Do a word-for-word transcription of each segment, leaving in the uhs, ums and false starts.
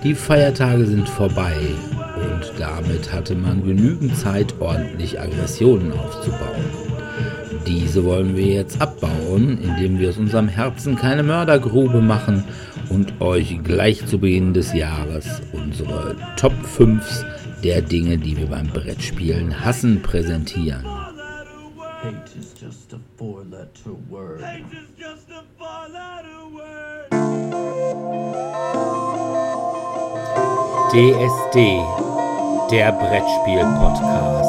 Die Feiertage sind vorbei und damit hatte man genügend Zeit, ordentlich Aggressionen aufzubauen. Diese wollen wir jetzt abbauen, indem wir aus unserem Herzen keine Mördergrube machen und euch gleich zu Beginn des Jahres unsere Top fünf der Dinge, die wir beim Brettspielen hassen, präsentieren. Hate is just a four-letter word. Hate is just a four-letter word. D S D, der Brettspiel-Podcast.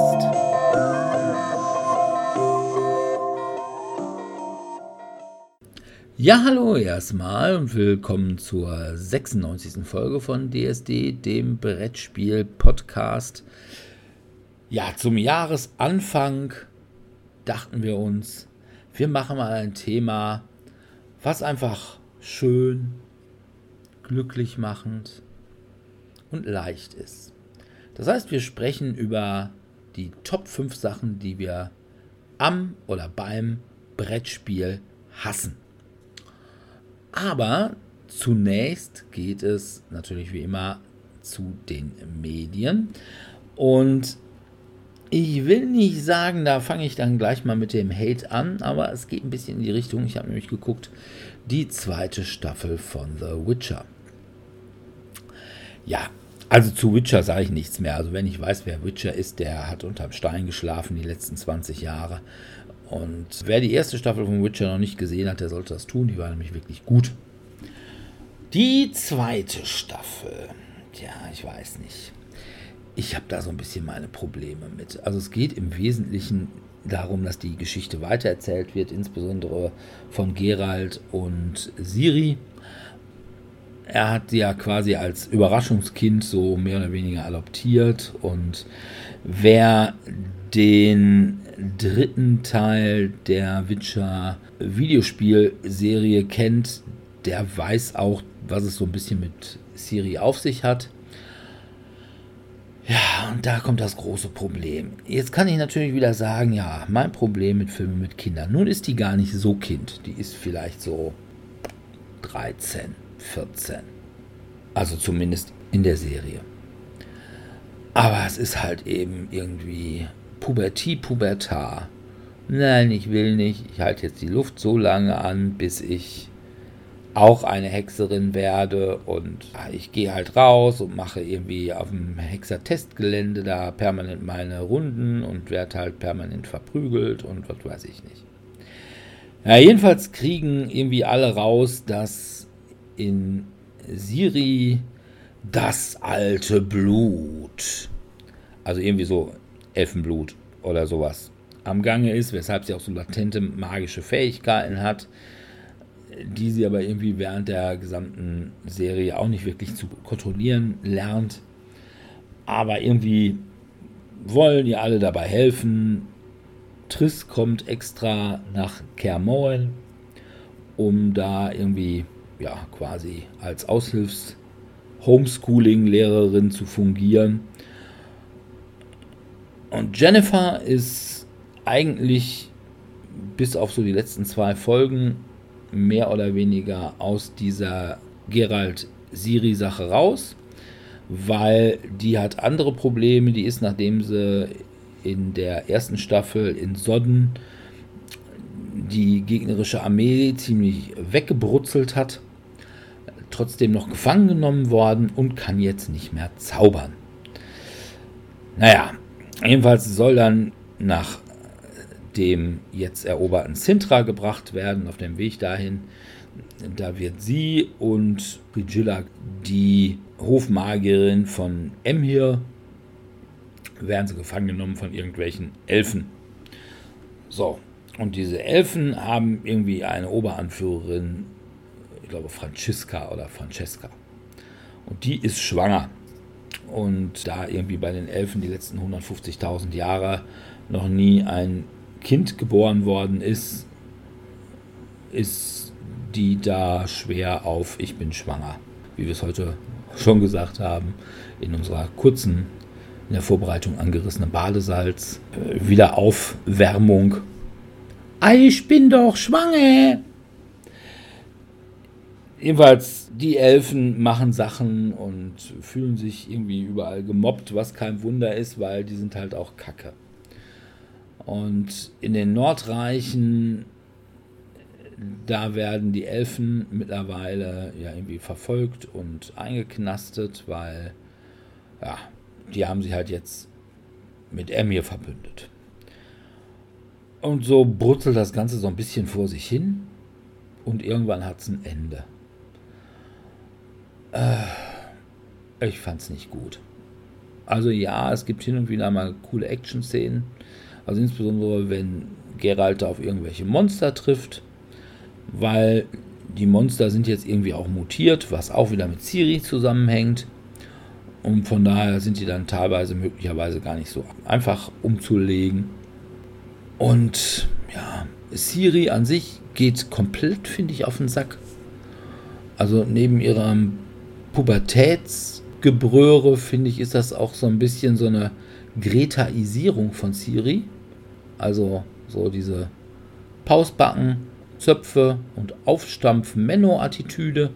Ja, hallo erstmal und willkommen zur sechsundneunzigsten Folge von D S D, dem Brettspiel-Podcast. Ja, zum Jahresanfang dachten wir uns, wir machen mal ein Thema, was einfach schön, glücklich machend und leicht ist. Das heißt, wir sprechen über die Top fünf Sachen, die wir am oder beim Brettspiel hassen. Aber zunächst geht es natürlich wie immer zu den Medien. Und ich will nicht sagen, da fange ich dann gleich mal mit dem Hate an, aber es geht ein bisschen in die Richtung. Ich habe nämlich geguckt, die zweite Staffel von The Witcher. Ja, also zu Witcher sage ich nichts mehr. Also wenn ich weiß, wer Witcher ist, der hat unterm Stein geschlafen die letzten zwanzig Jahre. Und wer die erste Staffel von Witcher noch nicht gesehen hat, der sollte das tun. Die war nämlich wirklich gut. Die zweite Staffel, ja, ich weiß nicht. Ich habe da so ein bisschen meine Probleme mit. Also es geht im Wesentlichen darum, dass die Geschichte weitererzählt wird, insbesondere von Geralt und Ciri. Er hat sie ja quasi als Überraschungskind so mehr oder weniger adoptiert. Und wer den dritten Teil der Witcher-Videospielserie kennt, der weiß auch, was es so ein bisschen mit Ciri auf sich hat. Ja, und da kommt das große Problem. Jetzt kann ich natürlich wieder sagen, ja, mein Problem mit Filmen mit Kindern. Nun ist die gar nicht so Kind. Die ist vielleicht so dreizehn, vierzehn. Also zumindest in der Serie. Aber es ist halt eben irgendwie Pubertie, Pubertar. Nein, ich will nicht. Ich halte jetzt die Luft so lange an, bis ich auch eine Hexerin werde. Und ich gehe halt raus und mache irgendwie auf dem Hexer-Testgelände da permanent meine Runden und werde halt permanent verprügelt und was weiß ich nicht. Ja, jedenfalls kriegen irgendwie alle raus, dass in Ciri das alte Blut, also irgendwie so Elfenblut oder sowas, am Gange ist, weshalb sie auch so latente magische Fähigkeiten hat, die sie aber irgendwie während der gesamten Serie auch nicht wirklich zu kontrollieren lernt. Aber irgendwie wollen ihr alle dabei helfen. Triss kommt extra nach Kaer Morhen, um da irgendwie ja quasi als Aushilfs-Homeschooling-Lehrerin zu fungieren. Und Jennifer ist eigentlich bis auf so die letzten zwei Folgen mehr oder weniger aus dieser Geralt-Ciri-Sache raus, weil die hat andere Probleme. Die ist, nachdem sie in der ersten Staffel in Sodden die gegnerische Armee ziemlich weggebrutzelt hat, trotzdem noch gefangen genommen worden und kann jetzt nicht mehr zaubern. Naja, jedenfalls soll dann nach dem jetzt eroberten Cintra gebracht werden, auf dem Weg dahin. Da wird sie und Brigilla, die Hofmagierin von Emhyr, werden sie gefangen genommen von irgendwelchen Elfen. So, und diese Elfen haben irgendwie eine Oberanführerin, ich glaube Franziska oder Francesca. Und die ist schwanger. Und da irgendwie bei den Elfen die letzten hundertfünfzigtausend Jahre noch nie ein Kind geboren worden ist, ist die da schwer auf ich bin schwanger, wie wir es heute schon gesagt haben, in unserer kurzen, in der Vorbereitung angerissenen Badesalz, äh, Wiederaufwärmung. Ich bin doch schwanger! Jedenfalls, die Elfen machen Sachen und fühlen sich irgendwie überall gemobbt, was kein Wunder ist, weil die sind halt auch Kacke. Und in den Nordreichen, da werden die Elfen mittlerweile ja irgendwie verfolgt und eingeknastet, weil ja, die haben sich halt jetzt mit Emir verbündet. Und so brutzelt das Ganze so ein bisschen vor sich hin und irgendwann hat es ein Ende. Äh, ich fand's nicht gut. Also ja, es gibt hin und wieder mal coole Action-Szenen, also insbesondere wenn Geralt auf irgendwelche Monster trifft, weil die Monster sind jetzt irgendwie auch mutiert, was auch wieder mit Ciri zusammenhängt. Und von daher sind die dann teilweise möglicherweise gar nicht so einfach umzulegen. Und ja, Ciri an sich geht komplett, finde ich, auf den Sack. Also neben ihrem Pubertätsgebröre, finde ich, ist das auch so ein bisschen so eine Gretaisierung von Ciri. Also so diese Pausbacken, Zöpfe und Aufstampf-Menno-Attitüde.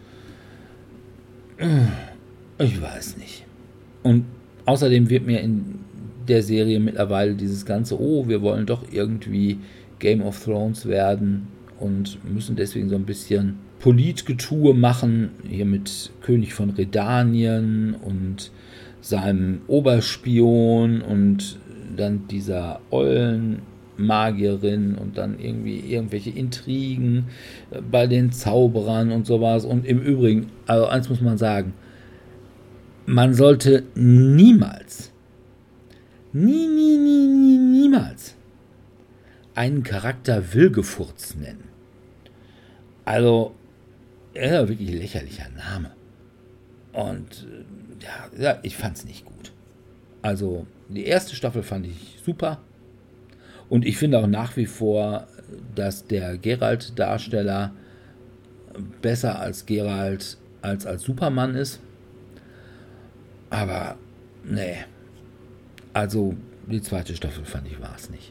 Ich weiß nicht. Und außerdem wird mir in der Serie mittlerweile dieses ganze, oh, wir wollen doch irgendwie Game of Thrones werden und müssen deswegen so ein bisschen Politgetue machen, hier mit König von Redanien und seinem Oberspion und dann dieser Eulenmagierin und dann irgendwie irgendwelche Intrigen bei den Zauberern und sowas. Und im Übrigen, also eins muss man sagen, man sollte niemals, nie, nie, nie, nie, niemals einen Charakter Wilgefurz nennen. Also, ja, wirklich lächerlicher Name. Und ja, ja ich fand's nicht gut. Also, die erste Staffel fand ich super. Und ich finde auch nach wie vor, dass der Geralt-Darsteller besser als Geralt als als Superman ist. Aber, nee. Also, die zweite Staffel fand ich war es nicht.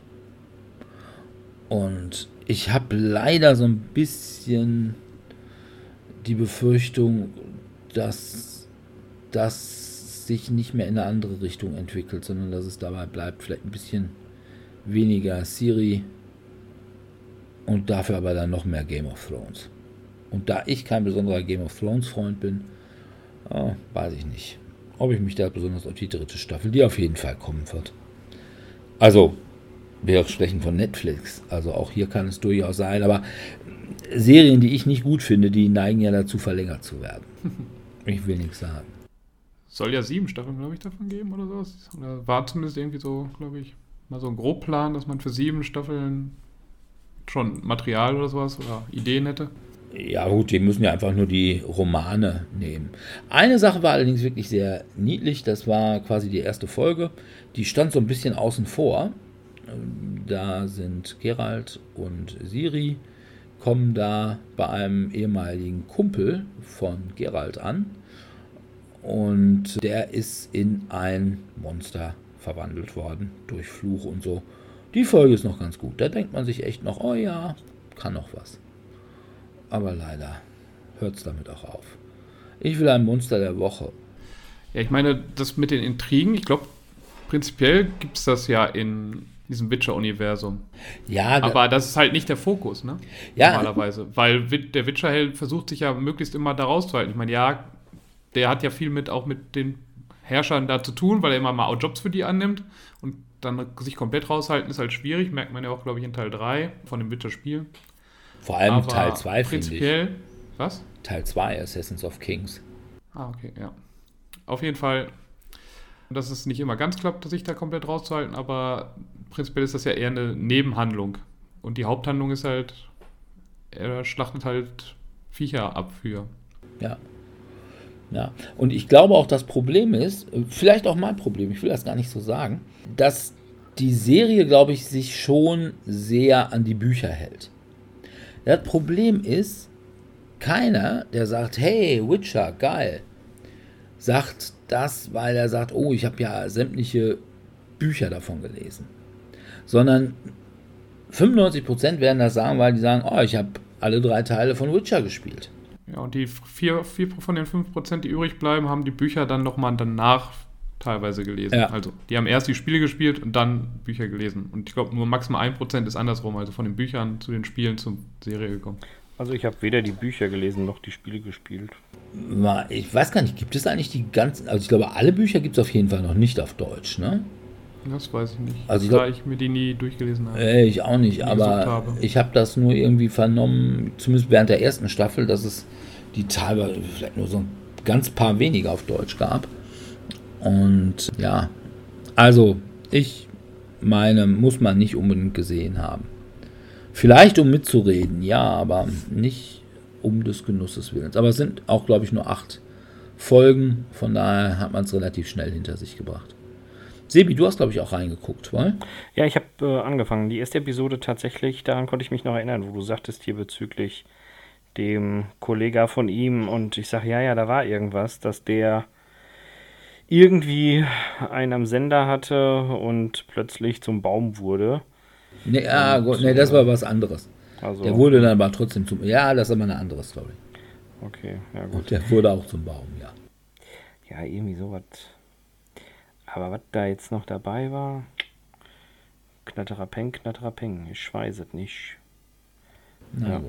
Und ich habe leider so ein bisschen die Befürchtung, dass das sich nicht mehr in eine andere Richtung entwickelt, sondern dass es dabei bleibt, vielleicht ein bisschen weniger Ciri und dafür aber dann noch mehr Game of Thrones. Und da ich kein besonderer Game of Thrones Freund bin, oh, weiß ich nicht, ob ich mich da besonders auf die dritte Staffel, die auf jeden Fall kommen wird. Also, wir sprechen von Netflix, also auch hier kann es durchaus sein, aber Serien, die ich nicht gut finde, die neigen ja dazu, verlängert zu werden. Ich will nichts sagen. Soll ja sieben Staffeln, glaube ich, davon geben oder sowas. Oder war zumindest irgendwie so, glaube ich, mal so ein Grobplan, dass man für sieben Staffeln schon Material oder sowas oder Ideen hätte. Ja gut, die müssen ja einfach nur die Romane nehmen. Eine Sache war allerdings wirklich sehr niedlich, das war quasi die erste Folge. Die stand so ein bisschen außen vor. Da sind Geralt und Ciri, kommen da bei einem ehemaligen Kumpel von Geralt an und der ist in ein Monster verwandelt worden durch Fluch und so. Die Folge ist noch ganz gut. Da denkt man sich echt noch, oh ja, kann noch was. Aber leider hört es damit auch auf. Ich will ein Monster der Woche. Ja, ich meine, das mit den Intrigen, ich glaube, prinzipiell gibt es das ja in diesem Witcher-Universum. Ja, da, aber das ist halt nicht der Fokus, ne? Ja. Normalerweise. Weil der Witcher-Held versucht sich ja möglichst immer da rauszuhalten. Ich meine, ja, der hat ja viel mit auch mit den Herrschern da zu tun, weil er immer mal auch Jobs für die annimmt. Und dann sich komplett raushalten ist halt schwierig. Merkt man ja auch, glaube ich, in Teil drei von dem Witcher-Spiel. Vor allem aber Teil zwei, finde ich. Prinzipiell, was? Teil zwei, Assassins of Kings. Ah, okay, ja. Auf jeden Fall, dass es nicht immer ganz klappt, sich da komplett rauszuhalten, aber prinzipiell ist das ja eher eine Nebenhandlung. Und die Haupthandlung ist halt, er schlachtet halt Viecher ab für. Ja. Ja. Und ich glaube auch, das Problem ist, vielleicht auch mein Problem, ich will das gar nicht so sagen, dass die Serie, glaube ich, sich schon sehr an die Bücher hält. Das Problem ist, keiner, der sagt, hey, Witcher, geil, sagt das, weil er sagt, oh, ich habe ja sämtliche Bücher davon gelesen. Sondern fünfundneunzig Prozent werden das sagen, weil die sagen, oh, ich habe alle drei Teile von Witcher gespielt. Ja, und die vier, vier von den fünf Prozent, die übrig bleiben, haben die Bücher dann nochmal danach teilweise gelesen. Ja. Also die haben erst die Spiele gespielt und dann Bücher gelesen. Und ich glaube, nur maximal ein Prozent ist andersrum, also von den Büchern zu den Spielen zur Serie gekommen. Also ich habe weder die Bücher gelesen noch die Spiele gespielt. Ich weiß gar nicht, gibt es eigentlich die ganzen, also ich glaube, alle Bücher gibt es auf jeden Fall noch nicht auf Deutsch, ne? Das weiß ich nicht, also ich da glaub, ich mir die nie durchgelesen habe. Äh, ich auch nicht, aber habe. ich habe das nur irgendwie vernommen, zumindest während der ersten Staffel, dass es die teilweise vielleicht nur so ein ganz paar wenige auf Deutsch gab. Und ja, also ich meine, muss man nicht unbedingt gesehen haben. Vielleicht um mitzureden, ja, aber nicht um des Genusses willens. Aber es sind auch, glaube ich, nur acht Folgen, von daher hat man es relativ schnell hinter sich gebracht. Sebi, du hast, glaube ich, auch reingeguckt, weil? Ja, ich habe äh, angefangen. Die erste Episode tatsächlich, daran konnte ich mich noch erinnern, wo du sagtest hier bezüglich dem Kollegen von ihm und ich sage, ja, ja, da war irgendwas, dass der irgendwie einen am Sender hatte und plötzlich zum Baum wurde. Nee, ah, und, Gott, nee, das war was anderes. Also, der wurde dann aber trotzdem zum... Ja, das ist aber eine andere Story. Okay, ja gut. Und der wurde auch zum Baum, ja. Ja, irgendwie sowas. Aber was da jetzt noch dabei war... Knatterer Peng, Knatterer Peng. Ich weiß es nicht. Na ja. Gut.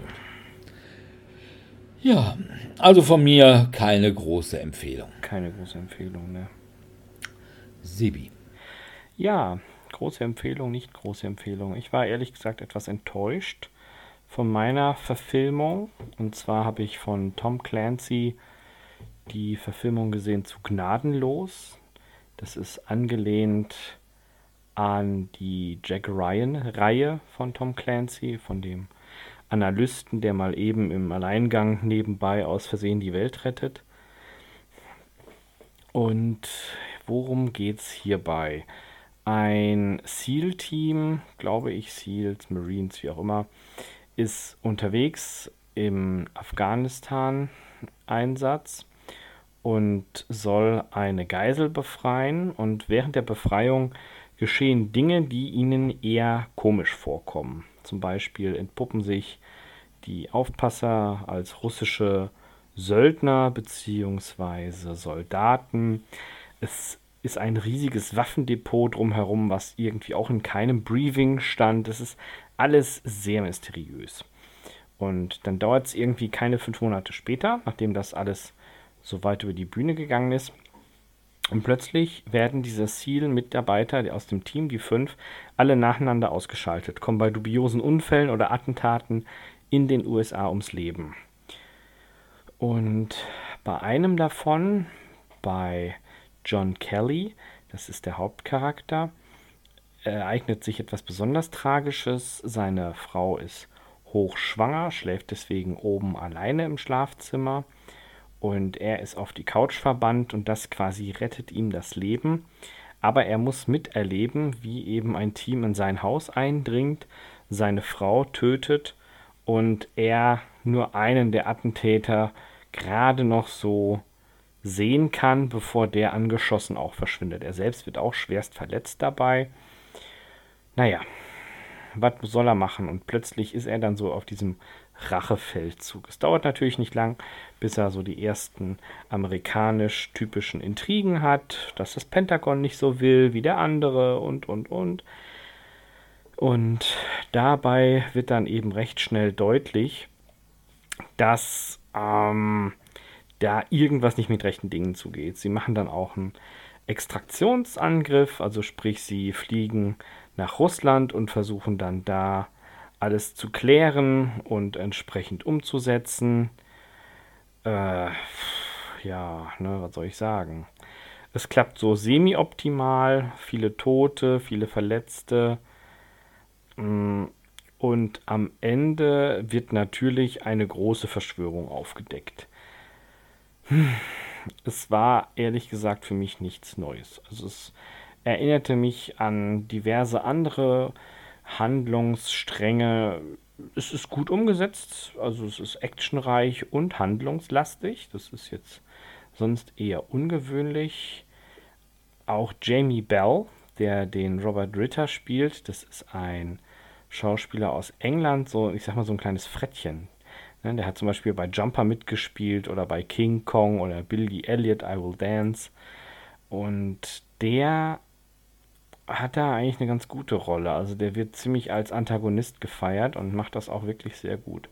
Ja, also von mir keine große Empfehlung. Keine große Empfehlung, ne? Sebi. Ja, große Empfehlung, nicht große Empfehlung. Ich war ehrlich gesagt etwas enttäuscht von meiner Verfilmung. Und zwar habe ich von Tom Clancy die Verfilmung gesehen zu Gnadenlos. Das ist angelehnt an die Jack Ryan-Reihe von Tom Clancy, von dem Analysten, der mal eben im Alleingang nebenbei aus Versehen die Welt rettet. Und worum geht's hierbei? Ein SEAL-Team, glaube ich, SEALs, Marines, wie auch immer, ist unterwegs im Afghanistan-Einsatz und soll eine Geisel befreien. Und während der Befreiung geschehen Dinge, die ihnen eher komisch vorkommen. Zum Beispiel entpuppen sich die Aufpasser als russische Söldner bzw. Soldaten. Es ist ein riesiges Waffendepot drumherum, was irgendwie auch in keinem Briefing stand. Es ist alles sehr mysteriös. Und dann dauert es irgendwie keine fünf Monate später, nachdem das alles so weit über die Bühne gegangen ist. Und plötzlich werden diese SEAL-Mitarbeiter aus dem Team, die fünf, alle nacheinander ausgeschaltet, kommen bei dubiosen Unfällen oder Attentaten in den U S A ums Leben. Und bei einem davon, bei John Kelly, das ist der Hauptcharakter, ereignet sich etwas besonders Tragisches. Seine Frau ist hochschwanger, schläft deswegen oben alleine im Schlafzimmer. Und er ist auf die Couch verbannt und das quasi rettet ihm das Leben. Aber er muss miterleben, wie eben ein Team in sein Haus eindringt, seine Frau tötet und er nur einen der Attentäter gerade noch so sehen kann, bevor der angeschossen auch verschwindet. Er selbst wird auch schwerst verletzt dabei. Naja, was soll er machen? Und plötzlich ist er dann so auf diesem Rachefeldzug. Es dauert natürlich nicht lang, bis er so die ersten amerikanisch-typischen Intrigen hat, dass das Pentagon nicht so will wie der andere und, und, und. Und dabei wird dann eben recht schnell deutlich, dass ähm, da irgendwas nicht mit rechten Dingen zugeht. Sie machen dann auch einen Extraktionsangriff, also sprich, sie fliegen nach Russland und versuchen dann da alles zu klären und entsprechend umzusetzen. Äh, ja, ne, was soll ich sagen? Es klappt so semi-optimal, viele Tote, viele Verletzte. Und am Ende wird natürlich eine große Verschwörung aufgedeckt. Es war ehrlich gesagt für mich nichts Neues. Also es erinnerte mich an diverse andere Handlungsstränge. Es ist gut umgesetzt, also es ist actionreich und handlungslastig. Das ist jetzt sonst eher ungewöhnlich. Auch Jamie Bell, der den Robert Ritter spielt, das ist ein Schauspieler aus England, so ich sag mal so ein kleines Frettchen. Ne, der hat zum Beispiel bei Jumper mitgespielt oder bei King Kong oder Billy Elliot, I Will Dance. Und der hat da eigentlich eine ganz gute Rolle. Also der wird ziemlich als Antagonist gefeiert und macht das auch wirklich sehr gut.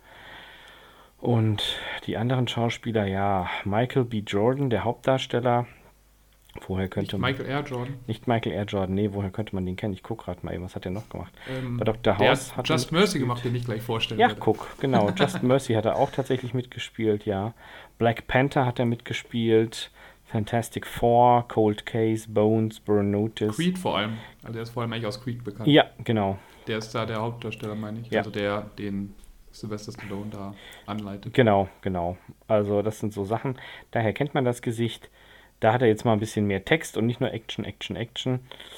Und die anderen Schauspieler, ja, Michael B. Jordan, der Hauptdarsteller. Woher könnte Nicht man... Michael Air Jordan. Nicht Michael Air Jordan, nee, woher könnte man den kennen? Ich gucke gerade mal eben, was hat der noch gemacht? Ähm, Bei Doktor der House hat hat Just er Mercy mitgespielt. gemacht, den ich gleich vorstellen Ja, werde. guck, genau. Just Mercy hat er auch tatsächlich mitgespielt, ja. Black Panther hat er mitgespielt. Fantastic Four, Cold Case, Bones, Burn Notice. Creed vor allem. Also er ist vor allem eigentlich aus Creed bekannt. Ja, genau. Der ist da der Hauptdarsteller, meine ich. Ja. Also der den Sylvester Stallone da anleitet. Genau, genau. Also das sind so Sachen, daher kennt man das Gesicht. Da hat er jetzt mal ein bisschen mehr Text und nicht nur Action, Action, Action.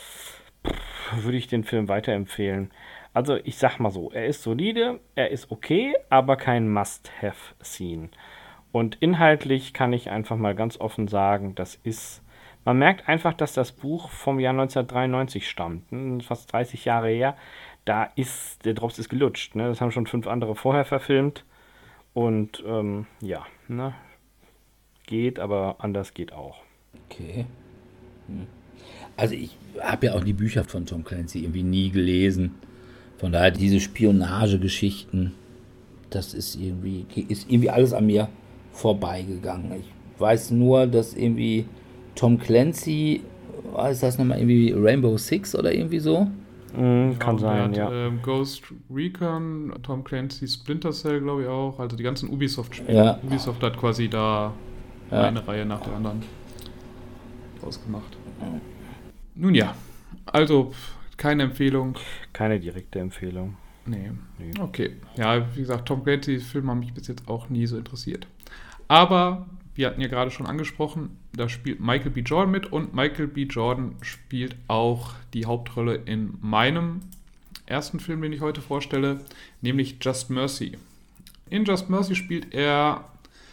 Pff, würde ich den Film weiterempfehlen. Also ich sag mal so, er ist solide, er ist okay, aber kein Must-Have-Scene. Und inhaltlich kann ich einfach mal ganz offen sagen, das ist, man merkt einfach, dass das Buch vom Jahr neunzehnhundertdreiundneunzig stammt, ne, fast dreißig Jahre her. Da ist, der Drops ist gelutscht, ne? Das haben schon fünf andere vorher verfilmt. Und ähm, ja, ne? Geht, aber anders geht auch. Okay. Hm. Also ich habe ja auch die Bücher von Tom Clancy irgendwie nie gelesen. Von daher diese Spionagegeschichten, das ist irgendwie, ist irgendwie alles an mir vorbeigegangen. Ich weiß nur, dass irgendwie Tom Clancy, was ist das nochmal, irgendwie Rainbow Six oder irgendwie so? Mm, kann Ja, sein, der hat, ja. ähm, Ghost Recon, Tom Clancy Splinter Cell, glaube ich auch. Also die ganzen Ubisoft-Spiele. Ja. Ubisoft hat quasi da Ja. eine Reihe nach der anderen ausgemacht. Nun ja, also keine Empfehlung. Keine direkte Empfehlung. Nee. Nee. Okay. Ja, wie gesagt, Tom Clancy's Filme haben mich bis jetzt auch nie so interessiert. Aber wir hatten ja gerade schon angesprochen, da spielt Michael B. Jordan mit und Michael B. Jordan spielt auch die Hauptrolle in meinem ersten Film, den ich heute vorstelle, nämlich Just Mercy. In Just Mercy spielt er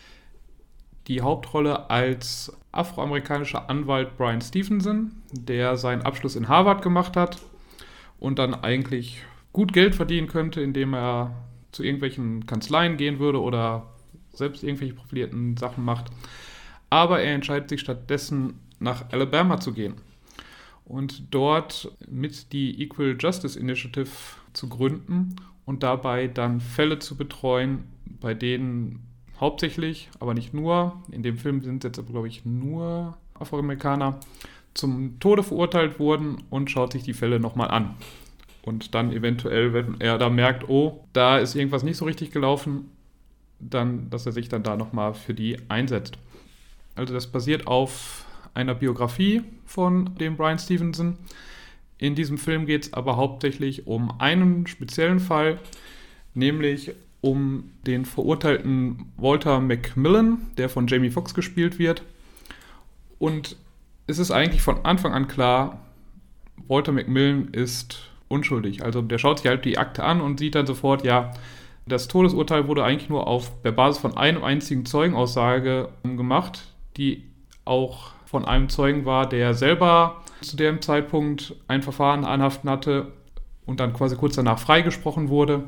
die Hauptrolle als afroamerikanischer Anwalt Brian Stevenson, der seinen Abschluss in Harvard gemacht hat und dann eigentlich gut Geld verdienen könnte, indem er zu irgendwelchen Kanzleien gehen würde oder selbst irgendwelche profilierten Sachen macht. Aber er entscheidet sich stattdessen, nach Alabama zu gehen und dort mit die Equal Justice Initiative zu gründen und dabei dann Fälle zu betreuen, bei denen hauptsächlich, aber nicht nur, in dem Film sind jetzt, glaube ich, nur Afroamerikaner, zum Tode verurteilt wurden und schaut sich die Fälle nochmal an. Und dann eventuell, wenn er da merkt, oh, da ist irgendwas nicht so richtig gelaufen, dann, dass er sich dann da nochmal für die einsetzt. Also das basiert auf einer Biografie von dem Brian Stevenson. In diesem Film geht es aber hauptsächlich um einen speziellen Fall, nämlich um den verurteilten Walter McMillan, der von Jamie Foxx gespielt wird. Und es ist eigentlich von Anfang an klar, Walter McMillan ist unschuldig. Also der schaut sich halt die Akte an und sieht dann sofort, ja, das Todesurteil wurde eigentlich nur auf der Basis von einem einzigen Zeugenaussage gemacht, die auch von einem Zeugen war, der selber zu dem Zeitpunkt ein Verfahren anhaften hatte und dann quasi kurz danach freigesprochen wurde.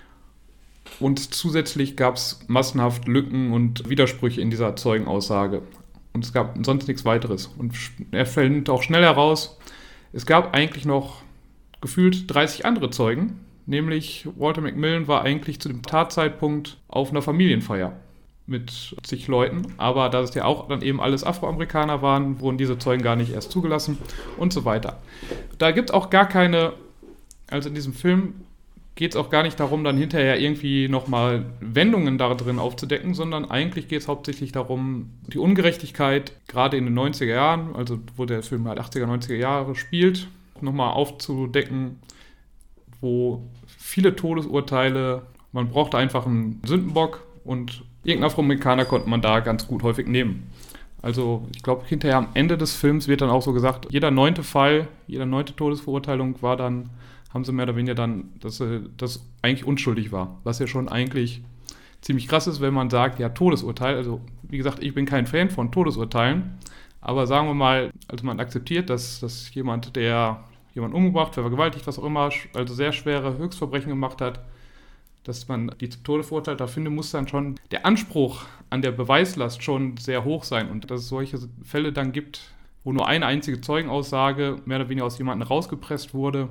Und zusätzlich gab es massenhaft Lücken und Widersprüche in dieser Zeugenaussage. Und es gab sonst nichts weiteres. Und er fällt auch schnell heraus, es gab eigentlich noch gefühlt dreißig andere Zeugen, nämlich Walter McMillan war eigentlich zu dem Tatzeitpunkt auf einer Familienfeier mit zig Leuten, aber da es ja auch dann eben alles Afroamerikaner waren, wurden diese Zeugen gar nicht erst zugelassen und so weiter. Da gibt es auch gar keine, also in diesem Film geht es auch gar nicht darum, dann hinterher irgendwie nochmal Wendungen da drin aufzudecken, sondern eigentlich geht es hauptsächlich darum, die Ungerechtigkeit, gerade in den neunziger Jahren, also wo der Film halt achtziger, neunziger Jahre spielt, nochmal aufzudecken, wo viele Todesurteile, man brauchte einfach einen Sündenbock und irgendeinen Afroamerikaner konnte man da ganz gut häufig nehmen. Also ich glaube, hinterher am Ende des Films wird dann auch so gesagt, jeder neunte Fall, jede neunte Todesverurteilung war dann, haben sie mehr oder weniger dann, dass das eigentlich unschuldig war. Was ja schon eigentlich ziemlich krass ist, wenn man sagt, ja, Todesurteil, also wie gesagt, ich bin kein Fan von Todesurteilen, aber sagen wir mal, also man akzeptiert, dass, dass jemand, der jemanden umgebracht, vergewaltigt, was auch immer, also sehr schwere Höchstverbrechen gemacht hat, dass man die zum Tode verurteilt, da finde, muss dann schon der Anspruch an der Beweislast schon sehr hoch sein. Und dass es solche Fälle dann gibt, wo nur eine einzige Zeugenaussage mehr oder weniger aus jemandem rausgepresst wurde,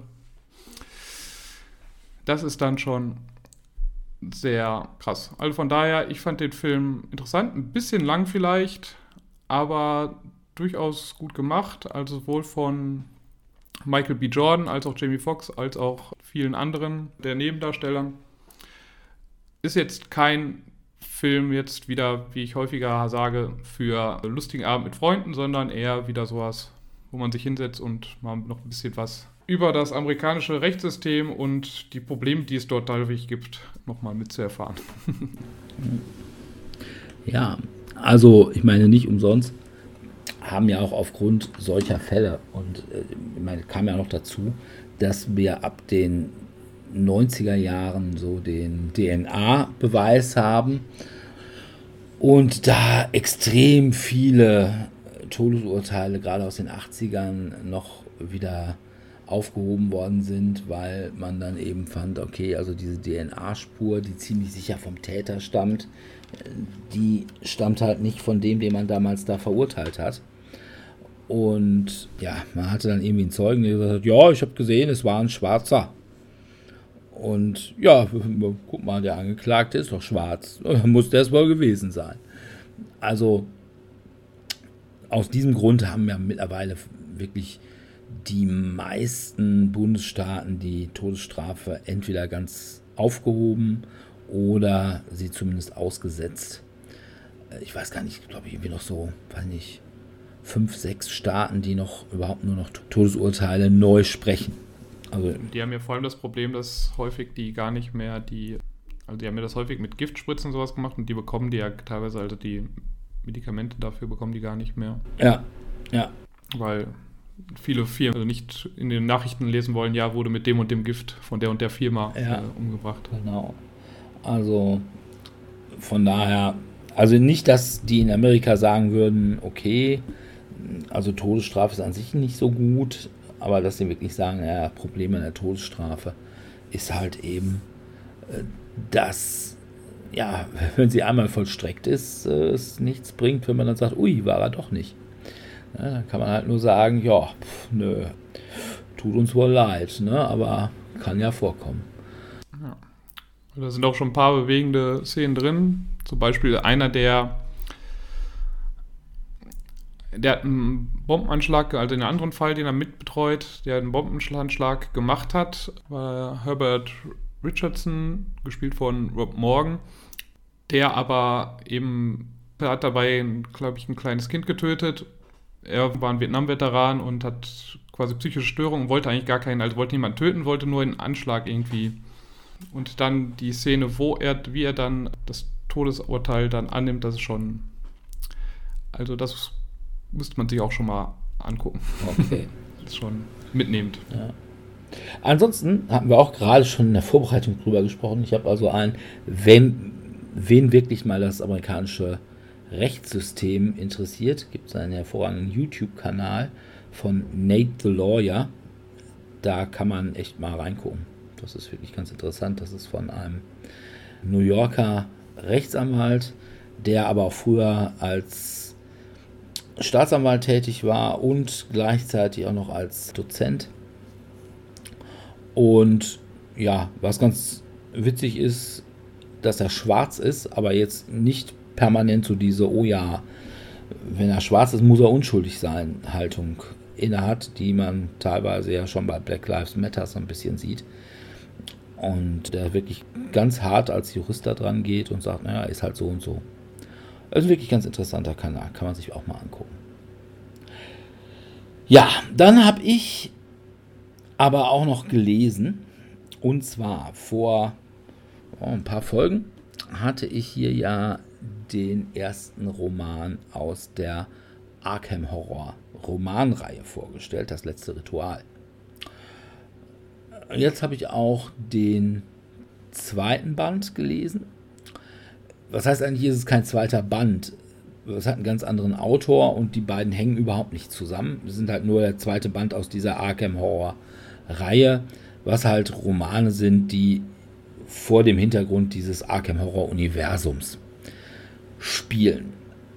das ist dann schon sehr krass. Also von daher, ich fand den Film interessant, ein bisschen lang vielleicht, aber durchaus gut gemacht. Also sowohl von Michael B. Jordan als auch Jamie Foxx als auch vielen anderen der Nebendarsteller. Ist jetzt kein Film jetzt wieder, wie ich häufiger sage, für einen lustigen Abend mit Freunden, sondern eher wieder sowas, wo man sich hinsetzt und mal noch ein bisschen was über das amerikanische Rechtssystem und die Probleme, die es dort häufig gibt, nochmal mitzuerfahren. Ja, also ich meine, nicht umsonst haben ja auch aufgrund solcher Fälle, und äh, ich meine, kam ja noch dazu, dass wir ab den neunziger Jahren so den D N A-Beweis haben und da extrem viele Todesurteile, gerade aus den achtzigern, noch wieder aufgehoben worden sind, weil man dann eben fand, okay, also diese D N A-Spur, die ziemlich sicher vom Täter stammt, die stammt halt nicht von dem, den man damals da verurteilt hat. Und ja, man hatte dann irgendwie einen Zeugen, der gesagt hat, ja, ich habe gesehen, es war ein Schwarzer. Und ja, guck mal, der Angeklagte ist doch schwarz. Muss der es wohl gewesen sein. Also aus diesem Grund haben ja mittlerweile wirklich die meisten Bundesstaaten die Todesstrafe entweder ganz aufgehoben oder sie zumindest ausgesetzt. Ich weiß gar nicht, ich glaube irgendwie noch so, weiß nicht, fünf, sechs Staaten, die noch überhaupt nur noch Todesurteile neu sprechen. Also, die haben ja vor allem das Problem, dass häufig die gar nicht mehr die, also die haben ja das häufig mit Giftspritzen und sowas gemacht und die bekommen die ja teilweise, also die Medikamente dafür bekommen die gar nicht mehr. Ja, ja. Weil viele Firmen also nicht in den Nachrichten lesen wollen, ja, wurde mit dem und dem Gift von der und der Firma ja, äh, umgebracht. Genau. Also von daher, also nicht, dass die in Amerika sagen würden, okay, also Todesstrafe ist an sich nicht so gut, aber dass sie wirklich sagen, ja, Problem an der Todesstrafe ist halt eben, dass, ja, wenn sie einmal vollstreckt ist, es nichts bringt, wenn man dann sagt, ui, war er doch nicht. Ja, dann kann man halt nur sagen, ja, pf, nö, tut uns wohl leid, ne, aber kann ja vorkommen. Ja. Da sind auch schon ein paar bewegende Szenen drin. Zum Beispiel einer, der der hat einen Bombenanschlag, also in einem anderen Fall, den er mitbetreut, der einen Bombenanschlag gemacht hat, war Herbert Richardson, gespielt von Rob Morgan, der aber eben, er hat dabei, glaube ich, ein kleines Kind getötet. Er war ein Vietnam-Veteran und hat quasi psychische Störungen und wollte eigentlich gar keinen, also wollte niemanden töten, wollte nur einen Anschlag irgendwie. Und dann die Szene, wo er, wie er dann das Todesurteil dann annimmt, das ist schon, also das müsste man sich auch schon mal angucken. Okay. Das ist schon mitnehmend. Ja. Ansonsten hatten wir auch gerade schon in der Vorbereitung drüber gesprochen. Ich habe also einen, wenn, wen wirklich mal das amerikanische Rechtssystem interessiert, gibt es einen hervorragenden YouTube-Kanal von Nate the Lawyer. Da kann man echt mal reingucken. Das ist wirklich ganz interessant. Das ist von einem New Yorker Rechtsanwalt, der aber auch früher als Staatsanwalt tätig war und gleichzeitig auch noch als Dozent. Und ja, was ganz witzig ist, dass er schwarz ist, aber jetzt nicht permanent so diese, oh ja, wenn er schwarz ist, muss er unschuldig sein, Haltung innehat, die man teilweise ja schon bei Black Lives Matter so ein bisschen sieht. Und der wirklich ganz hart als Jurist da dran geht und sagt, naja, ist halt so und so. Also wirklich ganz interessanter Kanal, kann man sich auch mal angucken. Ja, dann habe ich aber auch noch gelesen, und zwar vor oh, ein paar Folgen hatte ich hier ja den ersten Roman aus der Arkham Horror Romanreihe vorgestellt, das letzte Ritual. Jetzt habe ich auch den zweiten Band gelesen. Was heißt eigentlich, ist es kein zweiter Band? Es hat einen ganz anderen Autor und die beiden hängen überhaupt nicht zusammen. Es sind halt nur der zweite Band aus dieser Arkham Horror Reihe, was halt Romane sind, die vor dem Hintergrund dieses Arkham Horror Universums spielen.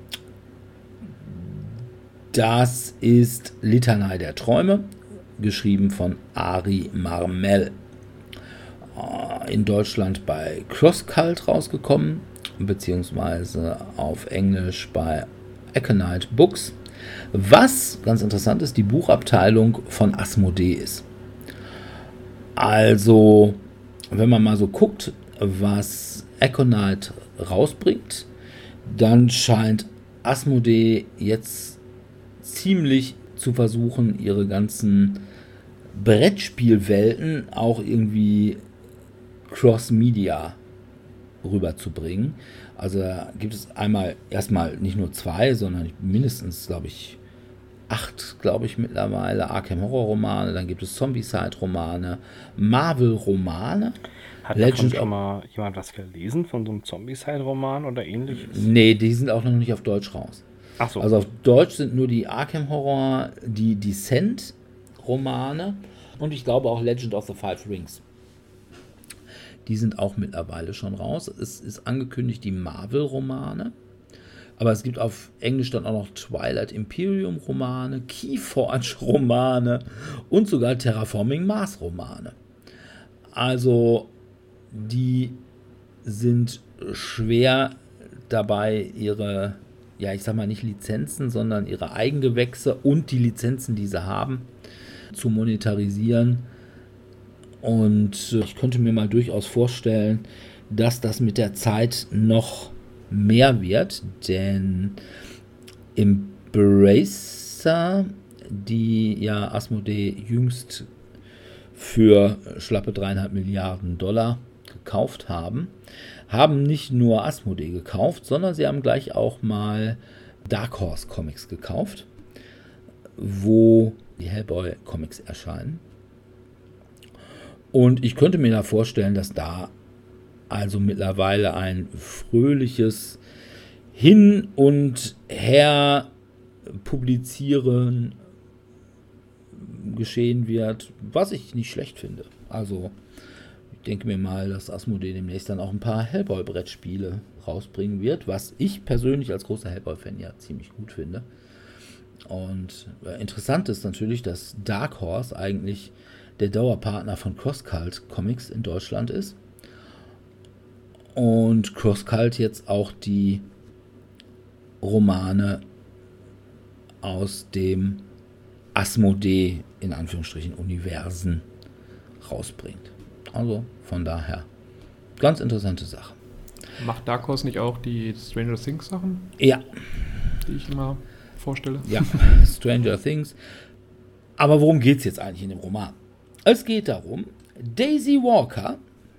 Das ist Litanei der Träume, geschrieben von Ari Marmel. In Deutschland bei CrossCult rausgekommen, beziehungsweise auf Englisch bei Aconite Books, was, ganz interessant ist, die Buchabteilung von Asmodee ist. Also, wenn man mal so guckt, was Aconite rausbringt, dann scheint Asmodee jetzt ziemlich zu versuchen, ihre ganzen Brettspielwelten auch irgendwie Cross-Media rüberzubringen. Also da gibt es einmal erstmal nicht nur zwei, sondern mindestens, glaube ich, acht, glaube ich, mittlerweile Arkham Horror Romane, dann gibt es Zombicide Romane, Marvel Romane. Hat davon schon mal jemand was gelesen von so einem Zombicide Roman oder ähnliches? Nee, die sind auch noch nicht auf Deutsch raus. Ach so. Also auf Deutsch sind nur die Arkham Horror, die Descent Romane und ich glaube auch Legend of the Five Rings. Die sind auch mittlerweile schon raus. Es ist angekündigt die Marvel-Romane. Aber es gibt auf Englisch dann auch noch Twilight Imperium-Romane, Keyforge-Romane und sogar Terraforming Mars-Romane. Also die sind schwer dabei, ihre, ja ich sag mal nicht Lizenzen, sondern ihre Eigengewächse und die Lizenzen, die sie haben, zu monetarisieren. Und ich könnte mir mal durchaus vorstellen, dass das mit der Zeit noch mehr wird, denn Embracer, die ja Asmodee jüngst für schlappe dreieinhalb Milliarden Dollar gekauft haben, haben nicht nur Asmodee gekauft, sondern sie haben gleich auch mal Dark Horse Comics gekauft, wo die Hellboy Comics erscheinen. Und ich könnte mir da vorstellen, dass da also mittlerweile ein fröhliches Hin- und Her publizieren geschehen wird, was ich nicht schlecht finde. Also ich denke mir mal, dass Asmodee demnächst dann auch ein paar Hellboy-Brettspiele rausbringen wird, was ich persönlich als großer Hellboy-Fan ja ziemlich gut finde. Und äh, interessant ist natürlich, dass Dark Horse eigentlich der Dauerpartner von CrossCult Comics in Deutschland ist. Und CrossCult jetzt auch die Romane aus dem Asmodee, in Anführungsstrichen, Universen rausbringt. Also von daher, ganz interessante Sache. Macht Dark Horse nicht auch die Stranger Things Sachen? Ja. Die ich immer vorstelle? Ja, Stranger Things. Aber worum geht es jetzt eigentlich in dem Roman? Es geht darum, Daisy Walker,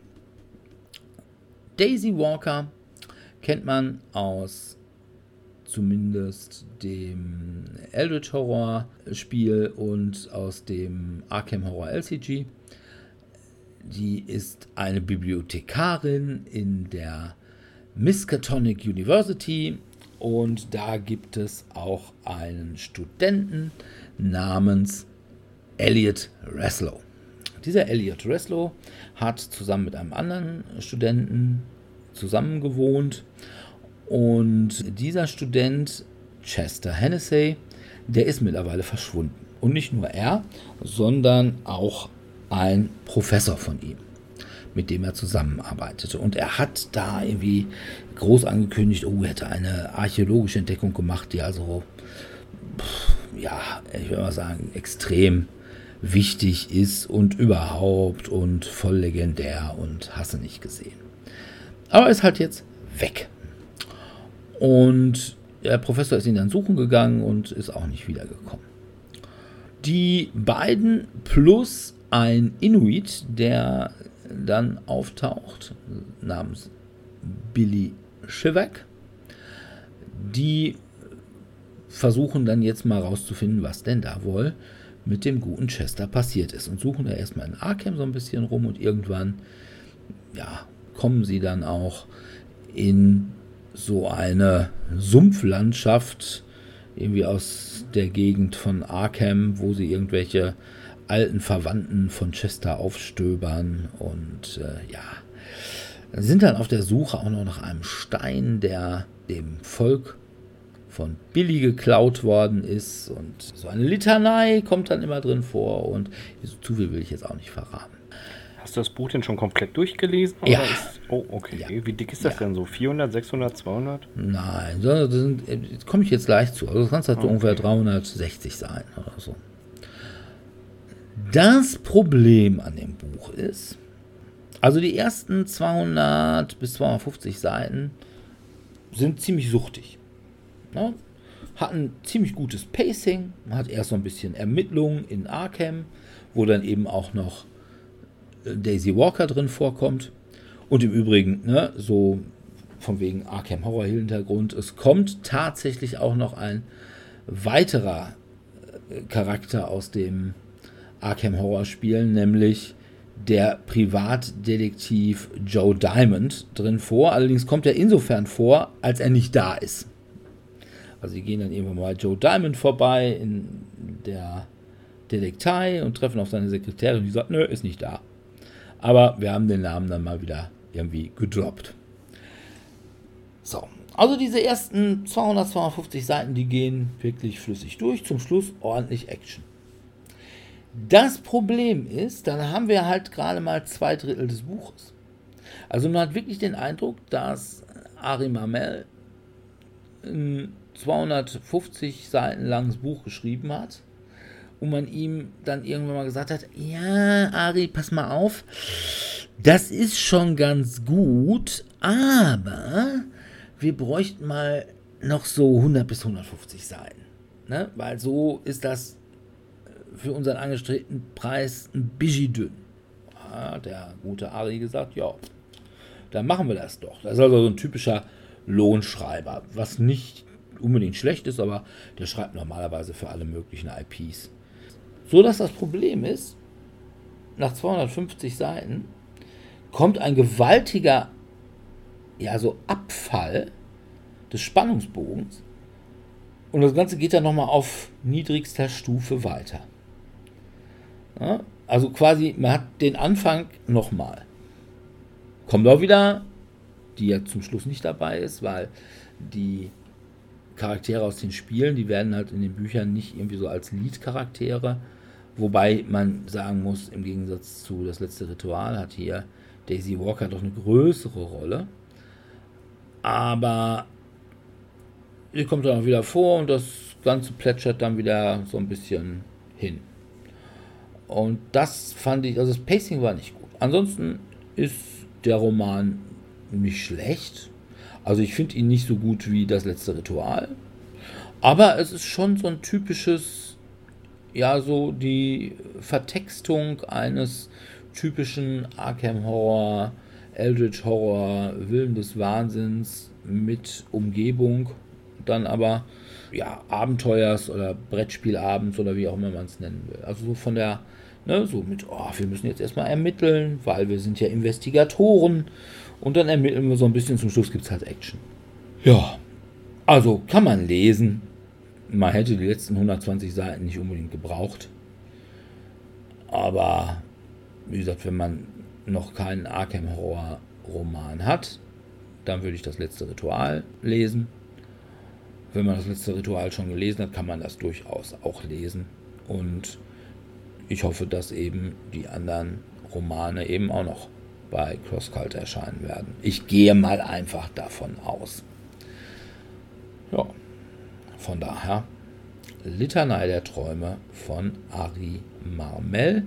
Daisy Walker kennt man aus zumindest dem Eldritch Horror Spiel und aus dem Arkham Horror L C G. Die ist eine Bibliothekarin in der Miskatonic University und da gibt es auch einen Studenten namens Elliot Reslow. Dieser Elliot Reslow hat zusammen mit einem anderen Studenten zusammengewohnt und dieser Student, Chester Hennessy, der ist mittlerweile verschwunden. Und nicht nur er, sondern auch ein Professor von ihm, mit dem er zusammenarbeitete. Und er hat da irgendwie groß angekündigt, oh, er hätte eine archäologische Entdeckung gemacht, die also, pff, ja, ich würde mal sagen, extrem wichtig ist und überhaupt und voll legendär und hast du nicht gesehen. Aber ist halt jetzt weg. Und der Professor ist ihn dann suchen gegangen und ist auch nicht wiedergekommen. Die beiden plus ein Inuit, der dann auftaucht, namens Billy Shivak, die versuchen dann jetzt mal rauszufinden, was denn da wohl mit dem guten Chester passiert ist und suchen da erstmal in Arkham so ein bisschen rum und irgendwann, ja, kommen sie dann auch in so eine Sumpflandschaft irgendwie aus der Gegend von Arkham, wo sie irgendwelche alten Verwandten von Chester aufstöbern und äh, ja, Sind dann auf der Suche auch noch nach einem Stein, der dem Volk von Billy geklaut worden ist. Und so eine Litanei kommt dann immer drin vor. Und zu viel will ich jetzt auch nicht verraten. Hast du das Buch denn schon komplett durchgelesen? Ja. Oder ist, oh, okay. Ja. Wie dick ist das Ja. denn so? vierhundert, sechshundert, zweihundert? Nein, so, das sind, jetzt komme ich jetzt gleich zu. Also das Ganze hat so Okay. ungefähr dreihundertsechzig Seiten oder so. Das Problem an dem Buch ist, also die ersten zweihundert bis zweihundertfünfzig Seiten sind ziemlich suchtig. Ne? Hat ein ziemlich gutes Pacing, man hat erst so ein bisschen Ermittlungen in Arkham, wo dann eben auch noch Daisy Walker drin vorkommt. Und im Übrigen, ne, so von wegen Arkham Horror Hintergrund, es kommt tatsächlich auch noch ein weiterer Charakter aus dem Arkham Horror Spielen, nämlich der Privatdetektiv Joe Diamond drin vor. Allerdings kommt er insofern vor, als er nicht da ist. Also sie gehen dann irgendwann mal Joe Diamond vorbei in der Detektei und treffen auf seine Sekretärin, die sagt, nö, ist nicht da. Aber wir haben den Namen dann mal wieder irgendwie gedroppt. So, also diese ersten zweihundert, zweihundertfünfzig Seiten, die gehen wirklich flüssig durch. Zum Schluss ordentlich Action. Das Problem ist, dann haben wir halt gerade mal zwei Drittel des Buches. Also man hat wirklich den Eindruck, dass Ari Marmel ein zweihundertfünfzig Seiten langes Buch geschrieben hat und man ihm dann irgendwann mal gesagt hat, ja, Ari, pass mal auf, das ist schon ganz gut, aber wir bräuchten mal noch so hundert bis hundertfünfzig Seiten. Ne? Weil so ist das für unseren angestrebten Preis ein bisschen dünn. Ja, der gute Ari gesagt, ja, dann machen wir das doch. Das ist also so ein typischer Lohnschreiber, was nicht unbedingt schlecht ist, aber der schreibt normalerweise für alle möglichen I Ps. So dass das Problem ist, nach zweihundertfünfzig Seiten kommt ein gewaltiger, ja, so Abfall des Spannungsbogens und das Ganze geht dann nochmal auf niedrigster Stufe weiter. Ja, also quasi, man hat den Anfang nochmal. Kommt auch wieder, die ja zum Schluss nicht dabei ist, weil die Charaktere aus den Spielen, die werden halt in den Büchern nicht irgendwie so als Lead-Charaktere, wobei man sagen muss, im Gegensatz zu Das letzte Ritual hat hier Daisy Walker doch eine größere Rolle, aber die kommt dann auch wieder vor und das Ganze plätschert dann wieder so ein bisschen hin. Und das fand ich, also das Pacing war nicht gut. Ansonsten ist der Roman nicht schlecht. Also ich finde ihn nicht so gut wie Das letzte Ritual. Aber es ist schon so ein typisches, ja, so die Vertextung eines typischen Arkham Horror, Eldritch Horror, Willen des Wahnsinns mit Umgebung. Dann aber, ja, Abenteuers oder Brettspielabends oder wie auch immer man es nennen will. Also so von der, ne, so mit, oh, wir müssen jetzt erstmal ermitteln, weil wir sind ja Investigatoren und dann ermitteln wir so ein bisschen, zum Schluss gibt es halt Action. Ja, also kann man lesen. Man hätte die letzten hundertzwanzig Seiten nicht unbedingt gebraucht. Aber, wie gesagt, wenn man noch keinen Arkham Horror Roman hat, dann würde ich Das letzte Ritual lesen. Wenn man Das letzte Ritual schon gelesen hat, kann man das durchaus auch lesen. Und ich hoffe, dass eben die anderen Romane eben auch noch bei CrossCult erscheinen werden. Ich gehe mal einfach davon aus. Ja, von daher Litanei der Träume von Ari Marmel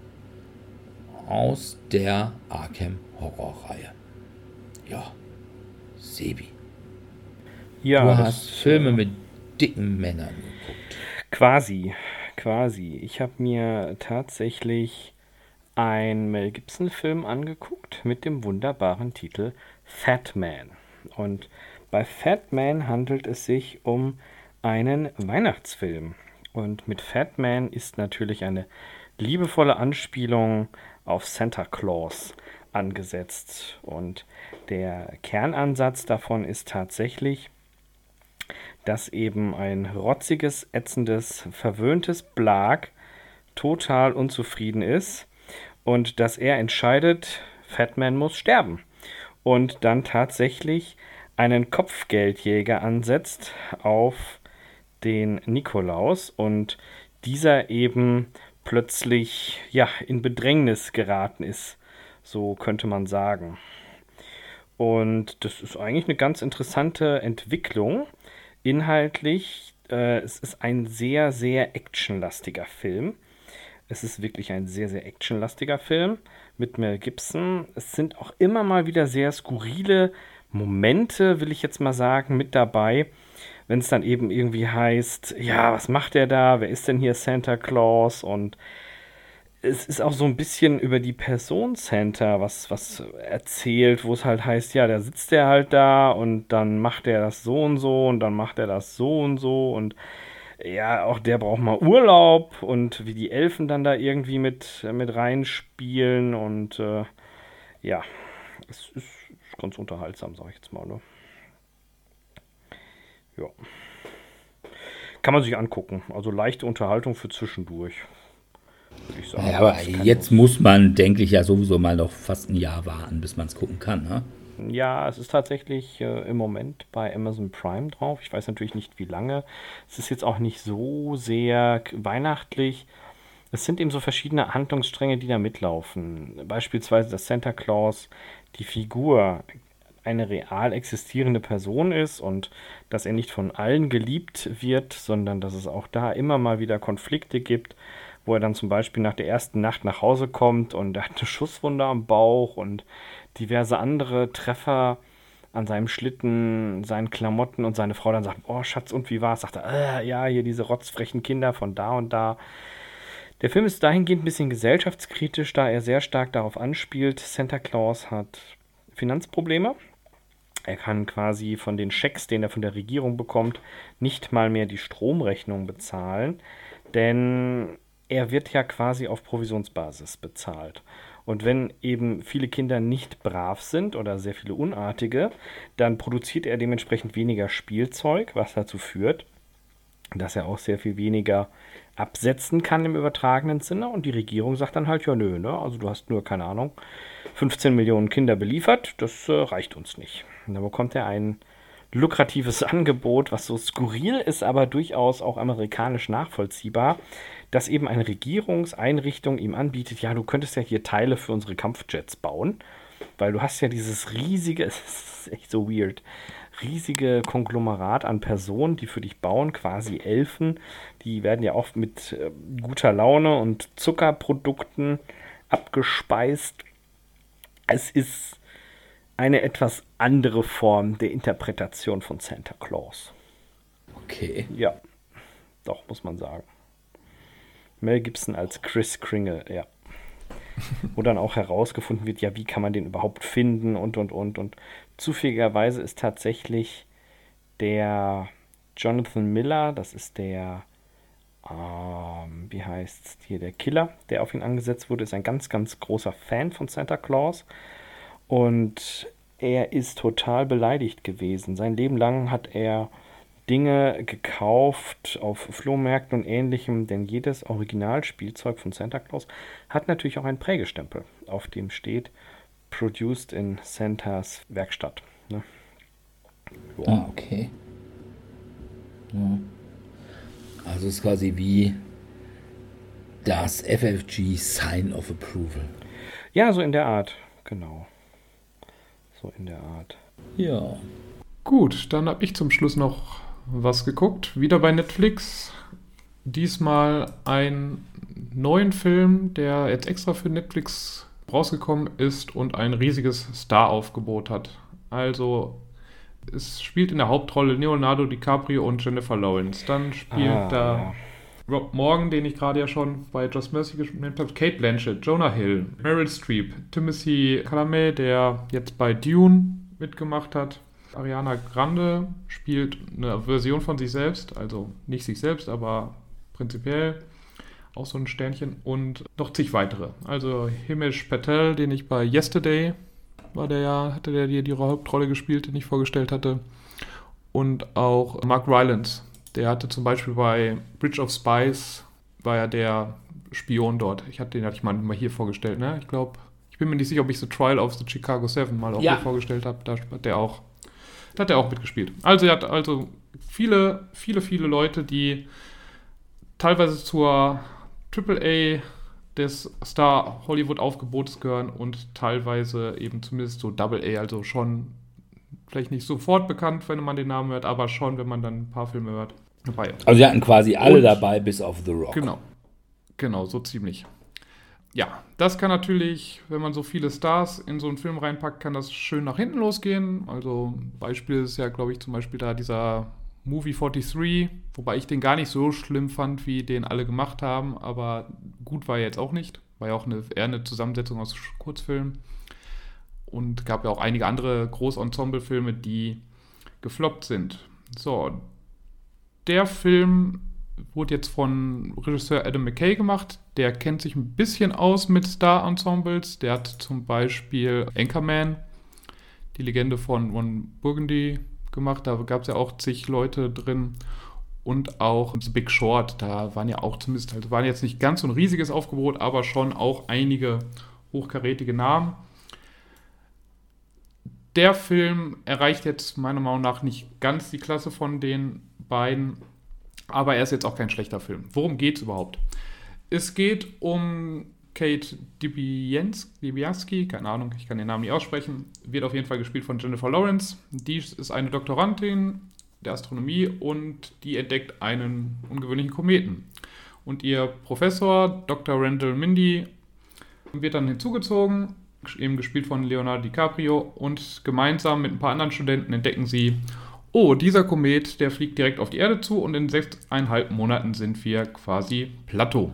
aus der Arkham Horror Reihe. Ja, Sebi. Ja, du das, hast Filme mit dicken Männern geguckt. Quasi, quasi. Ich habe mir tatsächlich einen Mel Gibson-Film angeguckt mit dem wunderbaren Titel Fat Man. Und bei Fat Man handelt es sich um einen Weihnachtsfilm. Und mit Fat Man ist natürlich eine liebevolle Anspielung auf Santa Claus angesetzt. Und der Kernansatz davon ist tatsächlich, dass eben ein rotziges, ätzendes, verwöhntes Blag total unzufrieden ist und dass er entscheidet, Fat Man muss sterben. Und dann tatsächlich einen Kopfgeldjäger ansetzt auf den Nikolaus und dieser eben plötzlich ja, in Bedrängnis geraten ist, so könnte man sagen. Und das ist eigentlich eine ganz interessante Entwicklung. Inhaltlich, äh, es ist ein sehr, sehr actionlastiger Film. Es ist wirklich ein sehr, sehr actionlastiger Film mit Mel Gibson. Es sind auch immer mal wieder sehr skurrile Momente, will ich jetzt mal sagen, mit dabei. Wenn es dann eben irgendwie heißt, ja, was macht der da? Wer ist denn hier Santa Claus? Und es ist auch so ein bisschen über die Person Santa was, was erzählt, wo es halt heißt, ja, da sitzt der halt da und dann macht er das so und so und dann macht er das so und so und ja, auch der braucht mal Urlaub und wie die Elfen dann da irgendwie mit, mit reinspielen und äh, ja, es ist ganz unterhaltsam, sag ich jetzt mal, ne? Ja. Kann man sich angucken. Also leichte Unterhaltung für zwischendurch. Würde ich sagen. Ja, aber jetzt muss man, denke ich, ja sowieso mal noch fast ein Jahr warten, bis man es gucken kann, ne? Ja, es ist tatsächlich äh, im Moment bei Amazon Prime drauf. Ich weiß natürlich nicht, wie lange. Es ist jetzt auch nicht so sehr k- weihnachtlich. Es sind eben so verschiedene Handlungsstränge, die da mitlaufen. Beispielsweise, dass Santa Claus die Figur eine real existierende Person ist und dass er nicht von allen geliebt wird, sondern dass es auch da immer mal wieder Konflikte gibt, wo er dann zum Beispiel nach der ersten Nacht nach Hause kommt und er hat eine Schusswunde am Bauch und diverse andere Treffer an seinem Schlitten, seinen Klamotten und seine Frau dann sagt, oh Schatz, und wie war's? Sagt er, äh, ja, hier diese rotzfrechen Kinder von da und da. Der Film ist dahingehend ein bisschen gesellschaftskritisch, da er sehr stark darauf anspielt, Santa Claus hat Finanzprobleme. Er kann quasi von den Schecks, den er von der Regierung bekommt, nicht mal mehr die Stromrechnung bezahlen, denn er wird ja quasi auf Provisionsbasis bezahlt. Und wenn eben viele Kinder nicht brav sind oder sehr viele Unartige, dann produziert er dementsprechend weniger Spielzeug, was dazu führt, dass er auch sehr viel weniger absetzen kann im übertragenen Sinne. Und die Regierung sagt dann halt, ja nö, ne? Also du hast nur, keine Ahnung, fünfzehn Millionen Kinder beliefert, das äh, reicht uns nicht. Und da bekommt er ein lukratives Angebot, was so skurril ist, aber durchaus auch amerikanisch nachvollziehbar, dass eben eine Regierungseinrichtung ihm anbietet, ja, du könntest ja hier Teile für unsere Kampfjets bauen, weil du hast ja dieses riesige, es ist echt so weird, riesige Konglomerat an Personen, die für dich bauen, quasi Elfen, die werden ja oft mit äh, guter Laune und Zuckerprodukten abgespeist. Es ist eine etwas andere Form der Interpretation von Santa Claus. Okay. Ja, doch, muss man sagen. Mel Gibson als Kris Kringle, ja. Wo dann auch herausgefunden wird, ja, wie kann man den überhaupt finden und, und, und. Und zufälligerweise ist tatsächlich der Jonathan Miller, das ist der, ähm, wie heißt's hier, der Killer, der auf ihn angesetzt wurde, ist ein ganz, ganz großer Fan von Santa Claus. Und er ist total beleidigt gewesen. Sein Leben lang hat er Dinge gekauft auf Flohmärkten und Ähnlichem, denn jedes Originalspielzeug von Santa Claus hat natürlich auch einen Prägestempel, auf dem steht Produced in Santas Werkstatt. Ne? Ah, okay. Ja. Also es ist quasi wie das F F G Sign of Approval. Ja, so in der Art, genau. So in der Art. Ja. Gut, dann habe ich zum Schluss noch was geguckt. Wieder bei Netflix. Diesmal einen neuen Film, der jetzt extra für Netflix rausgekommen ist und ein riesiges Star-Aufgebot hat. Also es spielt in der Hauptrolle Leonardo DiCaprio und Jennifer Lawrence. Dann spielt Ah, da ja. Rob Morgan, den ich gerade ja schon bei Just Mercy genannt habe, Cate Blanchett, Jonah Hill, Meryl Streep, Timothée Chalamet, der jetzt bei Dune mitgemacht hat. Ariana Grande spielt eine Version von sich selbst, also nicht sich selbst, aber prinzipiell auch so ein Sternchen und noch zig weitere. Also Himesh Patel, den ich bei Yesterday war der ja, hatte der die, die Hauptrolle gespielt, den ich vorgestellt hatte. Und auch Mark Rylance, der hatte zum Beispiel bei Bridge of Spies, war ja der Spion dort. Ich hatte den hatte ich mal, mal hier vorgestellt, ne? Ich glaube, Ich bin mir nicht sicher, ob ich The Trial of the Chicago Seven mal auch Ja. hier vorgestellt habe. Da hat der auch, da hat er auch mitgespielt. Also er hat also viele, viele, viele Leute, die teilweise zur Triple A des Star-Hollywood-Aufgebotes gehören und teilweise eben zumindest so Double A, also schon vielleicht nicht sofort bekannt, wenn man den Namen hört, aber schon, wenn man dann ein paar Filme hört. Dabei. Also sie hatten quasi alle Und- dabei, bis auf The Rock. Genau. Genau, so ziemlich. Ja, das kann natürlich, wenn man so viele Stars in so einen Film reinpackt, kann das schön nach hinten losgehen. Also Beispiel ist ja, glaube ich, zum Beispiel da dieser Movie dreiundvierzig, wobei ich den gar nicht so schlimm fand, wie den alle gemacht haben, aber gut war er jetzt auch nicht. War ja auch eine, eher eine Zusammensetzung aus Kurzfilmen. Und gab ja auch einige andere Großensemble-Filme, die gefloppt sind. So, der Film wurde jetzt von Regisseur Adam McKay gemacht. Der kennt sich ein bisschen aus mit Star-Ensembles. Der hat zum Beispiel Anchorman, die Legende von Ron Burgundy, gemacht. Da gab es ja auch zig Leute drin. Und auch The Big Short. Da waren ja auch zumindest, also waren jetzt nicht ganz so ein riesiges Aufgebot, aber schon auch einige hochkarätige Namen. Der Film erreicht jetzt meiner Meinung nach nicht ganz die Klasse von den beiden, aber er ist jetzt auch kein schlechter Film. Worum geht es überhaupt? Es geht um Kate Dibiansky, keine Ahnung, ich kann den Namen nicht aussprechen, wird auf jeden Fall gespielt von Jennifer Lawrence. Die ist eine Doktorandin der Astronomie und die entdeckt einen ungewöhnlichen Kometen. Und ihr Professor, Doktor Randall Mindy, wird dann hinzugezogen, eben gespielt von Leonardo DiCaprio, und gemeinsam mit ein paar anderen Studenten entdecken sie, oh, dieser Komet, der fliegt direkt auf die Erde zu und in sechseinhalb Monaten sind wir quasi Plateau.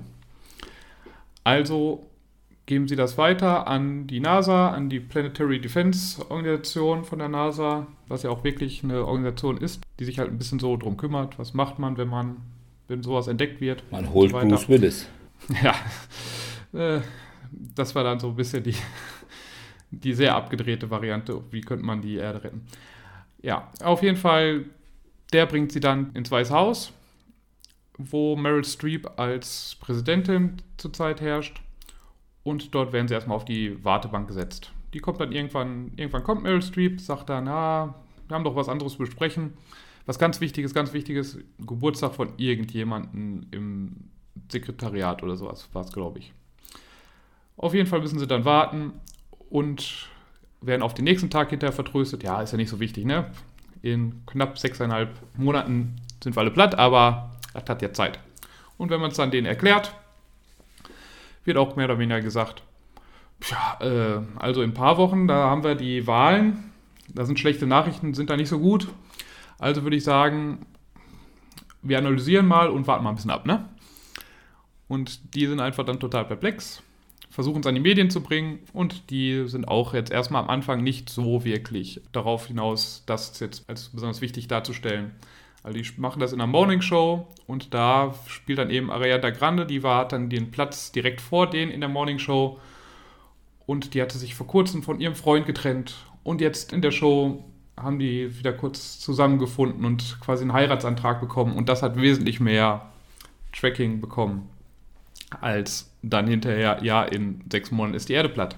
Also geben sie das weiter an die NASA, an die Planetary Defense Organisation von der NASA, was ja auch wirklich eine Organisation ist, die sich halt ein bisschen so drum kümmert, was macht man, wenn man, wenn sowas entdeckt wird. Man holt und so weiter. Bruce Willis. Ja, äh, das war dann so ein bisschen die, die sehr abgedrehte Variante, wie könnte man die Erde retten. Ja, auf jeden Fall, der bringt sie dann ins Weiße Haus, wo Meryl Streep als Präsidentin zurzeit herrscht, und dort werden sie erstmal auf die Wartebank gesetzt. Die kommt dann irgendwann, irgendwann kommt Meryl Streep, sagt dann, na, wir haben doch was anderes zu besprechen. Was ganz Wichtiges, ganz Wichtiges, Geburtstag von irgendjemandem im Sekretariat oder sowas war es, glaube ich. Auf jeden Fall müssen sie dann warten und werden auf den nächsten Tag hinterher vertröstet. Ja, ist ja nicht so wichtig, ne? In knapp sechseinhalb Monaten sind wir alle platt, aber das hat ja Zeit. Und wenn man es dann denen erklärt, wird auch mehr oder weniger gesagt, tja, äh, also in ein paar Wochen, da haben wir die Wahlen, da sind schlechte Nachrichten, sind da nicht so gut. Also würde ich sagen, wir analysieren mal und warten mal ein bisschen ab, ne? Und die sind einfach dann total perplex, versuchen es an die Medien zu bringen, und die sind auch jetzt erstmal am Anfang nicht so wirklich darauf hinaus, das jetzt als besonders wichtig darzustellen. Also die machen das in einer Morning Show, und da spielt dann eben Ariana Grande, die war dann den Platz direkt vor denen in der Morning Show, und die hatte sich vor kurzem von ihrem Freund getrennt, und jetzt in der Show haben die wieder kurz zusammengefunden und quasi einen Heiratsantrag bekommen, und das hat wesentlich mehr Tracking bekommen als dann hinterher, ja, in sechs Monaten ist die Erde platt.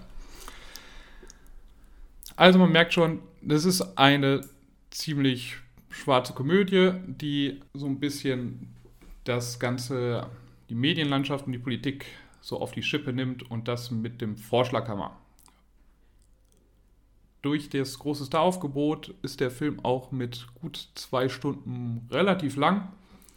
Also man merkt schon, das ist eine ziemlich schwarze Komödie, die so ein bisschen das Ganze, die Medienlandschaft und die Politik so auf die Schippe nimmt, und das mit dem Vorschlaghammer. Durch das große Staraufgebot ist der Film auch mit gut zwei Stunden relativ lang,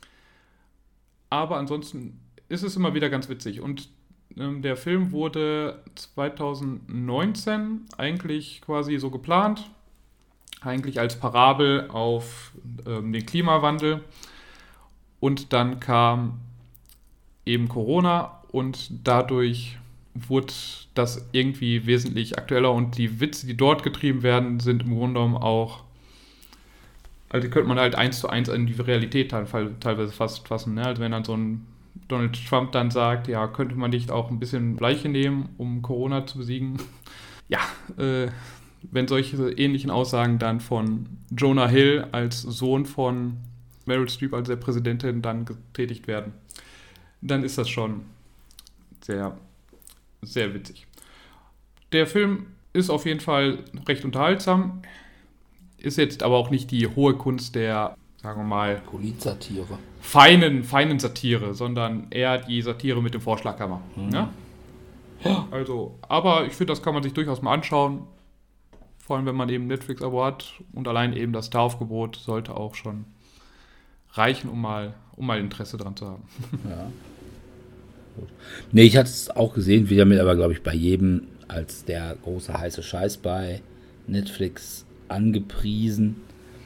aber ansonsten ist es immer wieder ganz witzig. Und ähm, der Film wurde zweitausendneunzehn eigentlich quasi so geplant, eigentlich als Parabel auf ähm, den Klimawandel. Und dann kam eben Corona, und dadurch wurde das irgendwie wesentlich aktueller, und die Witze, die dort getrieben werden, sind im Grunde genommen auch, also die könnte man halt eins zu eins in die Realität teilweise fast fassen, ne? Also wenn dann so ein Donald Trump dann sagt, ja, könnte man nicht auch ein bisschen Bleiche nehmen, um Corona zu besiegen? Ja, äh, wenn solche ähnlichen Aussagen dann von Jonah Hill als Sohn von Meryl Streep, also der Präsidentin, dann getätigt werden, dann ist das schon sehr, sehr witzig. Der Film ist auf jeden Fall recht unterhaltsam, ist jetzt aber auch nicht die hohe Kunst der, sagen wir mal, Polizsatire. feinen, feinen Satire, sondern eher die Satire mit dem Vorschlaghammer. Mhm. Ja? Ja. Also, aber ich finde, das kann man sich durchaus mal anschauen. Vor allem, wenn man eben Netflix-Abo hat. Und allein eben das Star-Aufgebot sollte auch schon reichen, um mal, um mal Interesse dran zu haben. Ja. Gut. Nee, ich hatte es auch gesehen, wieder mit, aber glaube ich bei jedem als der große heiße Scheiß bei Netflix angepriesen.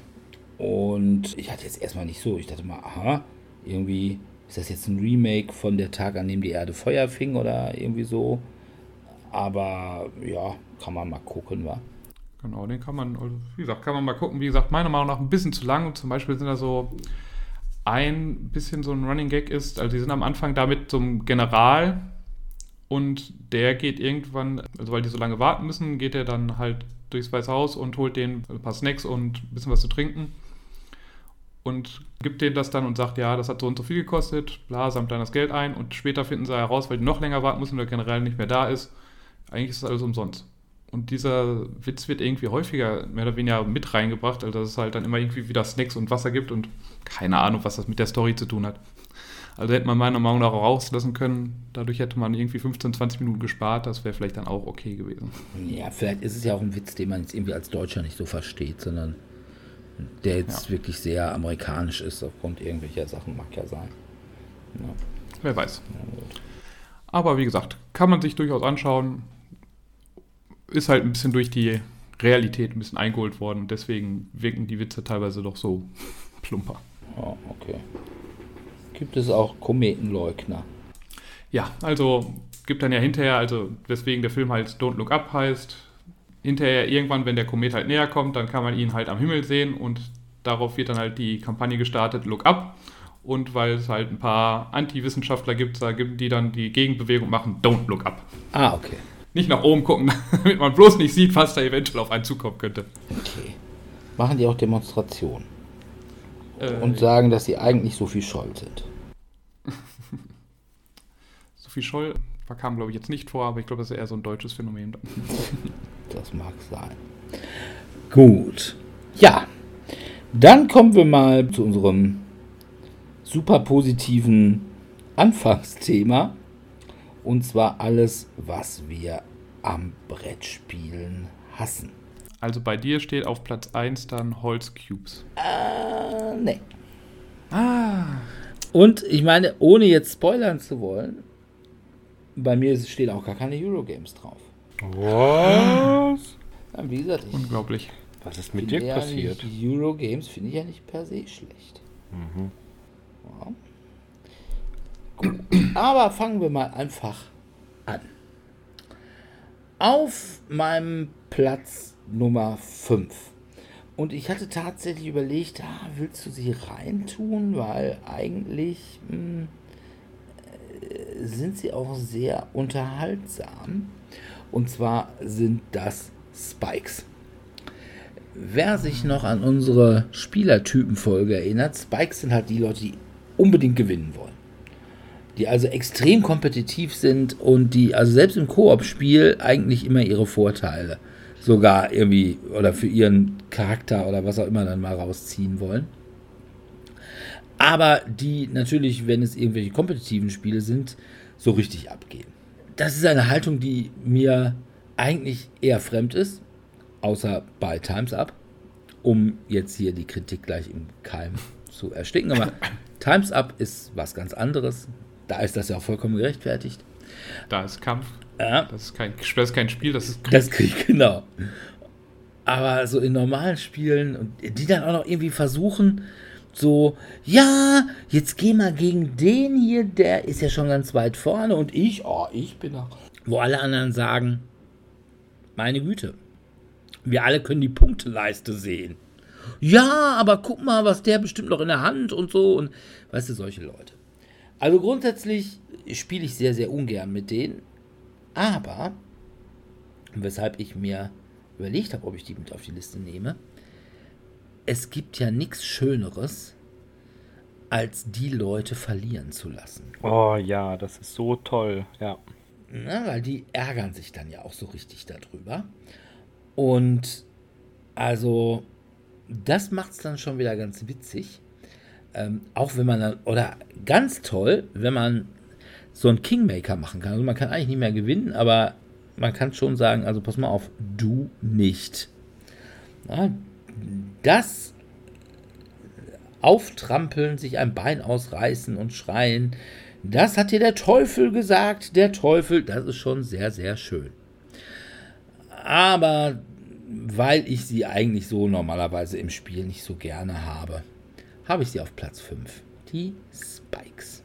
Und ich hatte jetzt erstmal nicht so, ich dachte mal, aha, irgendwie ist das jetzt ein Remake von der Tag, an dem die Erde Feuer fing oder irgendwie so. Aber ja, kann man mal gucken, wa? Genau, den kann man, also wie gesagt, kann man mal gucken. Wie gesagt, meiner Meinung nach ein bisschen zu lang. Und zum Beispiel sind da so ein bisschen so ein Running Gag ist, also die sind am Anfang da mit so einem General und der geht irgendwann, also weil die so lange warten müssen, geht er dann halt durchs Weiße Haus und holt denen ein paar Snacks und ein bisschen was zu trinken und gibt denen das dann und sagt, ja, das hat so und so viel gekostet, bla, sammelt dann das Geld ein und später finden sie heraus, weil die noch länger warten müssen und der General nicht mehr da ist, eigentlich ist das alles umsonst. Und dieser Witz wird irgendwie häufiger mehr oder weniger mit reingebracht, also dass es halt dann immer irgendwie wieder Snacks und Wasser gibt und keine Ahnung, was das mit der Story zu tun hat. Also hätte man meiner Meinung nach auch rauslassen können, dadurch hätte man irgendwie fünfzehn, zwanzig Minuten gespart, das wäre vielleicht dann auch okay gewesen. Ja, vielleicht ist es ja auch ein Witz, den man jetzt irgendwie als Deutscher nicht so versteht, sondern der jetzt ja. wirklich sehr amerikanisch ist, aufgrund irgendwelcher Sachen, mag ja sein. Ja. Wer weiß. Aber wie gesagt, kann man sich durchaus anschauen, ist halt ein bisschen durch die Realität ein bisschen eingeholt worden und deswegen wirken die Witze teilweise doch so plumper. Oh, okay. Gibt es auch Kometenleugner? Ja, also gibt dann ja hinterher, also weswegen der Film halt Don't Look Up heißt, hinterher irgendwann, wenn der Komet halt näher kommt, dann kann man ihn halt am Himmel sehen und darauf wird dann halt die Kampagne gestartet, Look Up. Und weil es halt ein paar Anti-Wissenschaftler gibt, da gibt die dann die Gegenbewegung machen, Don't Look Up. Ah, okay. Nicht nach oben gucken, damit man bloß nicht sieht, was da eventuell auf einen zukommen könnte. Okay. Machen die auch Demonstrationen? Äh, und sagen, dass sie eigentlich Sophie Scholl sind? Sophie Scholl kam, glaube ich, jetzt nicht vor, aber ich glaube, das ist eher so ein deutsches Phänomen. Das mag sein. Gut. Ja. Dann kommen wir mal zu unserem super positiven Anfangsthema. Und zwar alles, was wir am Brettspielen hassen. Also bei dir steht auf Platz eins dann Holz Cubes. Äh, nee. Ah. Und ich meine, ohne jetzt spoilern zu wollen, bei mir stehen auch gar keine Eurogames drauf. Was? Ja, wie gesagt, ich Unglaublich. Was ist mit dir passiert? Nicht, Eurogames finde ich ja nicht per se schlecht. Mhm. Ja. Gut. Aber fangen wir mal einfach an. Auf meinem Platz Nummer fünf. Und ich hatte tatsächlich überlegt, ah, willst du sie reintun? Weil eigentlich mh, äh, sind sie auch sehr unterhaltsam. Und zwar sind das Spikes. Wer sich noch an unsere Spielertypenfolge erinnert, Spikes sind halt die Leute, die unbedingt gewinnen wollen. Die also extrem kompetitiv sind und die also selbst im Koop-Spiel eigentlich immer ihre Vorteile sogar irgendwie oder für ihren Charakter oder was auch immer dann mal rausziehen wollen. Aber die natürlich, wenn es irgendwelche kompetitiven Spiele sind, so richtig abgehen. Das ist eine Haltung, die mir eigentlich eher fremd ist, außer bei Time's Up, um jetzt hier die Kritik gleich im Keim zu ersticken. Aber Time's Up ist was ganz anderes. Da ist das ja auch vollkommen gerechtfertigt. Da ist Kampf. Ja. Das ist kein, das ist kein Spiel, das ist Krieg. Das Krieg, genau. Aber so in normalen Spielen, und die dann auch noch irgendwie versuchen, so, ja, jetzt geh mal gegen den hier, der ist ja schon ganz weit vorne und ich, oh, ich bin da. Wo alle anderen sagen, meine Güte, wir alle können die Punkteleiste sehen. Ja, aber guck mal, was der bestimmt noch in der Hand und so und, weißt du, solche Leute. Also grundsätzlich spiele ich sehr, sehr ungern mit denen, aber, weshalb ich mir überlegt habe, ob ich die mit auf die Liste nehme, es gibt ja nichts Schöneres, als die Leute verlieren zu lassen. Oh ja, das ist so toll, ja. Ne, weil die ärgern sich dann ja auch so richtig darüber. Und also, das macht es dann schon wieder ganz witzig. Ähm, auch wenn man dann, oder ganz toll, wenn man so einen Kingmaker machen kann. Also man kann eigentlich nicht mehr gewinnen, aber man kann schon sagen, also pass mal auf, du nicht. Ja, das Auftrampeln, sich ein Bein ausreißen und schreien, das hat dir der Teufel gesagt, der Teufel, das ist schon sehr, sehr schön. Aber weil ich sie eigentlich so normalerweise im Spiel nicht so gerne habe, habe ich sie auf Platz fünf. Die Spikes.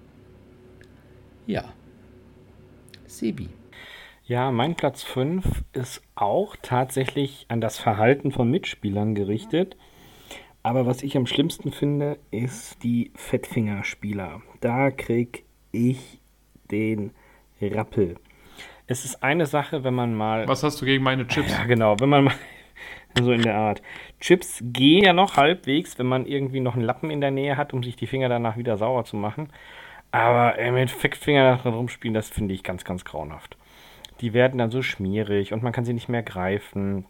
Ja. Sebi. Ja, mein Platz fünf ist auch tatsächlich an das Verhalten von Mitspielern gerichtet. Aber was ich am schlimmsten finde, ist die Fettfingerspieler. Da krieg ich den Rappel. Es ist eine Sache, wenn man mal... Was hast du gegen meine Chips? Ja, genau, wenn man mal... So in der Art. Chips gehen ja noch halbwegs, wenn man irgendwie noch einen Lappen in der Nähe hat, um sich die Finger danach wieder sauer zu machen. Aber äh, mit Fettfinger drin rumspielen, das finde ich ganz, ganz grauenhaft. Die werden dann so schmierig und man kann sie nicht mehr greifen.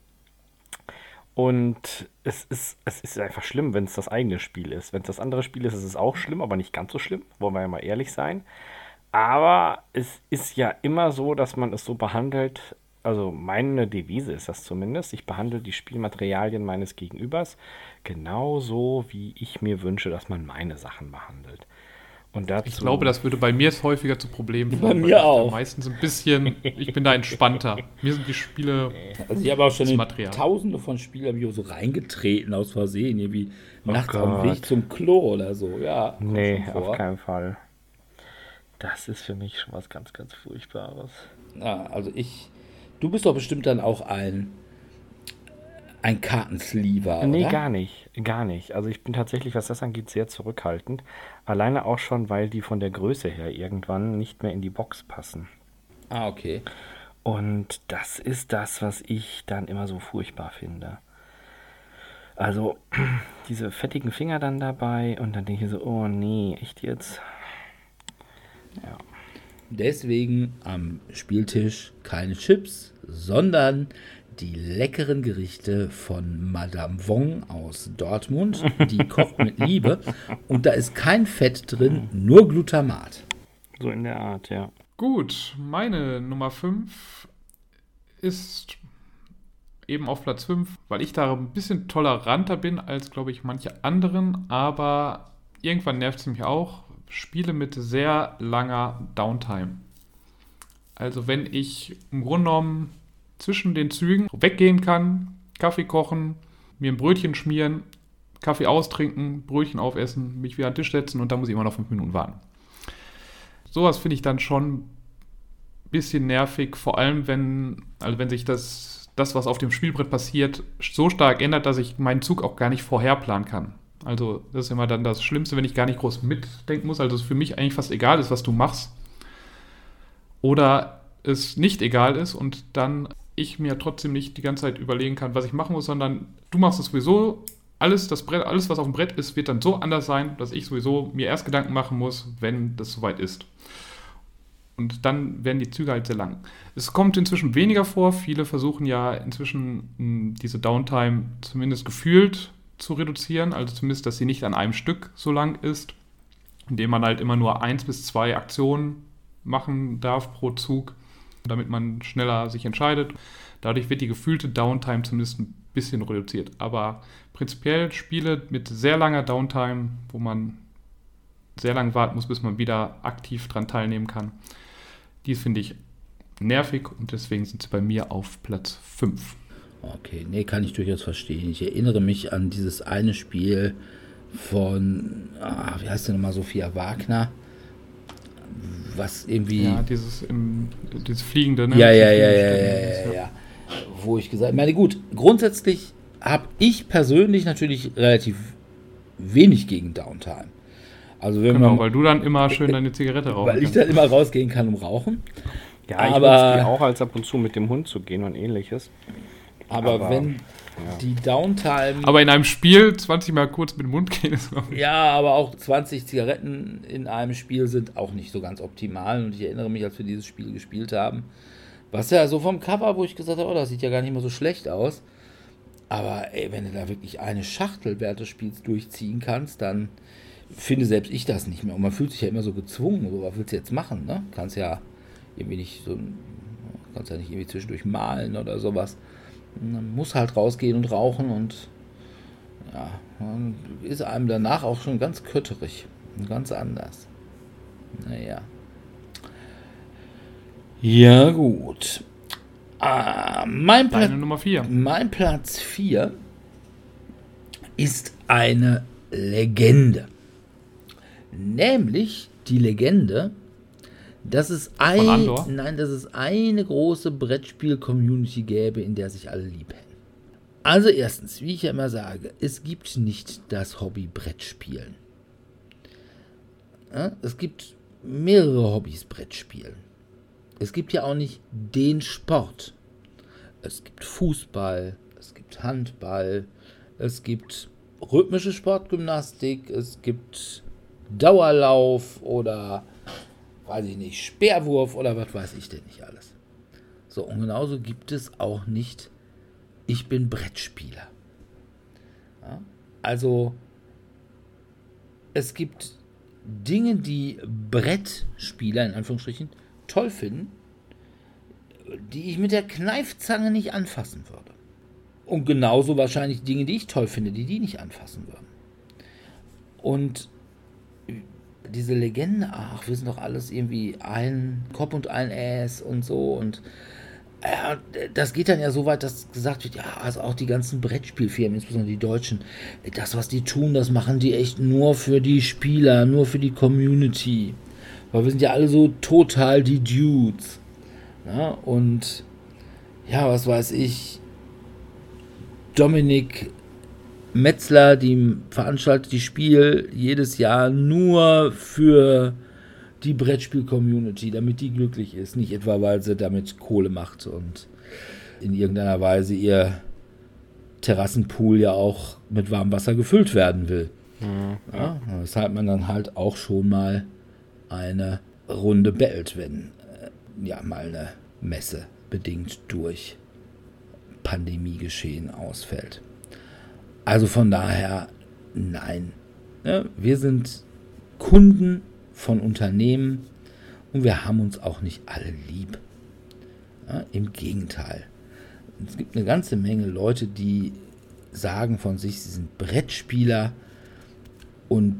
Und es ist, es ist einfach schlimm, wenn es das eigene Spiel ist. Wenn es das andere Spiel ist, ist es auch schlimm, aber nicht ganz so schlimm. Wollen wir ja mal ehrlich sein. Aber es ist ja immer so, dass man es so behandelt. Also meine Devise ist das zumindest. Ich behandle die Spielmaterialien meines Gegenübers genauso, wie ich mir wünsche, dass man meine Sachen behandelt. Und dazu, ich glaube, das würde bei mir häufiger zu Problemen führen. Bei mir auch. Meistens ein bisschen, ich bin da entspannter. Mir sind die Spiele Also ich habe auch schon in Material. Tausende von Spielen habe ich auch so reingetreten aus Versehen, irgendwie Oh nachts auf dem Gott. Weg zum Klo oder so. Ja, kommt Nee, schon auf vor. keinen Fall. Das ist für mich schon was ganz, ganz Furchtbares. Ja, also ich, du bist doch bestimmt dann auch ein, ein Kartensleever, Nee, oder? gar nicht. Gar nicht. Also ich bin tatsächlich, was das angeht, sehr zurückhaltend. Alleine auch schon, weil die von der Größe her irgendwann nicht mehr in die Box passen. Ah, okay. Und das ist das, was ich dann immer so furchtbar finde. Also diese fettigen Finger dann dabei und dann denke ich so, oh nee, echt jetzt? Ja. Deswegen am Spieltisch keine Chips, sondern die leckeren Gerichte von Madame Wong aus Dortmund. Die kocht mit Liebe und da ist kein Fett drin, nur Glutamat. So in der Art, ja. Gut, meine Nummer fünf ist eben auf Platz fünf, weil ich da ein bisschen toleranter bin als, glaube ich, manche anderen, aber irgendwann nervt es mich auch. Spiele mit sehr langer Downtime. Also wenn ich im Grunde genommen zwischen den Zügen weggehen kann, Kaffee kochen, mir ein Brötchen schmieren, Kaffee austrinken, Brötchen aufessen, mich wieder an den Tisch setzen und dann muss ich immer noch fünf Minuten warten. Sowas finde ich dann schon ein bisschen nervig, vor allem wenn, also wenn sich das, das, was auf dem Spielbrett passiert, so stark ändert, dass ich meinen Zug auch gar nicht vorherplanen kann. Also das ist immer dann das Schlimmste, wenn ich gar nicht groß mitdenken muss, also es für mich eigentlich fast egal ist, was du machst. Oder es nicht egal ist und dann ich mir trotzdem nicht die ganze Zeit überlegen kann, was ich machen muss, sondern du machst es sowieso, alles, das Brett, alles, was auf dem Brett ist, wird dann so anders sein, dass ich sowieso mir erst Gedanken machen muss, wenn das soweit ist. Und dann werden die Züge halt sehr lang. Es kommt inzwischen weniger vor. Viele versuchen ja inzwischen mh, diese Downtime zumindest gefühlt zu reduzieren, also zumindest, dass sie nicht an einem Stück so lang ist, indem man halt immer nur eins bis zwei Aktionen machen darf pro Zug, damit man schneller sich entscheidet. Dadurch wird die gefühlte Downtime zumindest ein bisschen reduziert. Aber prinzipiell Spiele mit sehr langer Downtime, wo man sehr lange warten muss, bis man wieder aktiv dran teilnehmen kann, die finde ich nervig und deswegen sind sie bei mir auf Platz fünf. Okay, nee, kann ich durchaus verstehen. Ich erinnere mich an dieses eine Spiel von, ah, wie heißt der nochmal, Sophia Wagner, was irgendwie... Ja, dieses, im, dieses Fliegende, ne? Ja, ja, ja, Fliegende ja, Stück, ja, das, ja, ja. Wo ich gesagt habe, meine gut, grundsätzlich habe ich persönlich natürlich relativ wenig gegen Downtime. Also wenn Genau, man, weil du dann immer schön deine Zigarette rauchen weil ich kannst. dann immer rausgehen kann, um rauchen. Ja, ich Aber- nutze die auch als ab und zu mit dem Hund zu gehen und ähnliches. Aber, Aber, wenn ja. die Downtime... Aber in einem Spiel zwanzig Mal kurz mit dem Mund gehen ist noch. Ja, aber auch zwanzig Zigaretten in einem Spiel sind auch nicht so ganz optimal. Und ich erinnere mich, als wir dieses Spiel gespielt haben, was ja so vom Cover, wo ich gesagt habe, oh, das sieht ja gar nicht mehr so schlecht aus. Aber ey, wenn du da wirklich eine Schachtel während des Spiels durchziehen kannst, dann finde selbst ich das nicht mehr. Und man fühlt sich ja immer so gezwungen. So, was willst du jetzt machen? Ne? Kannst ja irgendwie nicht so, kannst ja nicht irgendwie zwischendurch malen oder sowas. Man muss halt rausgehen und rauchen und ja, dann ist einem danach auch schon ganz kötterig und ganz anders. Naja. Ja, gut. Ah, mein, Pla- Deine Nummer vier. mein Platz vier ist eine Legende. Nämlich die Legende, dass es, ein, Andor? nein, dass es eine große Brettspiel-Community gäbe, in der sich alle lieb hätten. Also erstens, wie ich ja immer sage, es gibt nicht das Hobby Brettspielen. Ja, es gibt mehrere Hobbys Brettspielen. Es gibt ja auch nicht den Sport. Es gibt Fußball, es gibt Handball, es gibt rhythmische Sportgymnastik, es gibt Dauerlauf oder, weiß ich nicht, Speerwurf oder was weiß ich denn nicht alles. So, und genauso gibt es auch nicht, ich bin Brettspieler. Ja? Also, es gibt Dinge, die Brettspieler in Anführungsstrichen toll finden, die ich mit der Kneifzange nicht anfassen würde. Und genauso wahrscheinlich Dinge, die ich toll finde, die die nicht anfassen würden. Und diese Legende, ach, wir sind doch alles irgendwie ein Kopf und ein Ass und so. Und ja, das geht dann ja so weit, dass gesagt wird, ja, also auch die ganzen Brettspielfirmen, insbesondere die Deutschen, das, was die tun, das machen die echt nur für die Spieler, nur für die Community. Weil wir sind ja alle so total die Dudes. Ja, und ja, was weiß ich, Dominik Metzler, die veranstaltet die Spiel jedes Jahr nur für die Brettspiel-Community, damit die glücklich ist. Nicht etwa, weil sie damit Kohle macht und in irgendeiner Weise ihr Terrassenpool ja auch mit warmem Wasser gefüllt werden will. Mhm. Ja, weshalb man dann halt auch schon mal eine Runde bellt, wenn äh, ja mal eine Messe bedingt durch Pandemiegeschehen ausfällt. Also von daher, nein. Ja, wir sind Kunden von Unternehmen und wir haben uns auch nicht alle lieb. Ja, im Gegenteil. Es gibt eine ganze Menge Leute, die sagen von sich, sie sind Brettspieler und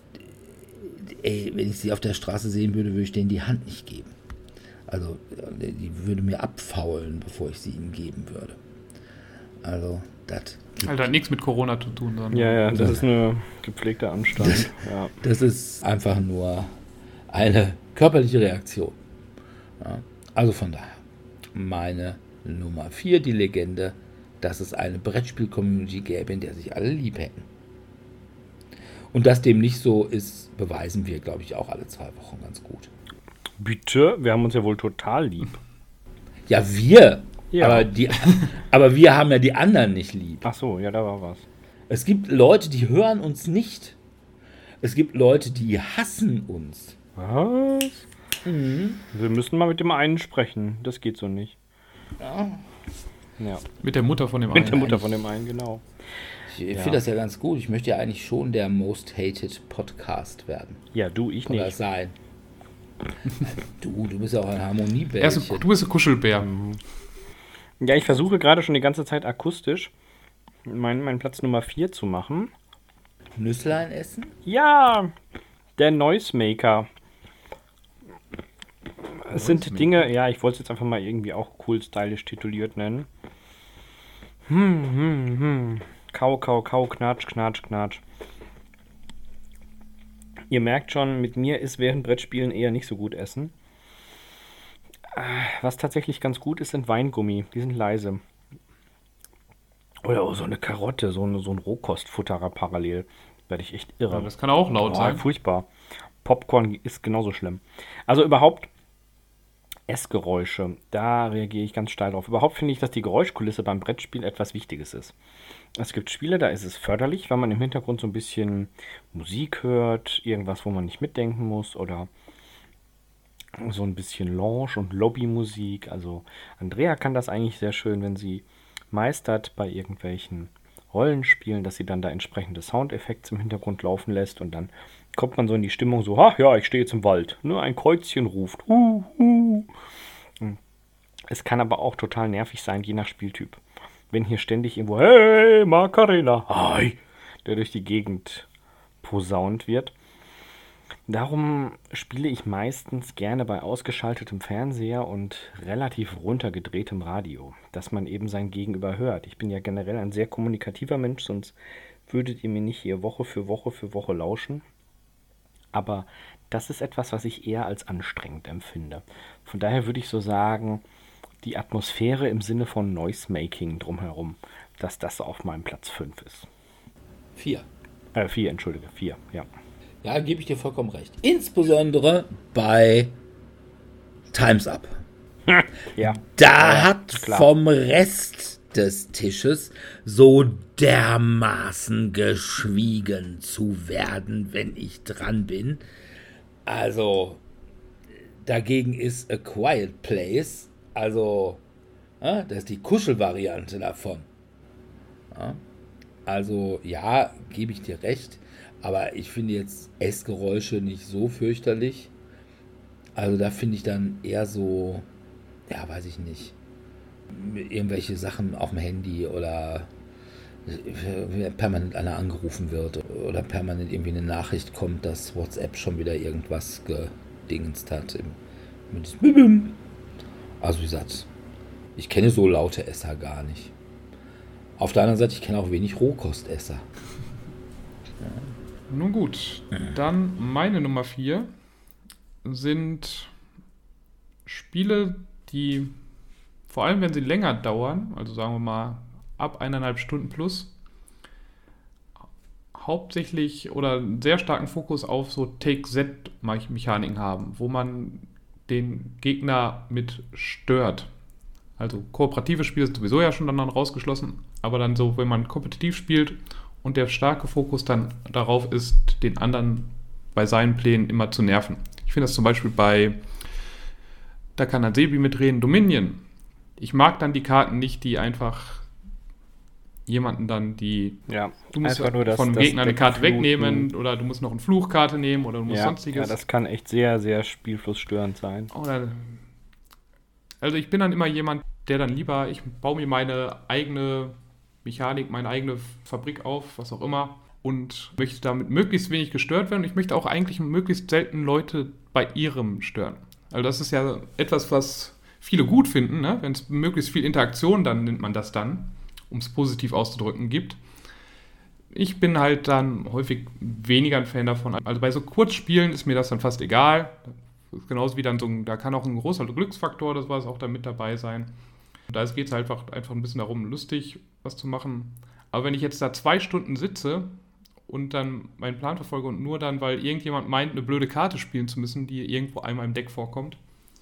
ey, wenn ich sie auf der Straße sehen würde, würde ich denen die Hand nicht geben. Also, die würde mir abfaulen, bevor ich sie ihnen geben würde. Also, das. Alter, hat nichts mit Corona zu tun. Sondern Ja, ja, das ist eine gepflegte Anstand. Ja. Das ist einfach nur eine körperliche Reaktion. Ja, also von daher, meine Nummer vier, die Legende, dass es eine Brettspiel-Community gäbe, in der sich alle lieb hätten. Und dass dem nicht so ist, beweisen wir, glaube ich, auch alle zwei Wochen ganz gut. Bitte? Wir haben uns ja wohl total lieb. Ja, wir. Ja. Aber, die, aber wir haben ja die anderen nicht lieb. Ach so, ja, da war was. Es gibt Leute, die hören uns nicht. Es gibt Leute, die hassen uns. Was? Mhm. Wir müssen mal mit dem einen sprechen. Das geht so nicht. Ja. Ja. Mit der Mutter von dem Mit der einen. Mutter von dem einen, genau. Ich Ja. finde das ja ganz gut. Ich möchte ja eigentlich schon der Most Hated Podcast werden. Ja, du, ich Oder nicht. sein. Du, du bist ja auch ein Harmoniebärchen. Er ist ein, du bist ein Kuschelbär. Ja, ich versuche gerade schon die ganze Zeit akustisch meinen mein Platz Nummer vier zu machen. Nüsslein essen? Ja, der Noisemaker. Es sind Dinge, ja, ich wollte es jetzt einfach mal irgendwie auch cool stylisch tituliert nennen. Hm, hm, hm. Kau, kau, kau, knatsch, knatsch, knatsch. Ihr merkt schon, mit mir ist während Brettspielen eher nicht so gut essen. Was tatsächlich ganz gut ist, sind Weingummi. Die sind leise. Oder auch so eine Karotte, so, eine, so ein Rohkostfutterer parallel. Werde ich echt irre. Ja, das kann auch laut Oh, sein. furchtbar. Popcorn ist genauso schlimm. Also überhaupt, Essgeräusche, da reagiere ich ganz steil drauf. Überhaupt finde ich, dass die Geräuschkulisse beim Brettspiel etwas Wichtiges ist. Es gibt Spiele, da ist es förderlich, weil man im Hintergrund so ein bisschen Musik hört, irgendwas, wo man nicht mitdenken muss oder so ein bisschen Lounge- und Lobbymusik. Also Andrea kann das eigentlich sehr schön, wenn sie meistert bei irgendwelchen Rollenspielen, dass sie dann da entsprechende Soundeffekte im Hintergrund laufen lässt und dann kommt man so in die Stimmung so, ach ja, ich stehe jetzt im Wald, ne, ein Kreuzchen ruft. Uh, uh. Es kann aber auch total nervig sein, je nach Spieltyp. Wenn hier ständig irgendwo, hey, Macarena, hi, der durch die Gegend posaunt wird. Darum spiele ich meistens gerne bei ausgeschaltetem Fernseher und relativ runtergedrehtem Radio, dass man eben sein Gegenüber hört. Ich bin ja generell ein sehr kommunikativer Mensch, sonst würdet ihr mir nicht hier Woche für Woche für Woche lauschen. Aber das ist etwas, was ich eher als anstrengend empfinde. Von daher würde ich so sagen, die Atmosphäre im Sinne von Noise-Making drumherum, dass das auf meinem Platz fünf ist. Vier. Äh, vier, entschuldige, vier, ja. Ja, gebe ich dir vollkommen recht. Insbesondere bei Time's Up. Ja. Da ja, hat klar. vom Rest des Tisches so dermaßen geschwiegen zu werden, wenn ich dran bin. Also, dagegen ist A Quiet Place, also, ja, das ist die Kuschelvariante davon. Ja, also, ja, gebe ich dir recht, aber ich finde jetzt Essgeräusche nicht so fürchterlich. Also, da finde ich dann eher so, ja, weiß ich nicht, irgendwelche Sachen auf dem Handy oder permanent einer angerufen wird oder permanent irgendwie eine Nachricht kommt, dass WhatsApp schon wieder irgendwas gedingst hat. Mit diesem Bim. Also wie gesagt, ich kenne so laute Esser gar nicht. Auf der anderen Seite, ich kenne auch wenig Rohkostesser. Ja. Nun gut, dann meine Nummer vier sind Spiele, die vor allem, wenn sie länger dauern, also sagen wir mal ab eineinhalb Stunden plus, hauptsächlich oder einen sehr starken Fokus auf so Take-Z-Mechaniken haben, wo man den Gegner mit stört. Also kooperative Spiele sind sowieso ja schon dann rausgeschlossen, aber dann so, wenn man kompetitiv spielt und der starke Fokus dann darauf ist, den anderen bei seinen Plänen immer zu nerven. Ich finde das zum Beispiel bei, da kann dann Sebi mitreden, Dominion. Ich mag dann die Karten nicht, die einfach jemanden dann die, ja, du musst nur das, von dem das Gegner eine Karte Wegfluten. wegnehmen oder du musst noch eine Fluchkarte nehmen oder du musst ja, sonstiges. Ja, das kann echt sehr, sehr spielflussstörend sein. Oder, also ich bin dann immer jemand, der dann lieber, ich baue mir meine eigene Mechanik, meine eigene Fabrik auf, was auch immer, und möchte damit möglichst wenig gestört werden. Und ich möchte auch eigentlich möglichst selten Leute bei ihrem stören. Also das ist ja etwas, was viele gut finden, ne? Wenn es möglichst viel Interaktion, dann nennt man das dann, um es positiv auszudrücken, gibt. Ich bin halt dann häufig weniger ein Fan davon. Also bei so Kurzspielen ist mir das dann fast egal. Genauso wie dann so ein, da kann auch ein großer Glücksfaktor, das war es auch da mit dabei sein. Da geht es halt einfach, einfach ein bisschen darum, lustig was zu machen. Aber wenn ich jetzt da zwei Stunden sitze und dann meinen Plan verfolge und nur dann, weil irgendjemand meint, eine blöde Karte spielen zu müssen, die irgendwo einmal im Deck vorkommt,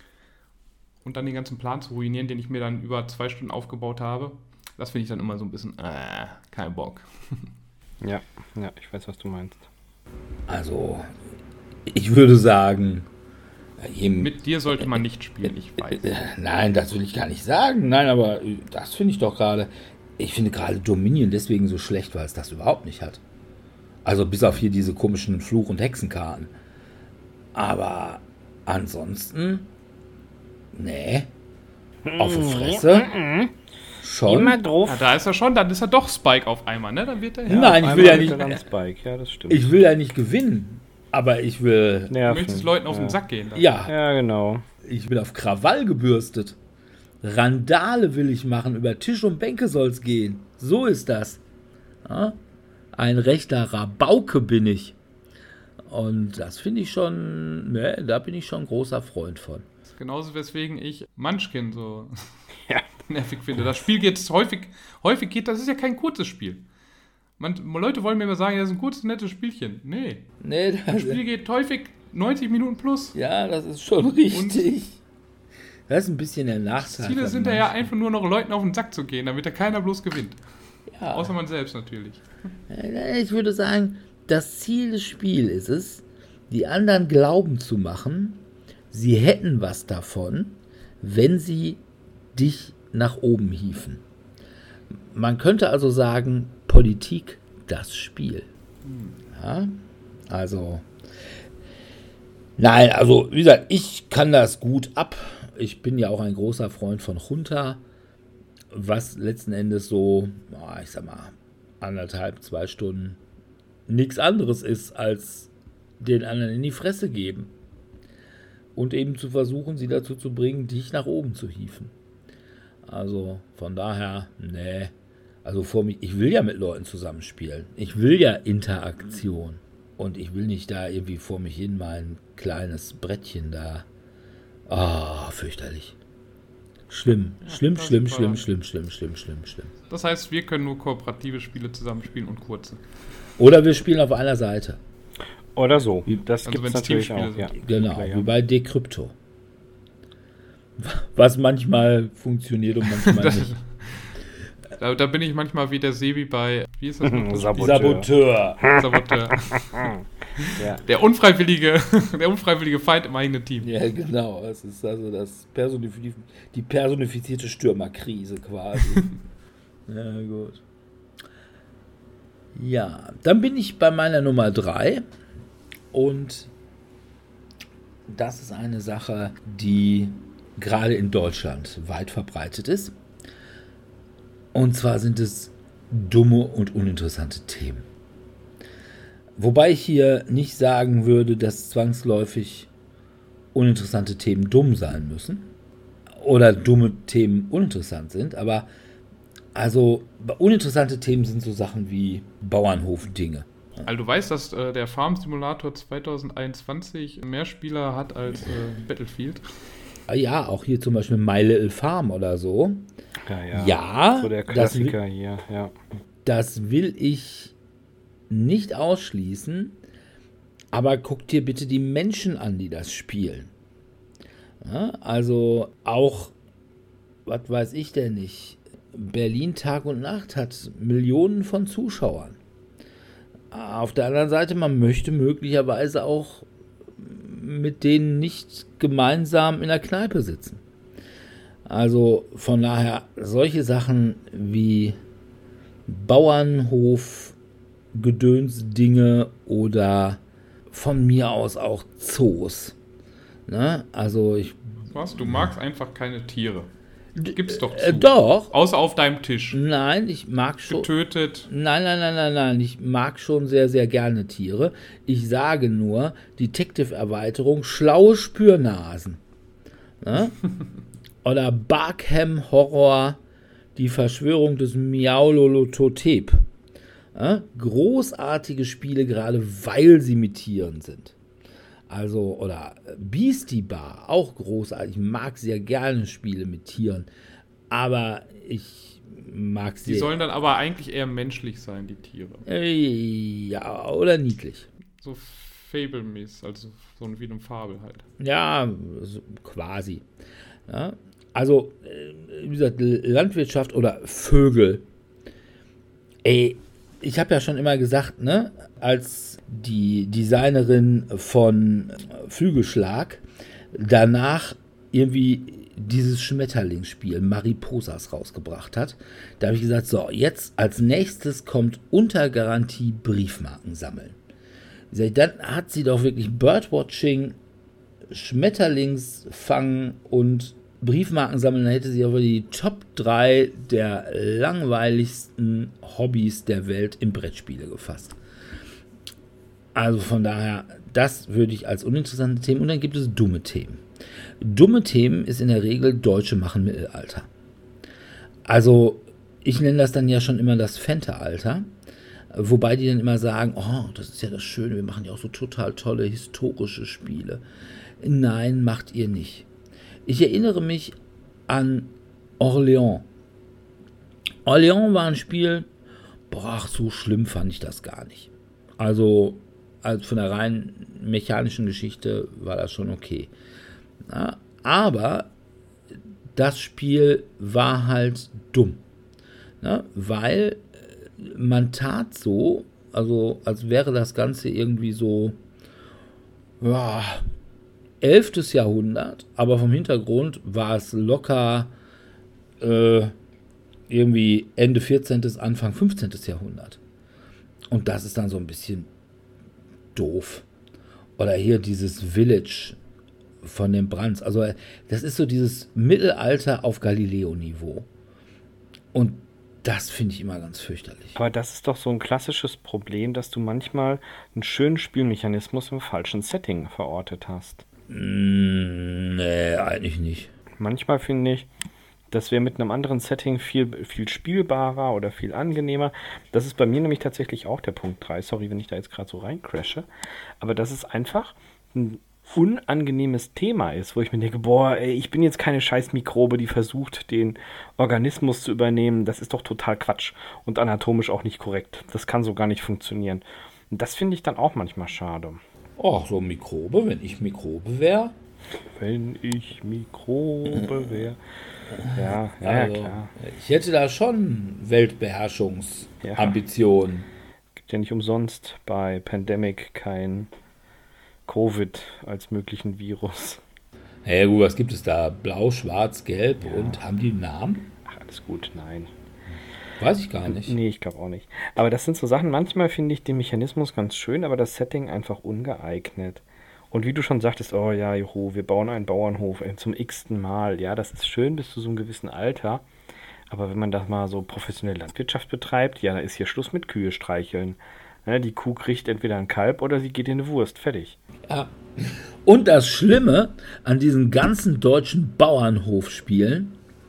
und dann den ganzen Plan zu ruinieren, den ich mir dann über zwei Stunden aufgebaut habe, das finde ich dann immer so ein bisschen, äh, kein Bock. Ja, ja, ich weiß, was du meinst. Also, ich würde sagen, mit dir sollte man nicht spielen, ich weiß. Nein, das will ich gar nicht sagen. Nein, aber das finde ich doch gerade, ich finde gerade Dominion deswegen so schlecht, weil es das überhaupt nicht hat. Also bis auf hier diese komischen Fluch- und Hexenkarten. Aber ansonsten, nee, auf die Fresse, schon. Immer drauf. Ja, da ist er schon, dann ist er doch Spike auf einmal, ne? Dann wird er ja, Nein, ich will ja nicht, dann Spike. Ja, das stimmt. Ich will ja nicht gewinnen, aber ich will... Nerven. Du möchtest Leuten auf ja. den Sack gehen. Dann. Ja. Ja, genau. Ich bin auf Krawall gebürstet. Randale will ich machen, über Tisch und Bänke soll's gehen. So ist das. Ja? Ein rechter Rabauke bin ich. Und das finde ich schon, ne, da bin ich schon ein großer Freund von. Das ist genauso, weswegen ich Munchkin so ja. nervig finde. Das Spiel geht häufig, häufig geht, das ist ja kein kurzes Spiel. Man, Leute wollen mir immer sagen, ja, das ist ein kurzes, nettes Spielchen. Nee. nee das, das Spiel geht häufig neunzig Minuten plus. Ja, das ist schon richtig. Das ist ein bisschen der Nachteil. Ziele von sind ja manchen. einfach nur noch Leuten auf den Sack zu gehen, damit ja keiner bloß gewinnt. Ja. Außer man selbst natürlich. Ich würde sagen, das Ziel des Spiels ist es, die anderen glauben zu machen, sie hätten was davon, wenn sie dich nach oben hieven. Man könnte also sagen, Politik, das Spiel. Ja, also, nein, also, wie gesagt, ich kann das gut ab. Ich bin ja auch ein großer Freund von Junta, was letzten Endes so, ich sag mal, anderthalb, zwei Stunden nichts anderes ist, als den anderen in die Fresse geben. Und eben zu versuchen, sie dazu zu bringen, dich nach oben zu hieven. Also von daher, nee. Also vor mich, ich will ja mit Leuten zusammenspielen. Ich will ja Interaktion. Und ich will nicht da irgendwie vor mich hin mein kleines Brettchen da. Ah, oh, fürchterlich. Schlimm, schlimm, das schlimm, war- schlimm, schlimm, schlimm, schlimm, schlimm, schlimm. Das heißt, wir können nur kooperative Spiele zusammenspielen und kurze. Oder wir spielen auf einer Seite. Oder so. Wie- Das Also gibt es wenn's natürlich Teamspiele auch. Ja. sind. Genau, Player. wie bei Decrypto. Was manchmal funktioniert und manchmal Das- nicht. Da, da bin ich manchmal wie der Sebi bei, wie ist das noch? Das Saboteur. Saboteur. Saboteur. Ja. Der unfreiwillige, der unfreiwillige Feind im eigenen Team. Ja, genau. Das ist also das Personif- die personifizierte Stürmerkrise quasi. Ja, gut. Ja, dann bin ich bei meiner Nummer drei. Und das ist eine Sache, die gerade in Deutschland weit verbreitet ist. Und zwar sind es dumme und uninteressante Themen. Wobei ich hier nicht sagen würde, dass zwangsläufig uninteressante Themen dumm sein müssen. Oder dumme Themen uninteressant sind. Aber also uninteressante Themen sind so Sachen wie Bauernhof-Dinge. Also du weißt, dass äh, der Farm Simulator zwanzig einundzwanzig mehr Spieler hat als äh, Battlefield. Ja, auch hier zum Beispiel My Little Farm oder so. Ja, ja. Ja, So der das will- Klassiker hier, ja. Das will ich nicht ausschließen, aber guck dir bitte die Menschen an, die das spielen. Ja, also auch, was weiß ich denn nicht, Berlin Tag und Nacht hat Millionen von Zuschauern. Auf der anderen Seite, man möchte möglicherweise auch mit denen nicht gemeinsam in der Kneipe sitzen. Also von daher, solche Sachen wie Bauernhof, Gedönsdinge oder von mir aus auch Zoos. Ne? Also ich... Was? Du magst einfach keine Tiere. Gib's doch zu. Äh, doch. Außer auf deinem Tisch. Nein, ich mag schon... Getötet. Nein, nein, nein, nein, nein. Ich mag schon sehr, sehr gerne Tiere. Ich sage nur, Detective-Erweiterung, schlaue Spürnasen. Ne? Oder Barkham Horror, die Verschwörung des Miaulolototep. Ne? Großartige Spiele, gerade weil sie mit Tieren sind. Also, oder Beastie Bar, auch großartig. Ich mag sehr gerne Spiele mit Tieren. Aber ich mag sie. Die sollen dann aber eigentlich eher menschlich sein, die Tiere. Äh, Ja, oder niedlich. So Fable-mäßig, also so wie eine Fabel halt. Ja, so quasi. Ja, also, äh, wie gesagt, Landwirtschaft oder Vögel. Ey, ich habe ja schon immer gesagt, ne, als die Designerin von Flügelschlag danach irgendwie dieses Schmetterlingsspiel Mariposas rausgebracht hat, da habe ich gesagt, so, jetzt als nächstes kommt unter Garantie Briefmarken sammeln. Ich sag, dann hat sie doch wirklich Birdwatching, Schmetterlingsfangen und Briefmarken sammeln, dann hätte sie aber die Top drei der langweiligsten Hobbys der Welt im Brettspiele gefasst. Also von daher, das würde ich als uninteressante Themen, und dann gibt es dumme Themen. Dumme Themen ist in der Regel Deutsche machen Mittelalter. Also ich nenne das dann ja schon immer das Fente-Alter, wobei die dann immer sagen, oh, das ist ja das Schöne, wir machen ja auch so total tolle historische Spiele. Nein, macht ihr nicht. Ich erinnere mich an Orléans. Orléans war ein Spiel, boah, so schlimm fand ich das gar nicht. Also, also von der rein mechanischen Geschichte war das schon okay. Ja, aber das Spiel war halt dumm. Ne? Weil man tat so, also als wäre das Ganze irgendwie so, ja, elftes Jahrhundert, aber vom Hintergrund war es locker äh, irgendwie Ende vierzehnten. Anfang fünfzehnten. Jahrhundert. Und das ist dann so ein bisschen doof. Oder hier dieses Village von dem Brands. Also das ist so dieses Mittelalter auf Galileo-Niveau. Und das finde ich immer ganz fürchterlich. Aber das ist doch so ein klassisches Problem, dass du manchmal einen schönen Spielmechanismus im falschen Setting verortet hast. Mm, nee, eigentlich nicht. Manchmal finde ich, das wäre mit einem anderen Setting viel, viel spielbarer oder viel angenehmer. Das ist bei mir nämlich tatsächlich auch der Punkt drei. Sorry, wenn ich da jetzt gerade so reincrashe. Aber das ist einfach ein unangenehmes Thema ist, wo ich mir denke, boah, ey, ich bin jetzt keine scheiß Mikrobe, die versucht, den Organismus zu übernehmen. Das ist doch total Quatsch und anatomisch auch nicht korrekt. Das kann so gar nicht funktionieren. Und das finde ich dann auch manchmal schade. Oh, so Mikrobe, wenn ich Mikrobe wäre. Wenn ich Mikrobe wäre. Ja, ja, also, klar. Ich hätte da schon Weltbeherrschungsambitionen. Ja. Gibt ja nicht umsonst bei Pandemic kein Covid als möglichen Virus. Hey, gut, was gibt es da? Blau, schwarz, gelb Ja. und haben die einen Namen? Ach, alles gut, nein. Weiß ich gar nicht. Nee, ich glaube auch nicht. Aber das sind so Sachen, manchmal finde ich den Mechanismus ganz schön, aber das Setting einfach ungeeignet. Und wie du schon sagtest, oh ja, juhu, wir bauen einen Bauernhof ey, zum x-ten Mal. Ja, das ist schön bis zu so einem gewissen Alter. Aber wenn man das mal so professionelle Landwirtschaft betreibt, ja, da ist hier Schluss mit Kühe streicheln. Ja, die Kuh kriegt entweder ein Kalb oder sie geht in eine Wurst. Fertig. Ja. Und das Schlimme an diesen ganzen deutschen Bauernhofspielen,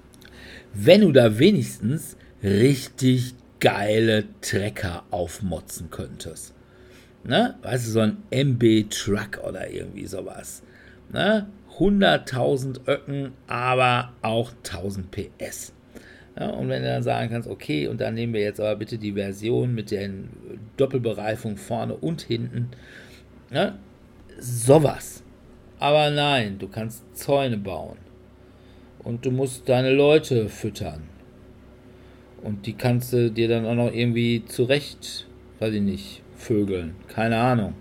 wenn du da wenigstens richtig geile Trecker aufmotzen könntest. Ne? Weißt du, so ein M B-Truck oder irgendwie sowas. Ne? hunderttausend Öcken, aber auch tausend P S. Ja, und wenn du dann sagen kannst, okay, und dann nehmen wir jetzt aber bitte die Version mit der Doppelbereifung vorne und hinten. Ne? Sowas. Aber nein, du kannst Zäune bauen. Und du musst deine Leute füttern. Und die kannst du dir dann auch noch irgendwie zurecht, weiß ich nicht, vögeln. Keine Ahnung.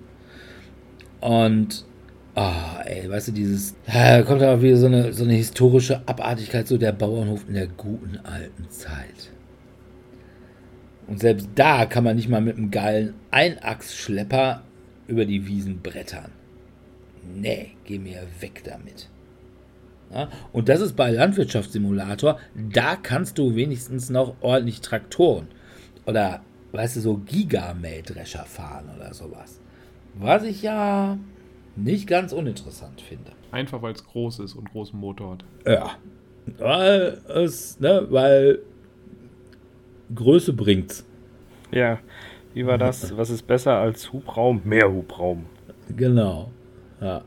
Und, ah, oh, ey, weißt du, dieses, da kommt aber wieder so eine, so eine historische Abartigkeit, so der Bauernhof in der guten alten Zeit. Und selbst da kann man nicht mal mit einem geilen Einachsschlepper über die Wiesen brettern. Nee, geh mir weg damit. Ja, und das ist bei Landwirtschaftssimulator, da kannst du wenigstens noch ordentlich Traktoren oder, weißt du, so Gigamähdrescher fahren oder sowas. Was ich ja nicht ganz uninteressant finde. Einfach weil es groß ist und großen Motor hat. Ja, weil es, ne, weil Größe bringt's. Ja, wie war das? Was ist besser als Hubraum? Mehr Hubraum. Genau, ja.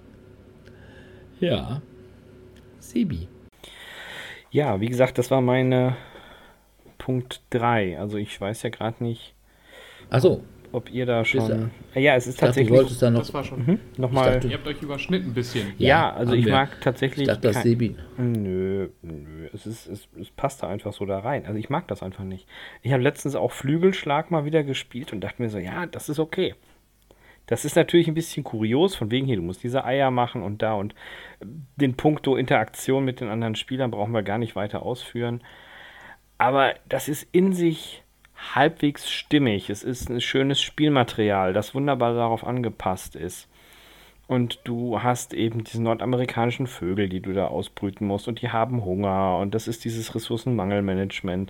Ja. Sebi. Ja, wie gesagt, das war meine Punkt drei. Also ich weiß ja gerade nicht, Achso, ob ihr da Bist schon... Ja, es ist ich dachte, du tatsächlich... wolltest da noch. Das war schon. Mhm, nochmal... Ich dachte, Ihr habt euch überschnitten ein bisschen. Ja, Ja, also haben ich wir. mag tatsächlich... Ich dachte, das kein- Sebi. Nö, nö, es, ist, es, es passt da einfach so da rein. Also ich mag das einfach nicht. Ich habe letztens auch Flügelschlag mal wieder gespielt und dachte mir so, ja, das ist okay. Das ist natürlich ein bisschen kurios, von wegen hier, du musst diese Eier machen und da und den Punkto Interaktion mit den anderen Spielern brauchen wir gar nicht weiter ausführen. Aber das ist in sich halbwegs stimmig. Es ist ein schönes Spielmaterial, das wunderbar darauf angepasst ist. Und du hast eben diese nordamerikanischen Vögel, die du da ausbrüten musst und die haben Hunger und das ist dieses Ressourcenmangelmanagement.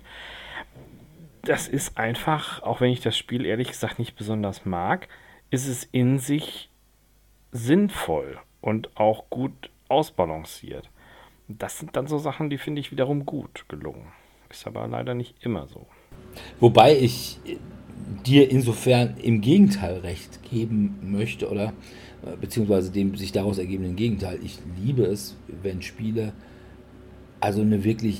Das ist einfach, auch wenn ich das Spiel ehrlich gesagt nicht besonders mag, ist es in sich sinnvoll und auch gut ausbalanciert. Das sind dann so Sachen, die finde ich wiederum gut gelungen. Ist aber leider nicht immer so. Wobei ich dir insofern im Gegenteil recht geben möchte oder äh, beziehungsweise dem sich daraus ergebenden Gegenteil. Ich liebe es, wenn Spiele also eine wirklich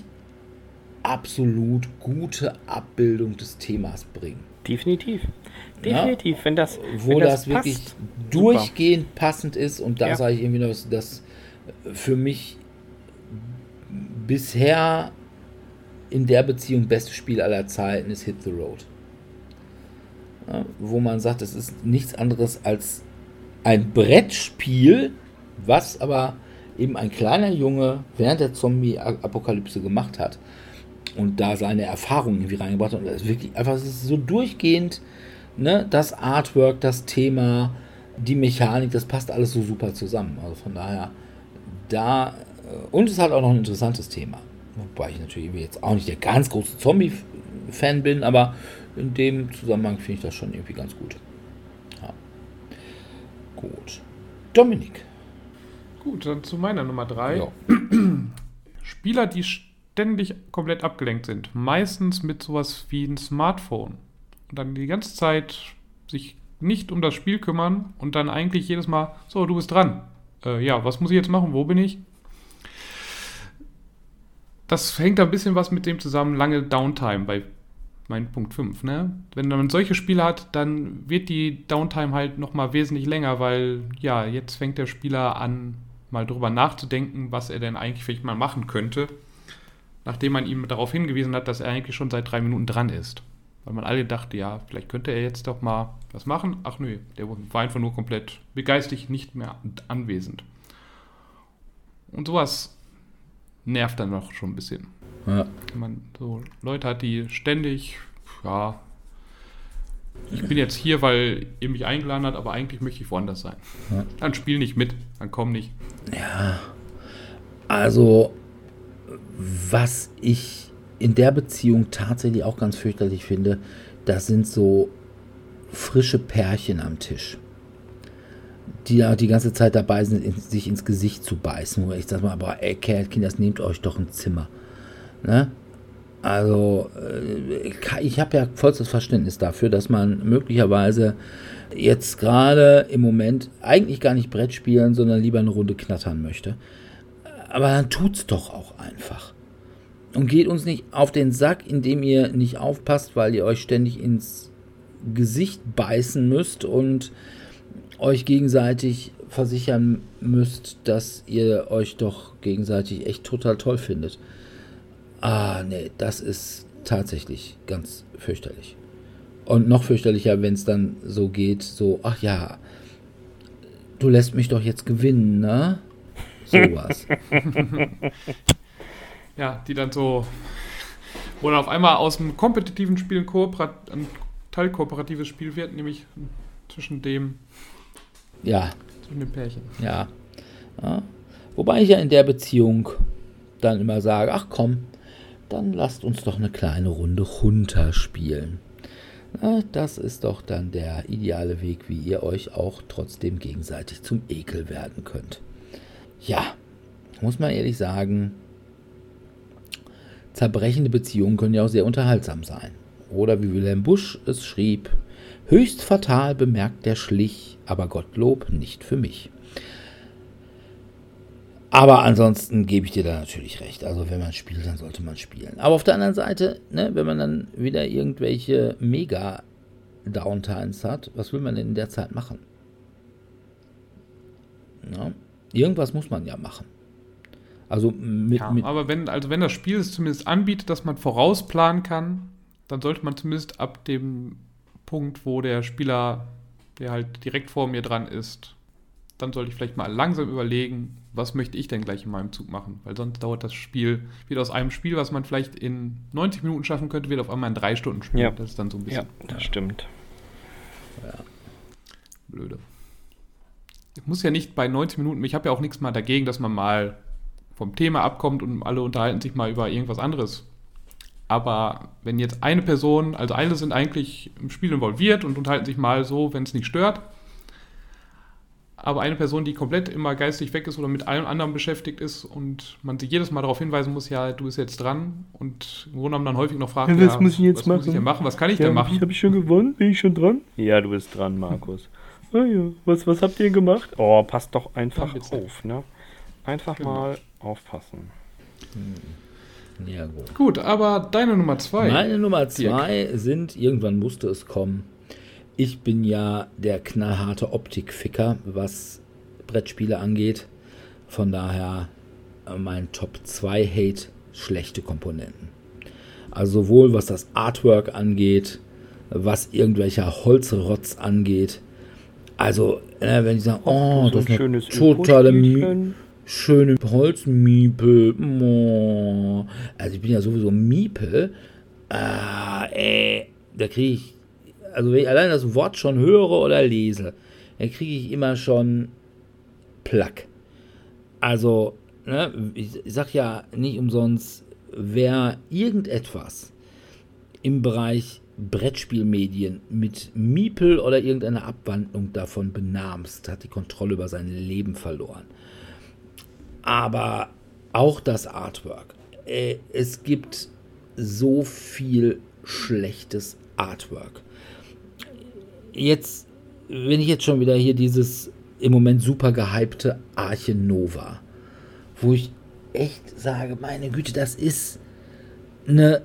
absolut gute Abbildung des Themas bringen. Definitiv. Definitiv, wenn das Wo wenn das, das wirklich passt, durchgehend passend ist und da Ja. sage ich irgendwie noch, dass für mich bisher in der Beziehung beste Spiel aller Zeiten ist Hit the Road. Ja, wo man sagt, es ist nichts anderes als ein Brettspiel, was aber eben ein kleiner Junge während der Zombie-Apokalypse gemacht hat und da seine Erfahrungen irgendwie reingebracht hat. Und das ist wirklich einfach, es ist so durchgehend, ne, das Artwork, das Thema, die Mechanik, das passt alles so super zusammen. Also von daher, da, und es hat auch noch ein interessantes Thema. Wobei ich natürlich jetzt auch nicht der ganz große Zombie-Fan bin, aber in dem Zusammenhang finde ich das schon irgendwie ganz gut. Ja. Gut. Dominik. Gut, dann zu meiner Nummer drei. Ja. Spieler, die ständig komplett abgelenkt sind. Meistens mit sowas wie ein Smartphone. Und dann die ganze Zeit sich nicht um das Spiel kümmern und dann eigentlich jedes Mal, so, du bist dran. Äh, ja, was muss ich jetzt machen? Wo bin ich? Das hängt ein bisschen was mit dem zusammen, lange Downtime bei mein Punkt fünf, ne? Wenn man solche Spiele hat, dann wird die Downtime halt nochmal wesentlich länger, weil, ja, jetzt fängt der Spieler an, mal drüber nachzudenken, was er denn eigentlich vielleicht mal machen könnte, nachdem man ihm darauf hingewiesen hat, dass er eigentlich schon seit drei Minuten dran ist. Weil man alle dachte, ja, vielleicht könnte er jetzt doch mal was machen. Ach nö, der war einfach nur komplett geistig nicht mehr anwesend. Und sowas nervt dann noch schon ein bisschen. Ja. Wenn man so Leute hat, die ständig, ja, ich bin jetzt hier, weil ihr mich eingeladen habt, aber eigentlich möchte ich woanders sein. Ja. Dann spiel nicht mit, dann komm nicht. Ja, also was ich in der Beziehung tatsächlich auch ganz fürchterlich finde, das sind so frische Pärchen am Tisch, die ja die ganze Zeit dabei sind, in, sich ins Gesicht zu beißen. Wo ich sag mal, aber ey, Kinders, nehmt euch doch ein Zimmer. Ne? Also, ich habe ja vollstes Verständnis dafür, dass man möglicherweise jetzt gerade im Moment eigentlich gar nicht Brett spielen, sondern lieber eine Runde knattern möchte. Aber dann tut's doch auch einfach. Und geht uns nicht auf den Sack, indem ihr nicht aufpasst, weil ihr euch ständig ins Gesicht beißen müsst und euch gegenseitig versichern müsst, dass ihr euch doch gegenseitig echt total toll findet. Ah, nee, das ist tatsächlich ganz fürchterlich. Und noch fürchterlicher, wenn es dann so geht, so, ach ja, du lässt mich doch jetzt gewinnen, ne? Sowas. Ja, die dann so, wo dann auf einmal aus einem kompetitiven Spiel ein, Kooperat- ein teilkooperatives Spiel wird, nämlich zwischen dem, Ja, zwischen dem Pärchen. ja. ja. Wobei ich ja in der Beziehung dann immer sage, ach komm, dann lasst uns doch eine kleine Runde runterspielen. Na, das ist doch dann der ideale Weg, wie ihr euch auch trotzdem gegenseitig zum Ekel werden könnt. Ja, muss man ehrlich sagen, zerbrechende Beziehungen können ja auch sehr unterhaltsam sein. Oder wie Wilhelm Busch es schrieb, höchst fatal bemerkt der Schlich, aber Gottlob nicht für mich. Aber ansonsten gebe ich dir da natürlich recht. Also wenn man spielt, dann sollte man spielen. Aber auf der anderen Seite, ne, wenn man dann wieder irgendwelche Mega-Downtimes hat, was will man denn in der Zeit machen? Ja, irgendwas muss man ja machen. Also mit, Ja, mit aber wenn, also wenn das Spiel es zumindest anbietet, dass man vorausplanen kann, dann sollte man zumindest ab dem Punkt, wo der Spieler, der halt direkt vor mir dran ist, dann sollte ich vielleicht mal langsam überlegen, was möchte ich denn gleich in meinem Zug machen? Weil sonst dauert das Spiel, wird aus einem Spiel, was man vielleicht in neunzig Minuten schaffen könnte, wird auf einmal ein drei Stunden Spiel. Ja. Das ist dann so ein Ja, bisschen das stimmt. blöde. Ich muss ja nicht bei neunzig Minuten, ich habe ja auch nichts mal dagegen, dass man mal vom Thema abkommt und alle unterhalten sich mal über irgendwas anderes. Aber wenn jetzt eine Person, also alle sind eigentlich im Spiel involviert und unterhalten sich mal so, wenn es nicht stört, aber eine Person, die komplett immer geistig weg ist oder mit allem anderen beschäftigt ist und man sie jedes Mal darauf hinweisen muss, ja, du bist jetzt dran und im Grunde genommen dann häufig noch fragt, Ja, was muss ich jetzt was muss ich machen? denn machen, was kann ich Ja, denn machen? Habe ich schon gewonnen? Bin ich schon dran? Ja, du bist dran, Markus. Ah ja, was, was habt ihr gemacht? Oh, passt doch einfach Ja, bitte. auf, ne? Einfach Genau. mal aufpassen. ja, gut. Gut, aber deine Nummer zwei. Meine Nummer zwei sind, irgendwann musste es kommen. Ich bin ja der knallharte Optikficker, was Brettspiele angeht. Von daher äh, mein Top zwei Hate schlechte Komponenten. Also sowohl was das Artwork angeht, was irgendwelcher Holzrotz angeht. Also, äh, wenn ich sage, oh, so das ein ist eine schönes totale Mi- Öko-Spielchen. schöne Holzmiepel. Oh. Also ich bin ja sowieso Miepel. Ah, ey, da kriege ich, also wenn ich allein das Wort schon höre oder lese, dann kriege ich immer schon Plack. Also, ne, ich, ich sag ja nicht umsonst, wer irgendetwas im Bereich Brettspielmedien mit Miepel oder irgendeiner Abwandlung davon benamst, hat die Kontrolle über sein Leben verloren. Aber auch das Artwork. Äh, es gibt so viel schlechtes Artwork. Jetzt, wenn ich jetzt schon wieder hier dieses im Moment super gehypte Arche Nova, wo ich echt sage, meine Güte, das ist eine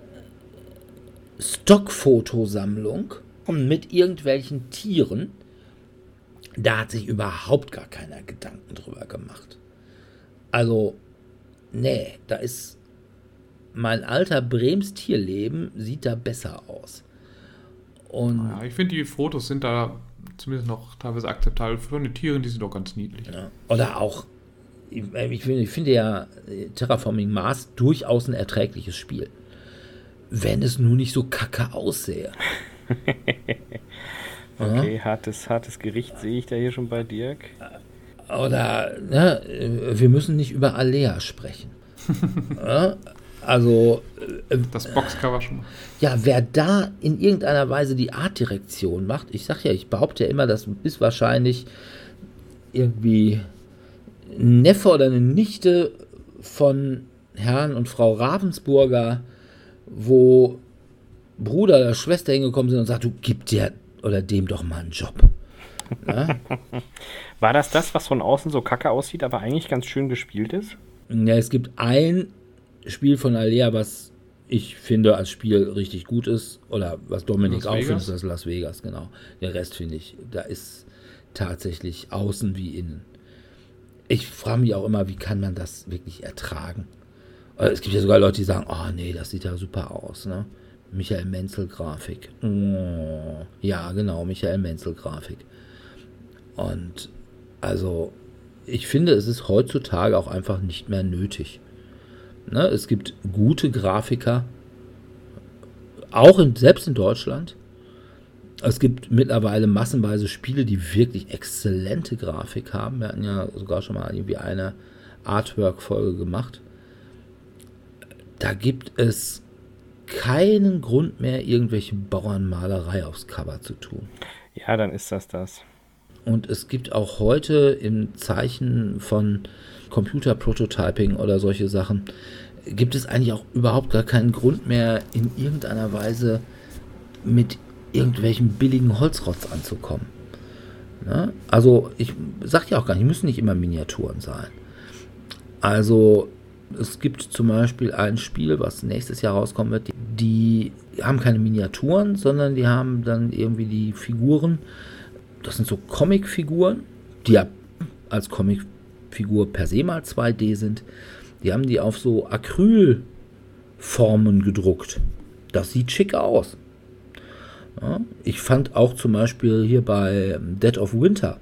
Stockfotosammlung mit irgendwelchen Tieren. Da hat sich überhaupt gar keiner Gedanken drüber gemacht. Also, nee, da ist mein alter Brems Tierleben sieht da besser aus. Und Ja, ich finde, die Fotos sind da zumindest noch teilweise akzeptabel. Für eine Tiere, die sind doch ganz niedlich. ja, oder auch, ich, ich, finde, ich finde ja Terraforming Mars durchaus ein erträgliches Spiel. Wenn es nur nicht so kacke aussähe. Okay, hartes, hartes Gericht sehe ich da hier schon bei Dirk. Oder, ne, wir müssen nicht über Alea sprechen. Ja, also, äh, Das Boxcover schon mal. ja, wer da in irgendeiner Weise die Artdirektion macht, ich sag ja, ich behaupte ja immer, das ist wahrscheinlich irgendwie ein Neffe oder eine Nichte von Herrn und Frau Ravensburger, wo Bruder oder Schwester hingekommen sind und sagt, du gib dir oder dem doch mal einen Job. Ja? War das das, was von außen so kacke aussieht, aber eigentlich ganz schön gespielt ist? Ja, es gibt ein Spiel von Alea, was ich finde als Spiel richtig gut ist, oder was Dominik Las auch findet, Vegas? das ist Las Vegas, genau. Der Rest finde ich, da ist tatsächlich außen wie innen. Ich frage mich auch immer, wie kann man das wirklich ertragen? Es gibt ja sogar Leute, die sagen, oh nee, das sieht ja super aus, ne? Michael Menzel Grafik. Oh, ja, genau, Michael Menzel Grafik. Und also, ich finde, es ist heutzutage auch einfach nicht mehr nötig. Ne? Es gibt gute Grafiker, auch in, selbst in Deutschland. Es gibt mittlerweile massenweise Spiele, die wirklich exzellente Grafik haben. Wir hatten ja sogar schon mal irgendwie eine Artwork-Folge gemacht. Da gibt es keinen Grund mehr, irgendwelche Bauernmalerei aufs Cover zu tun. Ja, dann ist das das. Und es gibt auch heute im Zeichen von Computer-Prototyping oder solche Sachen, gibt es eigentlich auch überhaupt gar keinen Grund mehr, in irgendeiner Weise mit irgendwelchen billigen Holzrotz anzukommen. Ne? Also ich sage ja auch gar nicht, müssen nicht immer Miniaturen sein. Also es gibt zum Beispiel ein Spiel, was nächstes Jahr rauskommen wird, die haben keine Miniaturen, sondern die haben dann irgendwie die Figuren, das sind so Comicfiguren, die ja als Comicfigur per se mal zwei D sind, die haben die auf so Acrylformen gedruckt. Das sieht schick aus. Ja, ich fand auch zum Beispiel hier bei Dead of Winter,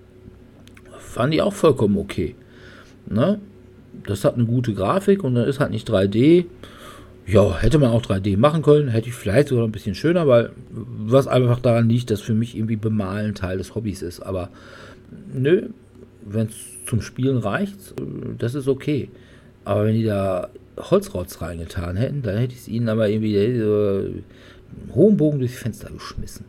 fand ich auch vollkommen okay. Ne? Das hat eine gute Grafik und dann ist halt nicht drei D. Ja, hätte man auch drei D machen können, hätte ich vielleicht sogar ein bisschen schöner, weil was einfach daran liegt, dass für mich irgendwie Bemalen Teil des Hobbys ist. Aber nö, wenn es zum Spielen reicht, das ist okay. Aber wenn die da Holzrotz reingetan hätten, dann hätte ich es ihnen aber irgendwie äh, einen hohen Bogen durchs Fenster geschmissen.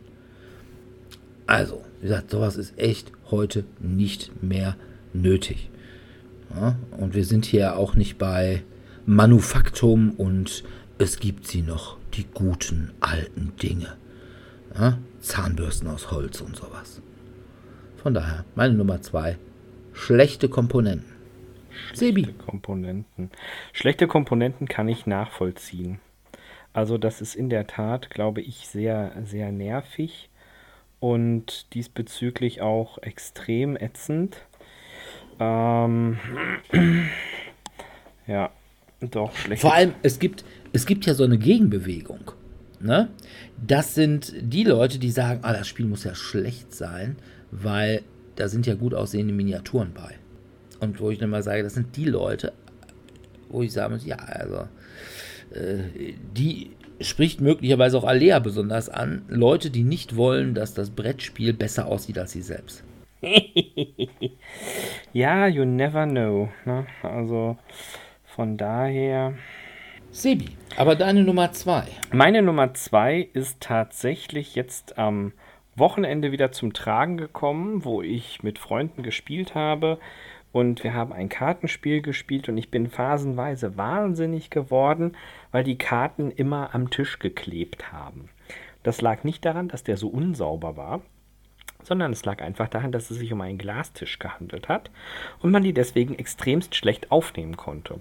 Also, wie gesagt, sowas ist echt heute nicht mehr nötig. Ja, und wir sind hier auch nicht bei Manufaktum und es gibt sie noch, die guten alten Dinge. Ja, Zahnbürsten aus Holz und sowas. Von daher, meine Nummer zwei, schlechte Komponenten. Sebi. Schlechte Komponenten. Schlechte Komponenten kann ich nachvollziehen. Also das ist in der Tat, glaube ich, sehr, sehr nervig und diesbezüglich auch extrem ätzend. Ähm, ja, Doch, schlecht. Vor allem, es gibt, es gibt ja so eine Gegenbewegung. Ne? Das sind die Leute, die sagen, ah, das Spiel muss ja schlecht sein, weil da sind ja gut aussehende Miniaturen bei. Und wo ich dann mal sage, das sind die Leute, wo ich sagen muss, ja, also, äh, die spricht möglicherweise auch Alea besonders an. Leute, die nicht wollen, dass das Brettspiel besser aussieht als sie selbst. Ja, you never know. Ne? Also von daher. Sebi, aber deine Nummer zwei. Meine Nummer zwei ist tatsächlich jetzt am Wochenende wieder zum Tragen gekommen, wo ich mit Freunden gespielt habe. Und wir haben ein Kartenspiel gespielt und ich bin phasenweise wahnsinnig geworden, weil die Karten immer am Tisch geklebt haben. Das lag nicht daran, dass der so unsauber war, sondern es lag einfach daran, dass es sich um einen Glastisch gehandelt hat und man die deswegen extremst schlecht aufnehmen konnte.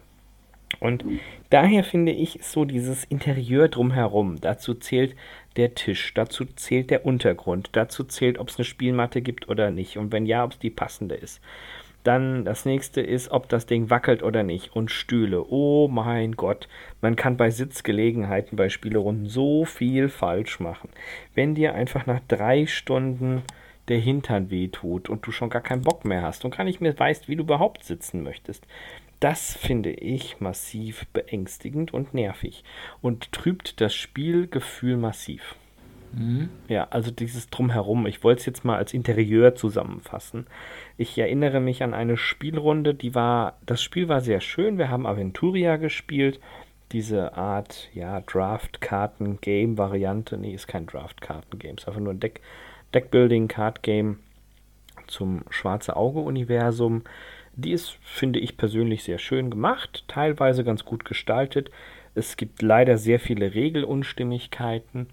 Und daher finde ich, ist so dieses Interieur drumherum. Dazu zählt der Tisch, dazu zählt der Untergrund, dazu zählt, ob es eine Spielmatte gibt oder nicht und wenn ja, ob es die passende ist. Dann das nächste ist, ob das Ding wackelt oder nicht. Und Stühle. Oh mein Gott. Man kann bei Sitzgelegenheiten, bei Spielerunden so viel falsch machen. Wenn dir einfach nach drei Stunden der Hintern wehtut und du schon gar keinen Bock mehr hast und gar nicht mehr weißt, wie du überhaupt sitzen möchtest. Das finde ich massiv beängstigend und nervig. Und trübt das Spielgefühl massiv. Mhm. Ja, also dieses Drumherum. Ich wollte es jetzt mal als Interieur zusammenfassen. Ich erinnere mich an eine Spielrunde, die war, das Spiel war sehr schön. Wir haben Aventuria gespielt. Diese Art, ja, Draft-Karten-Game-Variante. Nee, ist kein Draft-Karten-Game. Ist einfach nur ein Deck, Deckbuilding-Card-Game zum Schwarze-Auge-Universum. Die ist, finde ich persönlich, sehr schön gemacht. Teilweise ganz gut gestaltet. Es gibt leider sehr viele Regelunstimmigkeiten.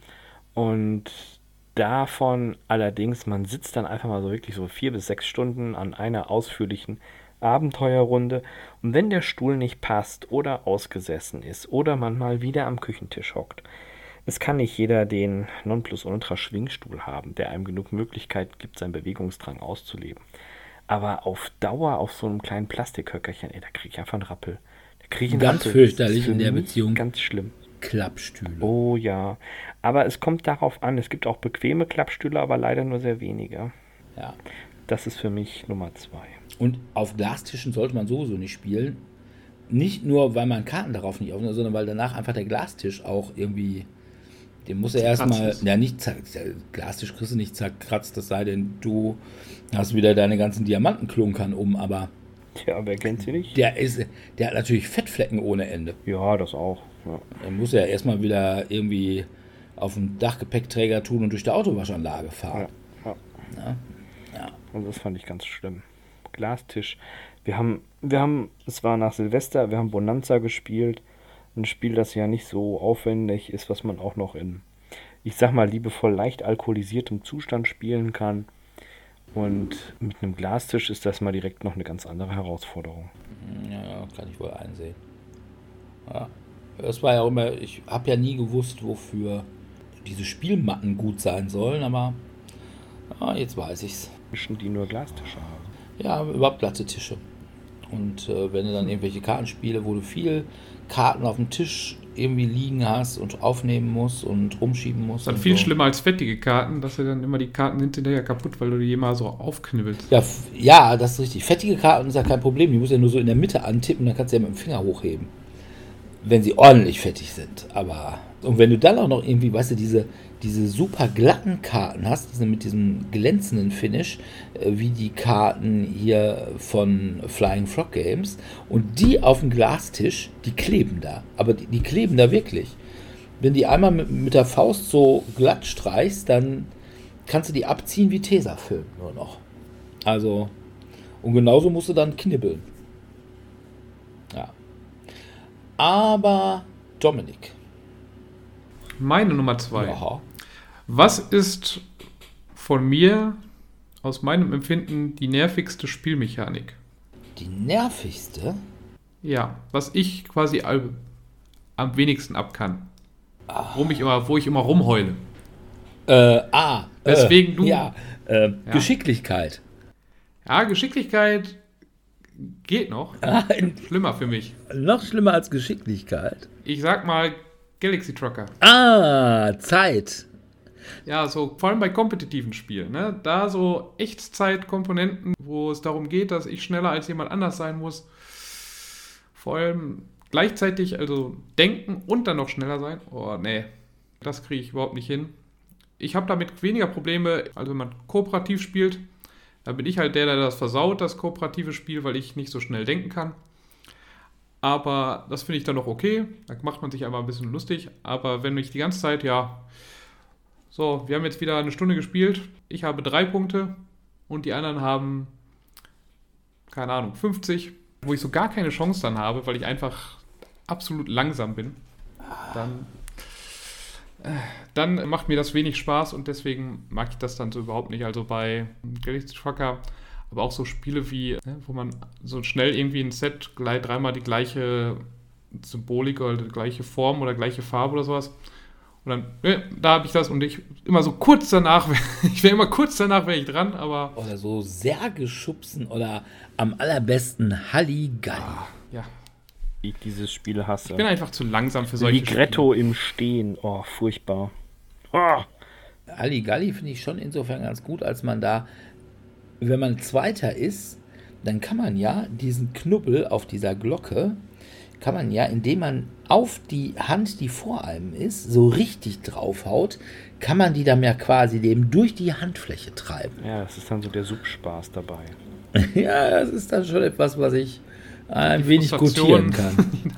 Und davon allerdings, man sitzt dann einfach mal so wirklich so vier bis sechs Stunden an einer ausführlichen Abenteuerrunde. Und wenn der Stuhl nicht passt oder ausgesessen ist oder man mal wieder am Küchentisch hockt, es kann nicht jeder den Nonplusultra-Schwingstuhl haben, der einem genug Möglichkeiten gibt, seinen Bewegungsdrang auszuleben. Aber auf Dauer auf so einem kleinen Plastikhöckerchen, ey, da kriege ich einfach einen Rappel. Da krieg ich einen ganz Rappel. Fürchterlich in der Beziehung. Ganz schlimm. Klappstühle. Oh ja, aber es kommt darauf an, es gibt auch bequeme Klappstühle, aber leider nur sehr wenige. Ja. Das ist für mich Nummer zwei. Und auf Glastischen sollte man sowieso nicht spielen. Nicht nur, weil man Karten darauf nicht aufnimmt, sondern weil danach einfach der Glastisch auch irgendwie, den muss er erstmal, ja nicht, der Glastisch kriegst du nicht zerkratzt, das sei denn, du hast wieder deine ganzen Diamantenklunkern um, aber Tja, wer kennt sie nicht? Der, ist, der hat natürlich Fettflecken ohne Ende. Ja, das auch. Ja. Er muss ja erstmal wieder irgendwie auf den Dachgepäckträger tun und durch die Autowaschanlage fahren. Ja, ja. Ja? Ja. Und das fand ich ganz schlimm. Glastisch. Wir haben, wir haben, es war nach Silvester, wir haben Bonanza gespielt. Ein Spiel, das ja nicht so aufwendig ist, was man auch noch in, ich sag mal, liebevoll leicht alkoholisiertem Zustand spielen kann. Und mit einem Glastisch ist das mal direkt noch eine ganz andere Herausforderung. Ja, kann ich wohl einsehen. Ja. Das war ja auch immer, ich habe ja nie gewusst, wofür diese Spielmatten gut sein sollen, aber ja, jetzt weiß ich's. Menschen, die nur Glastische haben. Ja, überhaupt platte Tische. Und äh, wenn du dann irgendwelche Kartenspiele, wo du viel Karten auf dem Tisch irgendwie liegen hast und aufnehmen musst und rumschieben musst. Das ist dann viel so schlimmer als fettige Karten, dass du dann immer die Karten hinterher kaputt, weil du die immer so aufknibbelst. Ja, f- ja, das ist richtig. Fettige Karten ist ja kein Problem. Die musst du ja nur so in der Mitte antippen, dann kannst du ja mit dem Finger hochheben. Wenn sie ordentlich fettig sind. Aber, und wenn du dann auch noch irgendwie, weißt du, diese, diese super glatten Karten hast, diese mit diesem glänzenden Finish, äh, wie die Karten hier von Flying Frog Games, und die auf dem Glastisch, die kleben da. Aber die, die kleben da wirklich. Wenn die einmal mit, mit der Faust so glatt streichst, dann kannst du die abziehen wie Tesafilm nur noch. Also, und genauso musst du dann knibbeln. Ja. Aber Dominik. Meine Nummer zwei. Ja. Was ist von mir, aus meinem Empfinden, die nervigste Spielmechanik? Die nervigste? Ja, was ich quasi all, am wenigsten ab kann. Wo, ich immer, wo ich immer rumheule. Äh, ah. Deswegen äh, du. Ja, äh, Ja. Geschicklichkeit. Ja, Geschicklichkeit geht noch. Ah, in, Schlimmer für mich. noch schlimmer als Geschicklichkeit. Ich sag mal Galaxy Trucker. Ah, Zeit. Ja, so vor allem bei kompetitiven Spielen, ne? Da so Echtzeitkomponenten, wo es darum geht, dass ich schneller als jemand anders sein muss. Vor allem gleichzeitig, also denken und dann noch schneller sein. Oh, nee, das kriege ich überhaupt nicht hin. Ich habe damit weniger Probleme, also wenn man kooperativ spielt, da bin ich halt der, der das versaut, das kooperative Spiel, weil ich nicht so schnell denken kann. Aber das finde ich dann noch okay, da macht man sich einfach ein bisschen lustig. Aber wenn ich die ganze Zeit, ja... So, wir haben jetzt wieder eine Stunde gespielt. Ich habe drei Punkte und die anderen haben, keine Ahnung, fünfzig, wo ich so gar keine Chance dann habe, weil ich einfach absolut langsam bin. Dann, äh, dann macht mir das wenig Spaß und deswegen mag ich das dann so überhaupt nicht. Also bei Galaxy Trucker, aber auch so Spiele wie, ne, wo man so schnell irgendwie ein Set gleich dreimal die gleiche Symbolik oder die gleiche Form oder gleiche Farbe oder sowas. Und dann, ne, da habe ich das und ich immer so kurz danach, ich wäre immer kurz danach, wäre ich dran, aber... Oder so Särge schubsen oder am allerbesten Halligalli. Ah, ja, Ich dieses Spiel hasse. ich bin einfach zu langsam für solche Ligretto im Stehen. Oh, furchtbar. Oh. Halligalli finde ich schon insofern ganz gut, als man da, wenn man Zweiter ist, dann kann man ja diesen Knubbel auf dieser Glocke, kann man ja, indem man auf die Hand, die vor einem ist, so richtig draufhaut, kann man die dann ja quasi dem durch die Handfläche treiben. Ja, das ist dann so der Subspaß dabei. Ja, das ist dann schon etwas, was ich ein Die wenig Frustration. gutieren kann.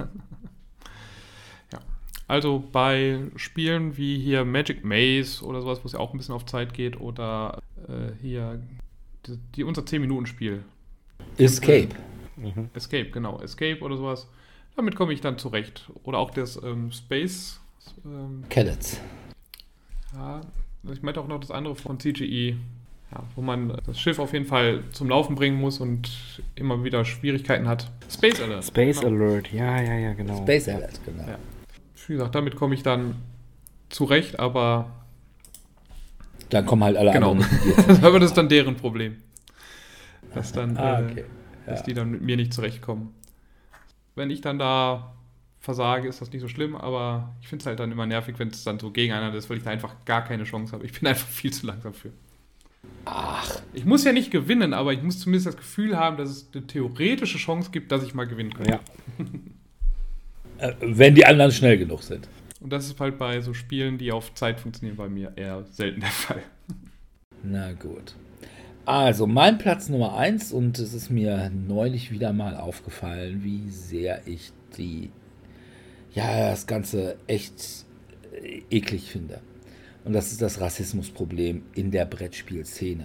Ja, also bei Spielen wie hier Magic Maze oder sowas, wo es ja auch ein bisschen auf Zeit geht, oder äh, hier die, die unser zehn-Minuten-Spiel. Escape. Escape, genau. Escape oder sowas. Damit komme ich dann zurecht. Oder auch das ähm, Space. Ähm, Cadets. ja, ich meinte auch noch das andere von C G E. Ja, wo man das Schiff auf jeden Fall zum Laufen bringen muss und immer wieder Schwierigkeiten hat. Space Alert. Space genau. Alert, ja, ja, ja, genau. Space Alert, genau. Ja. Wie gesagt, damit komme ich dann zurecht, aber Dann kommen halt alle genau. anderen mit dir. aber das ist dann deren Problem. Dass dann, Ah, äh, okay. dass Ja. die dann mit mir nicht zurechtkommen. Wenn ich dann da versage, ist das nicht so schlimm, aber ich finde es halt dann immer nervig, wenn es dann so gegeneinander ist, weil ich da einfach gar keine Chance habe. Ich bin einfach viel zu langsam für. Ach, Ich muss ja nicht gewinnen, aber ich muss zumindest das Gefühl haben, dass es eine theoretische Chance gibt, dass ich mal gewinnen kann. Ja. äh, wenn die anderen schnell genug sind. Und das ist halt bei so Spielen, die auf Zeit funktionieren, bei mir eher selten der Fall. Na gut. Also, mein Platz Nummer eins, und es ist mir neulich wieder mal aufgefallen, wie sehr ich die, ja, das Ganze echt äh, eklig finde. Und das ist das Rassismusproblem in der Brettspielszene.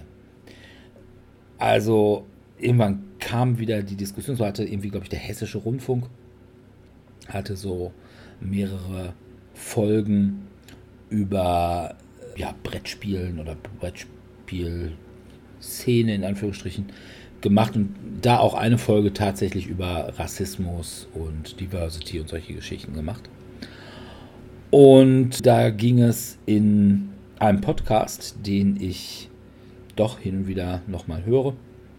Also, irgendwann kam wieder die Diskussion, so hatte irgendwie, glaube ich, der Hessische Rundfunk, hatte so mehrere Folgen über ja, Brettspielen oder Brettspiel Szene in Anführungsstrichen gemacht und da auch eine Folge tatsächlich über Rassismus und Diversity und solche Geschichten gemacht. Und da ging es in einem Podcast, den ich doch hin und wieder nochmal höre,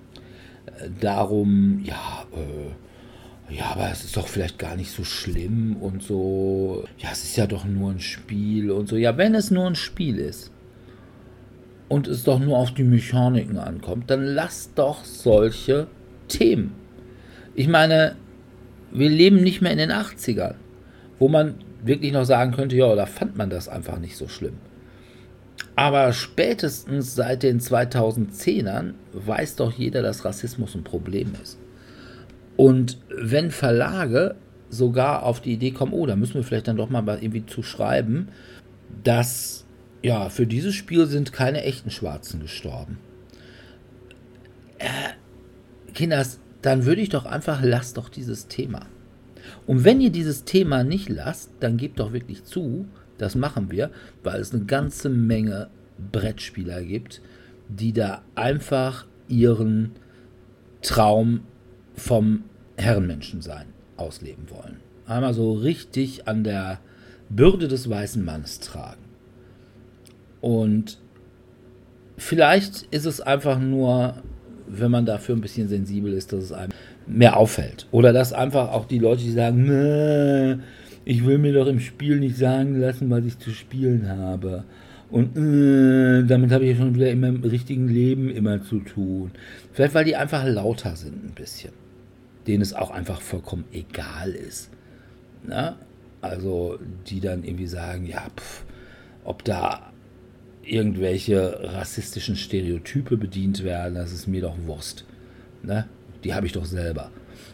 darum, ja, äh, ja, aber es ist doch vielleicht gar nicht so schlimm und so, ja, es ist ja doch nur ein Spiel und so. Ja, wenn es nur ein Spiel ist und es doch nur auf die Mechaniken ankommt, dann lasst doch solche Themen. Ich meine, wir leben nicht mehr in den achtzigern, wo man wirklich noch sagen könnte, ja, da fand man das einfach nicht so schlimm. Aber spätestens seit den zweitausendzehnern weiß doch jeder, dass Rassismus ein Problem ist. Und wenn Verlage sogar auf die Idee kommen, oh, da müssen wir vielleicht dann doch mal irgendwie zu schreiben, dass ja, für dieses Spiel sind keine echten Schwarzen gestorben. Äh, Kinders, dann würde ich doch einfach, lasst doch dieses Thema. Und wenn ihr dieses Thema nicht lasst, dann gebt doch wirklich zu, das machen wir, weil es eine ganze Menge Brettspieler gibt, die da einfach ihren Traum vom Herrenmenschensein ausleben wollen. Einmal so richtig an der Bürde des weißen Mannes tragen. Und vielleicht ist es einfach nur, wenn man dafür ein bisschen sensibel ist, dass es einem mehr auffällt. Oder dass einfach auch die Leute, die sagen, nee, ich will mir doch im Spiel nicht sagen lassen, was ich zu spielen habe. Und äh, damit habe ich schon wieder immer im richtigen Leben immer zu tun. Vielleicht, weil die einfach lauter sind ein bisschen. Denen es auch einfach vollkommen egal ist. Na? Also die dann irgendwie sagen, ja, pff, ob da irgendwelche rassistischen Stereotype bedient werden, das ist mir doch Wurst. Ne? Die habe ich doch selber.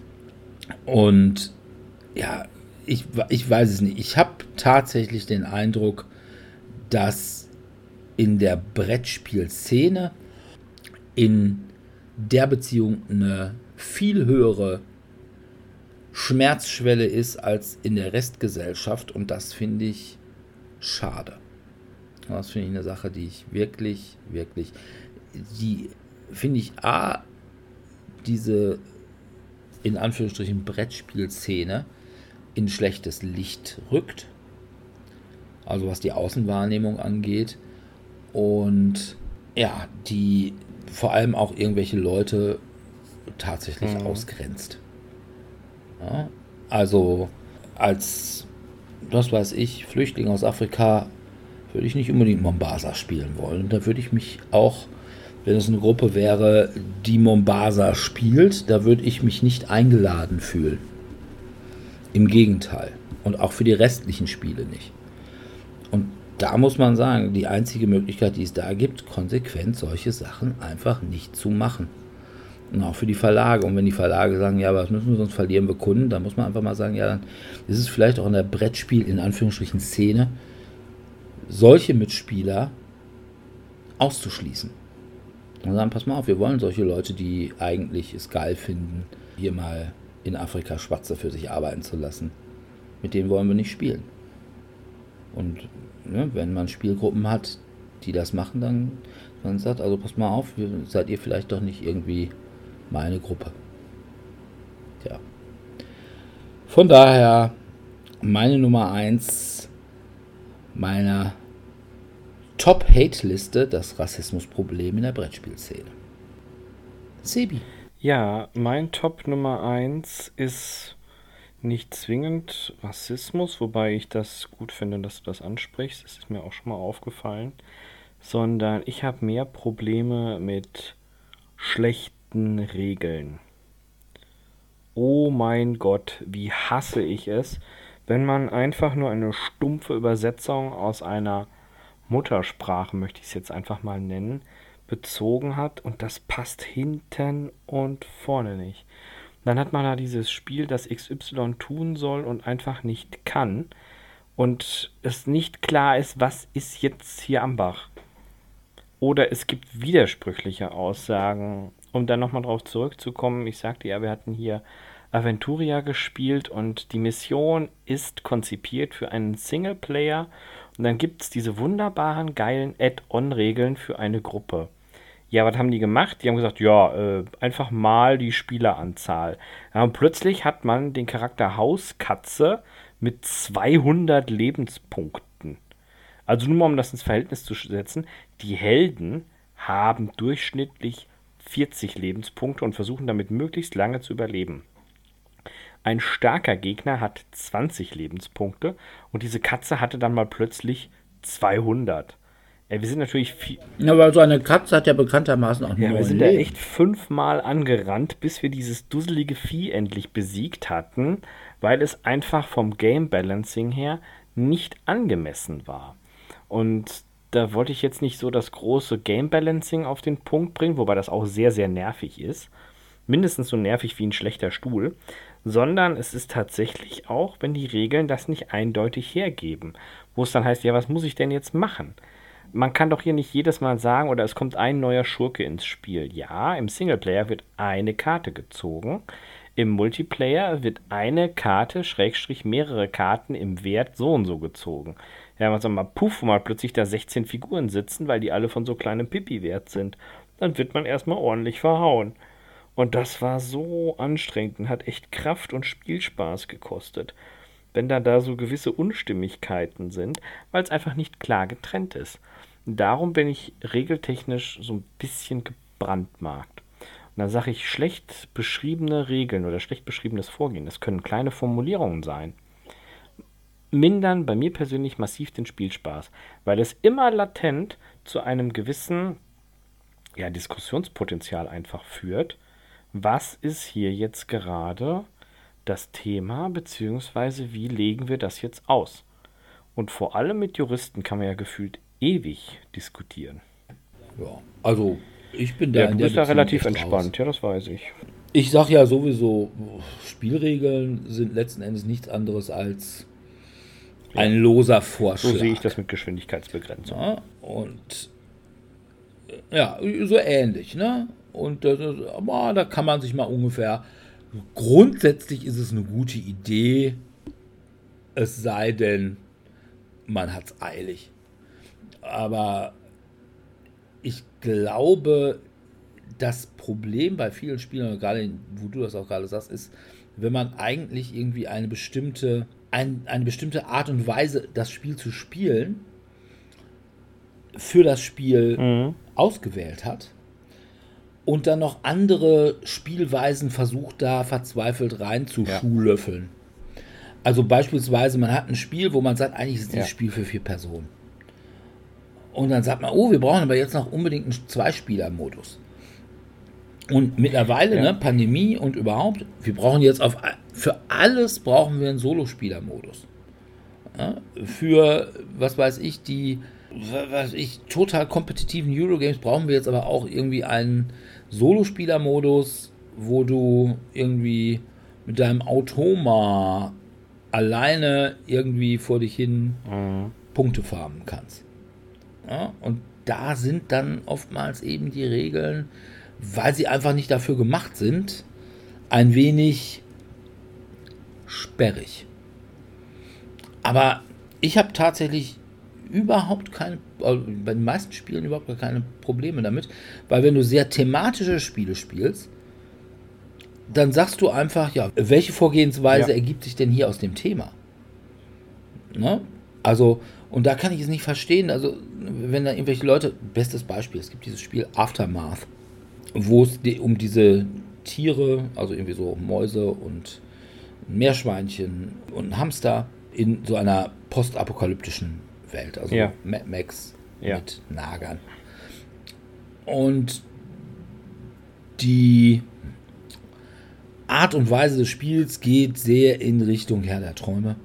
Und ja, ich, ich weiß es nicht. Ich habe tatsächlich den Eindruck, dass in der Brettspielszene in der Beziehung eine viel höhere Schmerzschwelle ist als in der Restgesellschaft, und das finde ich schade. Das finde ich eine Sache, die ich wirklich, wirklich, die finde ich A, diese in Anführungsstrichen Brettspielszene in schlechtes Licht rückt, also was die Außenwahrnehmung angeht, und ja, die vor allem auch irgendwelche Leute tatsächlich mhm. ausgrenzt. Ja, also als, was weiß ich, Flüchtling aus Afrika würde ich nicht unbedingt Mombasa spielen wollen. Und da würde ich mich auch, wenn es eine Gruppe wäre, die Mombasa spielt, da würde ich mich nicht eingeladen fühlen. Im Gegenteil. Und auch für die restlichen Spiele nicht. Und da muss man sagen, die einzige Möglichkeit, die es da gibt, konsequent solche Sachen einfach nicht zu machen. Und auch für die Verlage. Und wenn die Verlage sagen, ja, was müssen wir, sonst verlieren wir Kunden, dann muss man einfach mal sagen, ja, dann ist es vielleicht auch in der Brettspiel, in Anführungsstrichen, Szene, solche Mitspieler auszuschließen. Und sagen, pass mal auf, wir wollen solche Leute, die eigentlich es geil finden, hier mal in Afrika Schwarze für sich arbeiten zu lassen. Mit denen wollen wir nicht spielen. Und ne, wenn man Spielgruppen hat, die das machen, dann man sagt, also pass mal auf, seid ihr vielleicht doch nicht irgendwie meine Gruppe. Tja. Von daher meine Nummer eins meiner Top-Hate-Liste, das Rassismusproblem in der Brettspielszene. Sebi. Ja, mein Top Nummer eins ist nicht zwingend Rassismus, wobei ich das gut finde, dass du das ansprichst. Das ist mir auch schon mal aufgefallen. Sondern ich habe mehr Probleme mit schlechten Regeln. Oh mein Gott, wie hasse ich es, wenn man einfach nur eine stumpfe Übersetzung aus einer Muttersprache, möchte ich es jetzt einfach mal nennen, bezogen hat und das passt hinten und vorne nicht. Dann hat man da dieses Spiel, das X Y tun soll und einfach nicht kann und es nicht klar ist, was ist jetzt hier am Bach. Oder es gibt widersprüchliche Aussagen. Um dann nochmal drauf zurückzukommen, ich sagte ja, wir hatten hier Aventuria gespielt und die Mission ist konzipiert für einen Singleplayer und dann gibt es diese wunderbaren, geilen Add-on-Regeln für eine Gruppe. Ja, was haben die gemacht? Die haben gesagt, ja, äh, einfach mal die Spieleranzahl. Ja, und plötzlich hat man den Charakter Hauskatze mit zweihundert Lebenspunkten. Also nur mal, um das ins Verhältnis zu setzen, die Helden haben durchschnittlich vierzig Lebenspunkte und versuchen damit möglichst lange zu überleben. Ein starker Gegner hat zwanzig Lebenspunkte und diese Katze hatte dann mal plötzlich zweihundert. Ja, wir sind natürlich viel. Ja, aber so eine Katze hat ja bekanntermaßen auch Ja, neun wir sind ja Leben. echt fünfmal angerannt, bis wir dieses dusselige Vieh endlich besiegt hatten, weil es einfach vom Game Balancing her nicht angemessen war. Und da wollte ich jetzt nicht so das große Game Balancing auf den Punkt bringen, wobei das auch sehr, sehr nervig ist. Mindestens so nervig wie ein schlechter Stuhl. Sondern es ist tatsächlich auch, wenn die Regeln das nicht eindeutig hergeben. Wo es dann heißt, ja, was muss ich denn jetzt machen? Man kann doch hier nicht jedes Mal sagen, oder es kommt ein neuer Schurke ins Spiel. Ja, im Singleplayer wird eine Karte gezogen. Im Multiplayer wird eine Karte, Schrägstrich mehrere Karten im Wert so und so gezogen. Ja, man sagt mal, puff, wo mal plötzlich da sechzehn Figuren sitzen, weil die alle von so kleinem Pipi-Wert sind. Dann wird man erstmal ordentlich verhauen. Und das war so anstrengend und hat echt Kraft und Spielspaß gekostet. Wenn da da so gewisse Unstimmigkeiten sind, weil es einfach nicht klar getrennt ist. Darum bin ich regeltechnisch so ein bisschen gebrandmarkt. Und da sage ich, schlecht beschriebene Regeln oder schlecht beschriebenes Vorgehen, das können kleine Formulierungen sein, mindern bei mir persönlich massiv den Spielspaß, weil es immer latent zu einem gewissen ja, Diskussionspotenzial einfach führt. Was ist hier jetzt gerade das Thema, beziehungsweise wie legen wir das jetzt aus? Und vor allem mit Juristen kann man ja gefühlt ewig diskutieren. Ja, also ich bin da Ja, in du der bist da Beziehung relativ echt entspannt, raus. ja, das weiß ich. Ich sag ja sowieso, Spielregeln sind letzten Endes nichts anderes als ein loser Vorschlag. So sehe ich das mit Geschwindigkeitsbegrenzung. Ja, und äh, ja, so ähnlich, ne? Und das ist, aber da kann man sich mal ungefähr, grundsätzlich ist es eine gute Idee, es sei denn, man hat es eilig. Aber ich glaube, das Problem bei vielen Spielern, gerade wo du das auch gerade sagst, ist, wenn man eigentlich irgendwie eine bestimmte, ein, eine bestimmte Art und Weise, das Spiel zu spielen, für das Spiel Mhm. ausgewählt hat und dann noch andere Spielweisen versucht, da verzweifelt rein zu Ja. schuhlöffeln. Also beispielsweise, man hat ein Spiel, wo man sagt, eigentlich ist dieses Ja. Spiel für vier Personen. Und dann sagt man, oh, wir brauchen aber jetzt noch unbedingt einen Zwei-Spieler-Modus. Und mittlerweile, Ja. ne, Pandemie und überhaupt, wir brauchen jetzt auf, für alles brauchen wir einen Solo-Spieler-Modus. Ja, für, was weiß ich, die, was weiß ich, total kompetitiven Eurogames brauchen wir jetzt aber auch irgendwie einen Solo-Spieler-Modus, wo du irgendwie mit deinem Automa alleine irgendwie vor dich hin Mhm. Punkte farmen kannst. Ja, und da sind dann oftmals eben die Regeln, weil sie einfach nicht dafür gemacht sind, ein wenig sperrig. Aber ich habe tatsächlich überhaupt keine, also bei den meisten Spielen überhaupt gar keine Probleme damit, weil wenn du sehr thematische Spiele spielst, dann sagst du einfach, ja, welche Vorgehensweise Ja. ergibt sich denn hier aus dem Thema? Ne? Also, und da kann ich es nicht verstehen, also, wenn da irgendwelche Leute, bestes Beispiel, es gibt dieses Spiel Aftermath, wo es die, um diese Tiere, also irgendwie so Mäuse und Meerschweinchen und Hamster in so einer postapokalyptischen Welt, also Ja. Mad Max Ja. mit Nagern. Und die Art und Weise des Spiels geht sehr in Richtung Herr der Träume.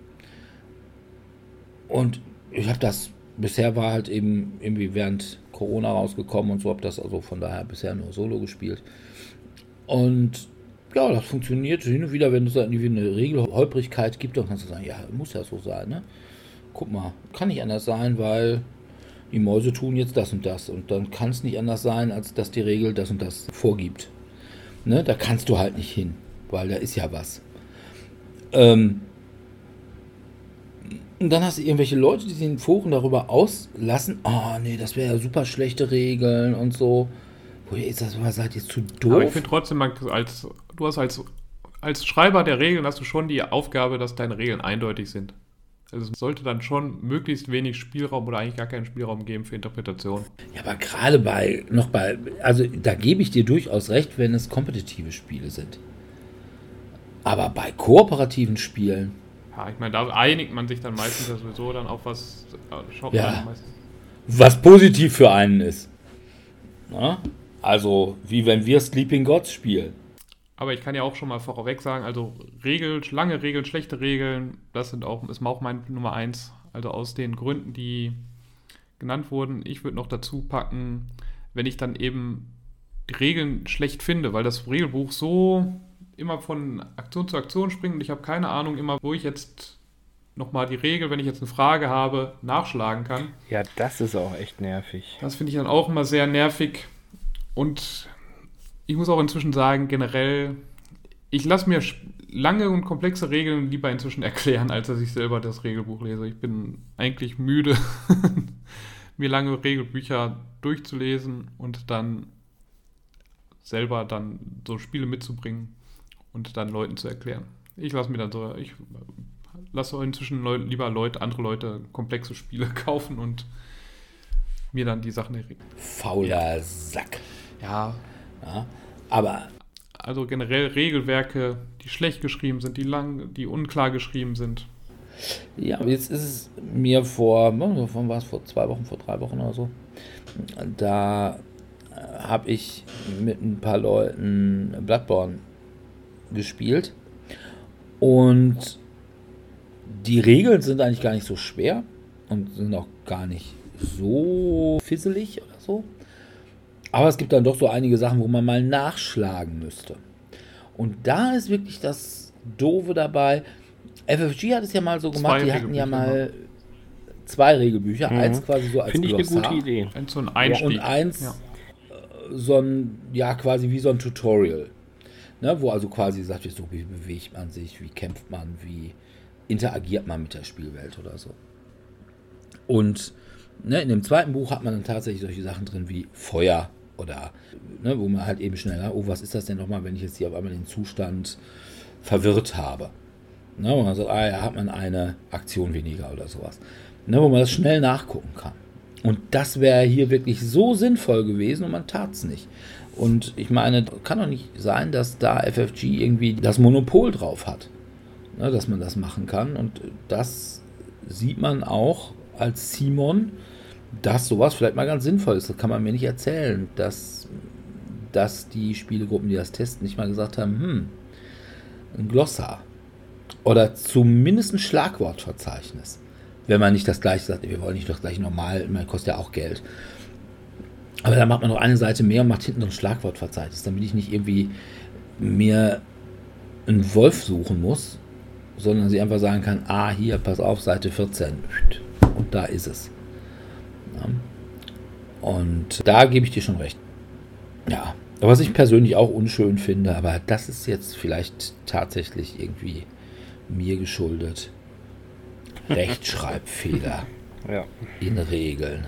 Und ich habe das, bisher war halt eben irgendwie während Corona rausgekommen und so, habe das also von daher bisher nur solo gespielt. Und ja, das funktioniert hin und wieder, wenn es irgendwie eine Regelholprigkeit gibt, dann kannst du sagen, ja, muss ja so sein, ne? Guck mal, kann nicht anders sein, weil die Mäuse tun jetzt das und das. Und dann kann es nicht anders sein, als dass die Regel das und das vorgibt. Ne? Da kannst du halt nicht hin, weil da ist ja was. Ähm, und dann hast du irgendwelche Leute, die sich in Foren darüber auslassen, oh nee, das wäre ja super schlechte Regeln und so. Wo ihr ist das, was seid ihr zu doof? Aber ich finde trotzdem, man- als, du hast als, als Schreiber der Regeln hast du schon die Aufgabe, dass deine Regeln eindeutig sind. Also es sollte dann schon möglichst wenig Spielraum oder eigentlich gar keinen Spielraum geben für Interpretation. Ja, aber gerade bei, noch bei, also da gebe ich dir durchaus recht, wenn es kompetitive Spiele sind. Aber bei kooperativen Spielen, Ja, ich meine, da einigt man sich dann meistens ja sowieso dann auf was, äh, schaut Ja. man dann meistens. was positiv für einen ist. Na? Also, wie wenn wir Sleeping Gods spielen. Aber ich kann ja auch schon mal vorweg sagen, also Regeln, lange Regeln, schlechte Regeln, das sind auch, ist auch mein Nummer eins. Also aus den Gründen, die genannt wurden. Ich würde noch dazu packen, wenn ich dann eben die Regeln schlecht finde, weil das Regelbuch so immer von Aktion zu Aktion springt und ich habe keine Ahnung immer, wo ich jetzt nochmal die Regel, wenn ich jetzt eine Frage habe, nachschlagen kann. Ja, das ist auch echt nervig. Das finde ich dann auch immer sehr nervig. Und ich muss auch inzwischen sagen, generell, ich lasse mir sch- lange und komplexe Regeln lieber inzwischen erklären, als dass ich selber das Regelbuch lese. Ich bin eigentlich müde, mir lange Regelbücher durchzulesen und dann selber dann so Spiele mitzubringen und dann Leuten zu erklären. Ich lasse mir dann so, ich lasse inzwischen Leu- lieber Leute, andere Leute komplexe Spiele kaufen und mir dann die Sachen erregen. Fauler Sack. Ja, Ja. Aber Also generell Regelwerke, die schlecht geschrieben sind, die lang, die unklar geschrieben sind. ja, jetzt ist es mir vor, wann war es, vor zwei Wochen, vor drei Wochen oder so, da habe ich mit ein paar Leuten Bloodborne gespielt und die Regeln sind eigentlich gar nicht so schwer und sind auch gar nicht so fisselig oder so. Aber es gibt dann doch so einige Sachen, wo man mal nachschlagen müsste. Und da ist wirklich das Doofe dabei. F F G hat es ja mal so gemacht, Zwei die hatten ja Regelbücher, mal zwei Regelbücher, Mhm. eins quasi so als Finde ich eine Glossar gute Idee. Wenn so ein Einstieg. und eins Ja. so ein, ja quasi wie so ein Tutorial. Ne, wo also quasi sagt, so, wie bewegt man sich, wie kämpft man, wie interagiert man mit der Spielwelt oder so. Und ne, in dem zweiten Buch hat man dann tatsächlich solche Sachen drin wie Feuer oder ne, wo man halt eben schneller, oh, was ist das denn nochmal, wenn ich jetzt hier auf einmal den Zustand verwirrt habe. Ne, wo man sagt, ah ja, hat man eine Aktion weniger oder sowas. Ne, wo man das schnell nachgucken kann. Und das wäre hier wirklich so sinnvoll gewesen und man tat es nicht. Und ich meine, kann doch nicht sein, dass da F F G irgendwie das Monopol drauf hat, ne, dass man das machen kann. Und das sieht man auch als Simon, dass sowas vielleicht mal ganz sinnvoll ist. Das kann man mir nicht erzählen, dass, dass die Spielegruppen, die das testen, nicht mal gesagt haben, hm, ein Glossar oder zumindest ein Schlagwortverzeichnis. Wenn man nicht das gleiche sagt, wir wollen nicht das gleiche normal, man kostet ja auch Geld. Aber dann macht man noch eine Seite mehr und macht hinten noch ein Schlagwortverzeichnis, damit ich nicht irgendwie mir einen Wolf suchen muss, sondern dass ich einfach sagen kann, ah, hier, pass auf, Seite vierzehn. Und da ist es. Ja. Und da gebe ich dir schon recht. Ja, was ich persönlich auch unschön finde, aber das ist jetzt vielleicht tatsächlich irgendwie mir geschuldet. Rechtschreibfehler Ja. in Regeln.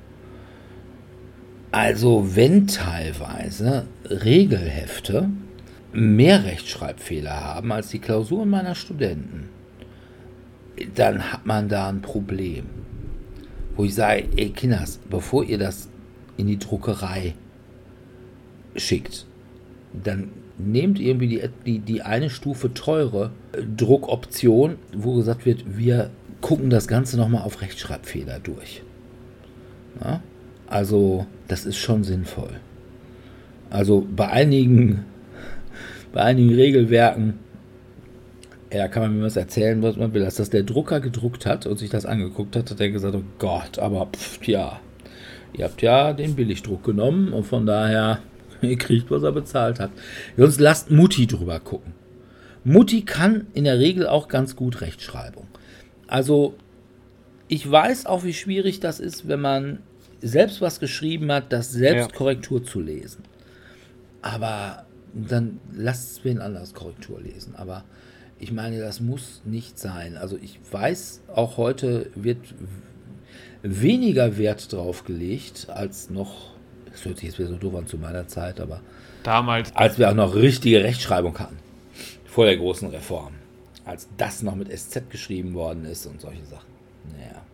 Also wenn teilweise Regelhefte mehr Rechtschreibfehler haben als die Klausuren meiner Studenten, dann hat man da ein Problem. Wo ich sage, ey Kinders, bevor ihr das in die Druckerei schickt, dann nehmt irgendwie die, die, die eine Stufe teure Druckoption, wo gesagt wird, wir gucken das Ganze nochmal auf Rechtschreibfehler durch. Ja? Also, das ist schon sinnvoll. Also, bei einigen, bei einigen Regelwerken, ja, kann man mir was erzählen, was man will. Als das der Drucker gedruckt hat und sich das angeguckt hat, hat er gesagt, oh Gott, aber pff, ja, ihr habt ja den Billigdruck genommen und von daher, ihr kriegt, was er bezahlt hat. Sonst lasst Mutti drüber gucken. Mutti kann in der Regel auch ganz gut Rechtschreibung. Also, ich weiß auch, wie schwierig das ist, wenn man selbst was geschrieben hat, das selbst Ja. Korrektur zu lesen. Aber dann lasst es wen anders Korrektur lesen. Aber ich meine, das muss nicht sein. Also ich weiß, auch heute wird weniger Wert drauf gelegt, als noch, das hört sich jetzt wieder so doof an zu meiner Zeit, aber Damals. als wir auch noch richtige Rechtschreibung hatten, vor der großen Reform. Als das noch mit S Z geschrieben worden ist und solche Sachen. Naja.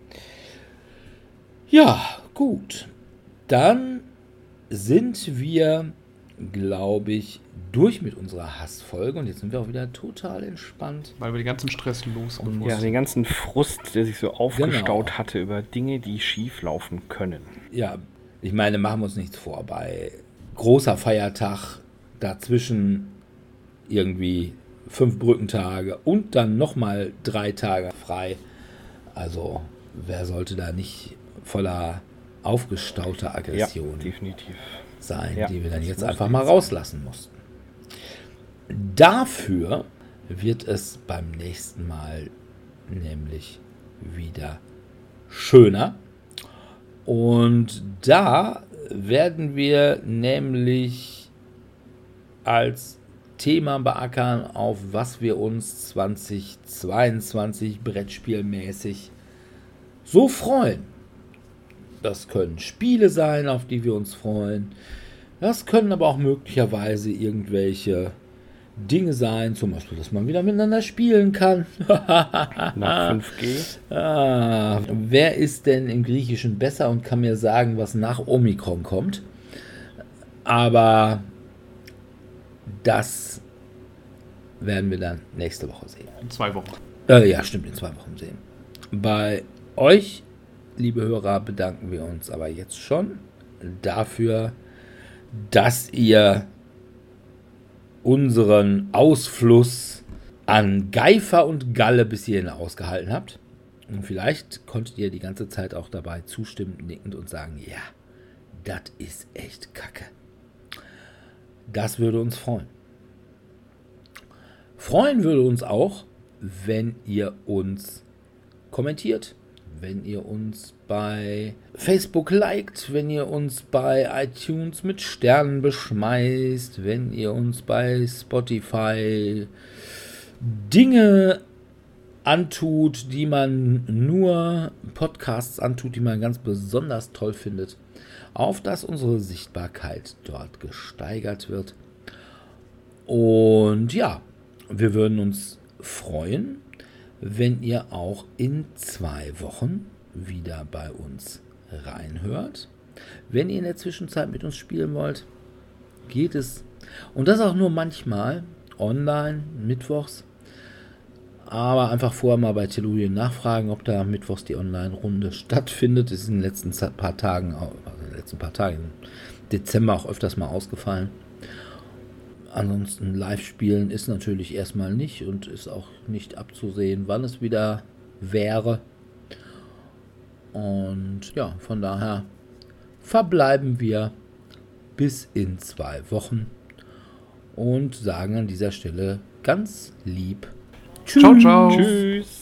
Ja, gut. Dann sind wir, glaube ich, durch mit unserer Hassfolge und jetzt sind wir auch wieder total entspannt. Weil wir den ganzen Stress los Und- mussten. Ja, den ganzen Frust, der sich so aufgestaut Genau. hatte über Dinge, die schief laufen können. Ja, ich meine, machen wir uns nichts vor. Bei großer Feiertag, dazwischen irgendwie fünf Brückentage und dann nochmal drei Tage frei. Also, wer sollte da nicht voller aufgestauter Ja, Aggression definitiv. sein, Ja, die wir dann das jetzt muss einfach nicht mal sein. rauslassen mussten. Dafür wird es beim nächsten Mal nämlich wieder schöner. Und da werden wir nämlich als Thema beackern, auf was wir uns zweitausendzweiundzwanzig brettspielmäßig so freuen. Das können Spiele sein, auf die wir uns freuen. Das können aber auch möglicherweise irgendwelche Dinge sein, zum Beispiel, dass man wieder miteinander spielen kann. Nach fünf G. Ah, wer ist denn im Griechischen besser und kann mir sagen, was nach Omikron kommt? Aber das werden wir dann nächste Woche sehen. In zwei Wochen. Äh, ja, stimmt, in zwei Wochen sehen. Bei euch, liebe Hörer, bedanken wir uns aber jetzt schon dafür, dass ihr unseren Ausfluss an Geifer und Galle bis hierhin ausgehalten habt. Und vielleicht konntet ihr die ganze Zeit auch dabei zustimmend nickend und sagen, ja, das ist echt Kacke. Das würde uns freuen. Freuen würde uns auch, wenn ihr uns kommentiert, wenn ihr uns bei Facebook liked, wenn ihr uns bei iTunes mit Sternen beschmeißt, wenn ihr uns bei Spotify Dinge antut, die man nur Podcasts antut, die man ganz besonders toll findet, auf dass unsere Sichtbarkeit dort gesteigert wird. Und ja, wir würden uns freuen, wenn ihr auch in zwei Wochen wieder bei uns reinhört. Wenn ihr in der Zwischenzeit mit uns spielen wollt, geht es. Und das auch nur manchmal online, mittwochs. Aber einfach vorher mal bei Tellurien nachfragen, ob da mittwochs die Online-Runde stattfindet. Das ist in den letzten paar Tagen, also in den letzten paar Tagen, im Dezember auch öfters mal ausgefallen. Ansonsten Live-Spielen ist natürlich erstmal nicht und ist auch nicht abzusehen, wann es wieder wäre. Und ja, von daher verbleiben wir bis in zwei Wochen und sagen an dieser Stelle ganz lieb Tschüss. Ciao, ciao. Tschüss.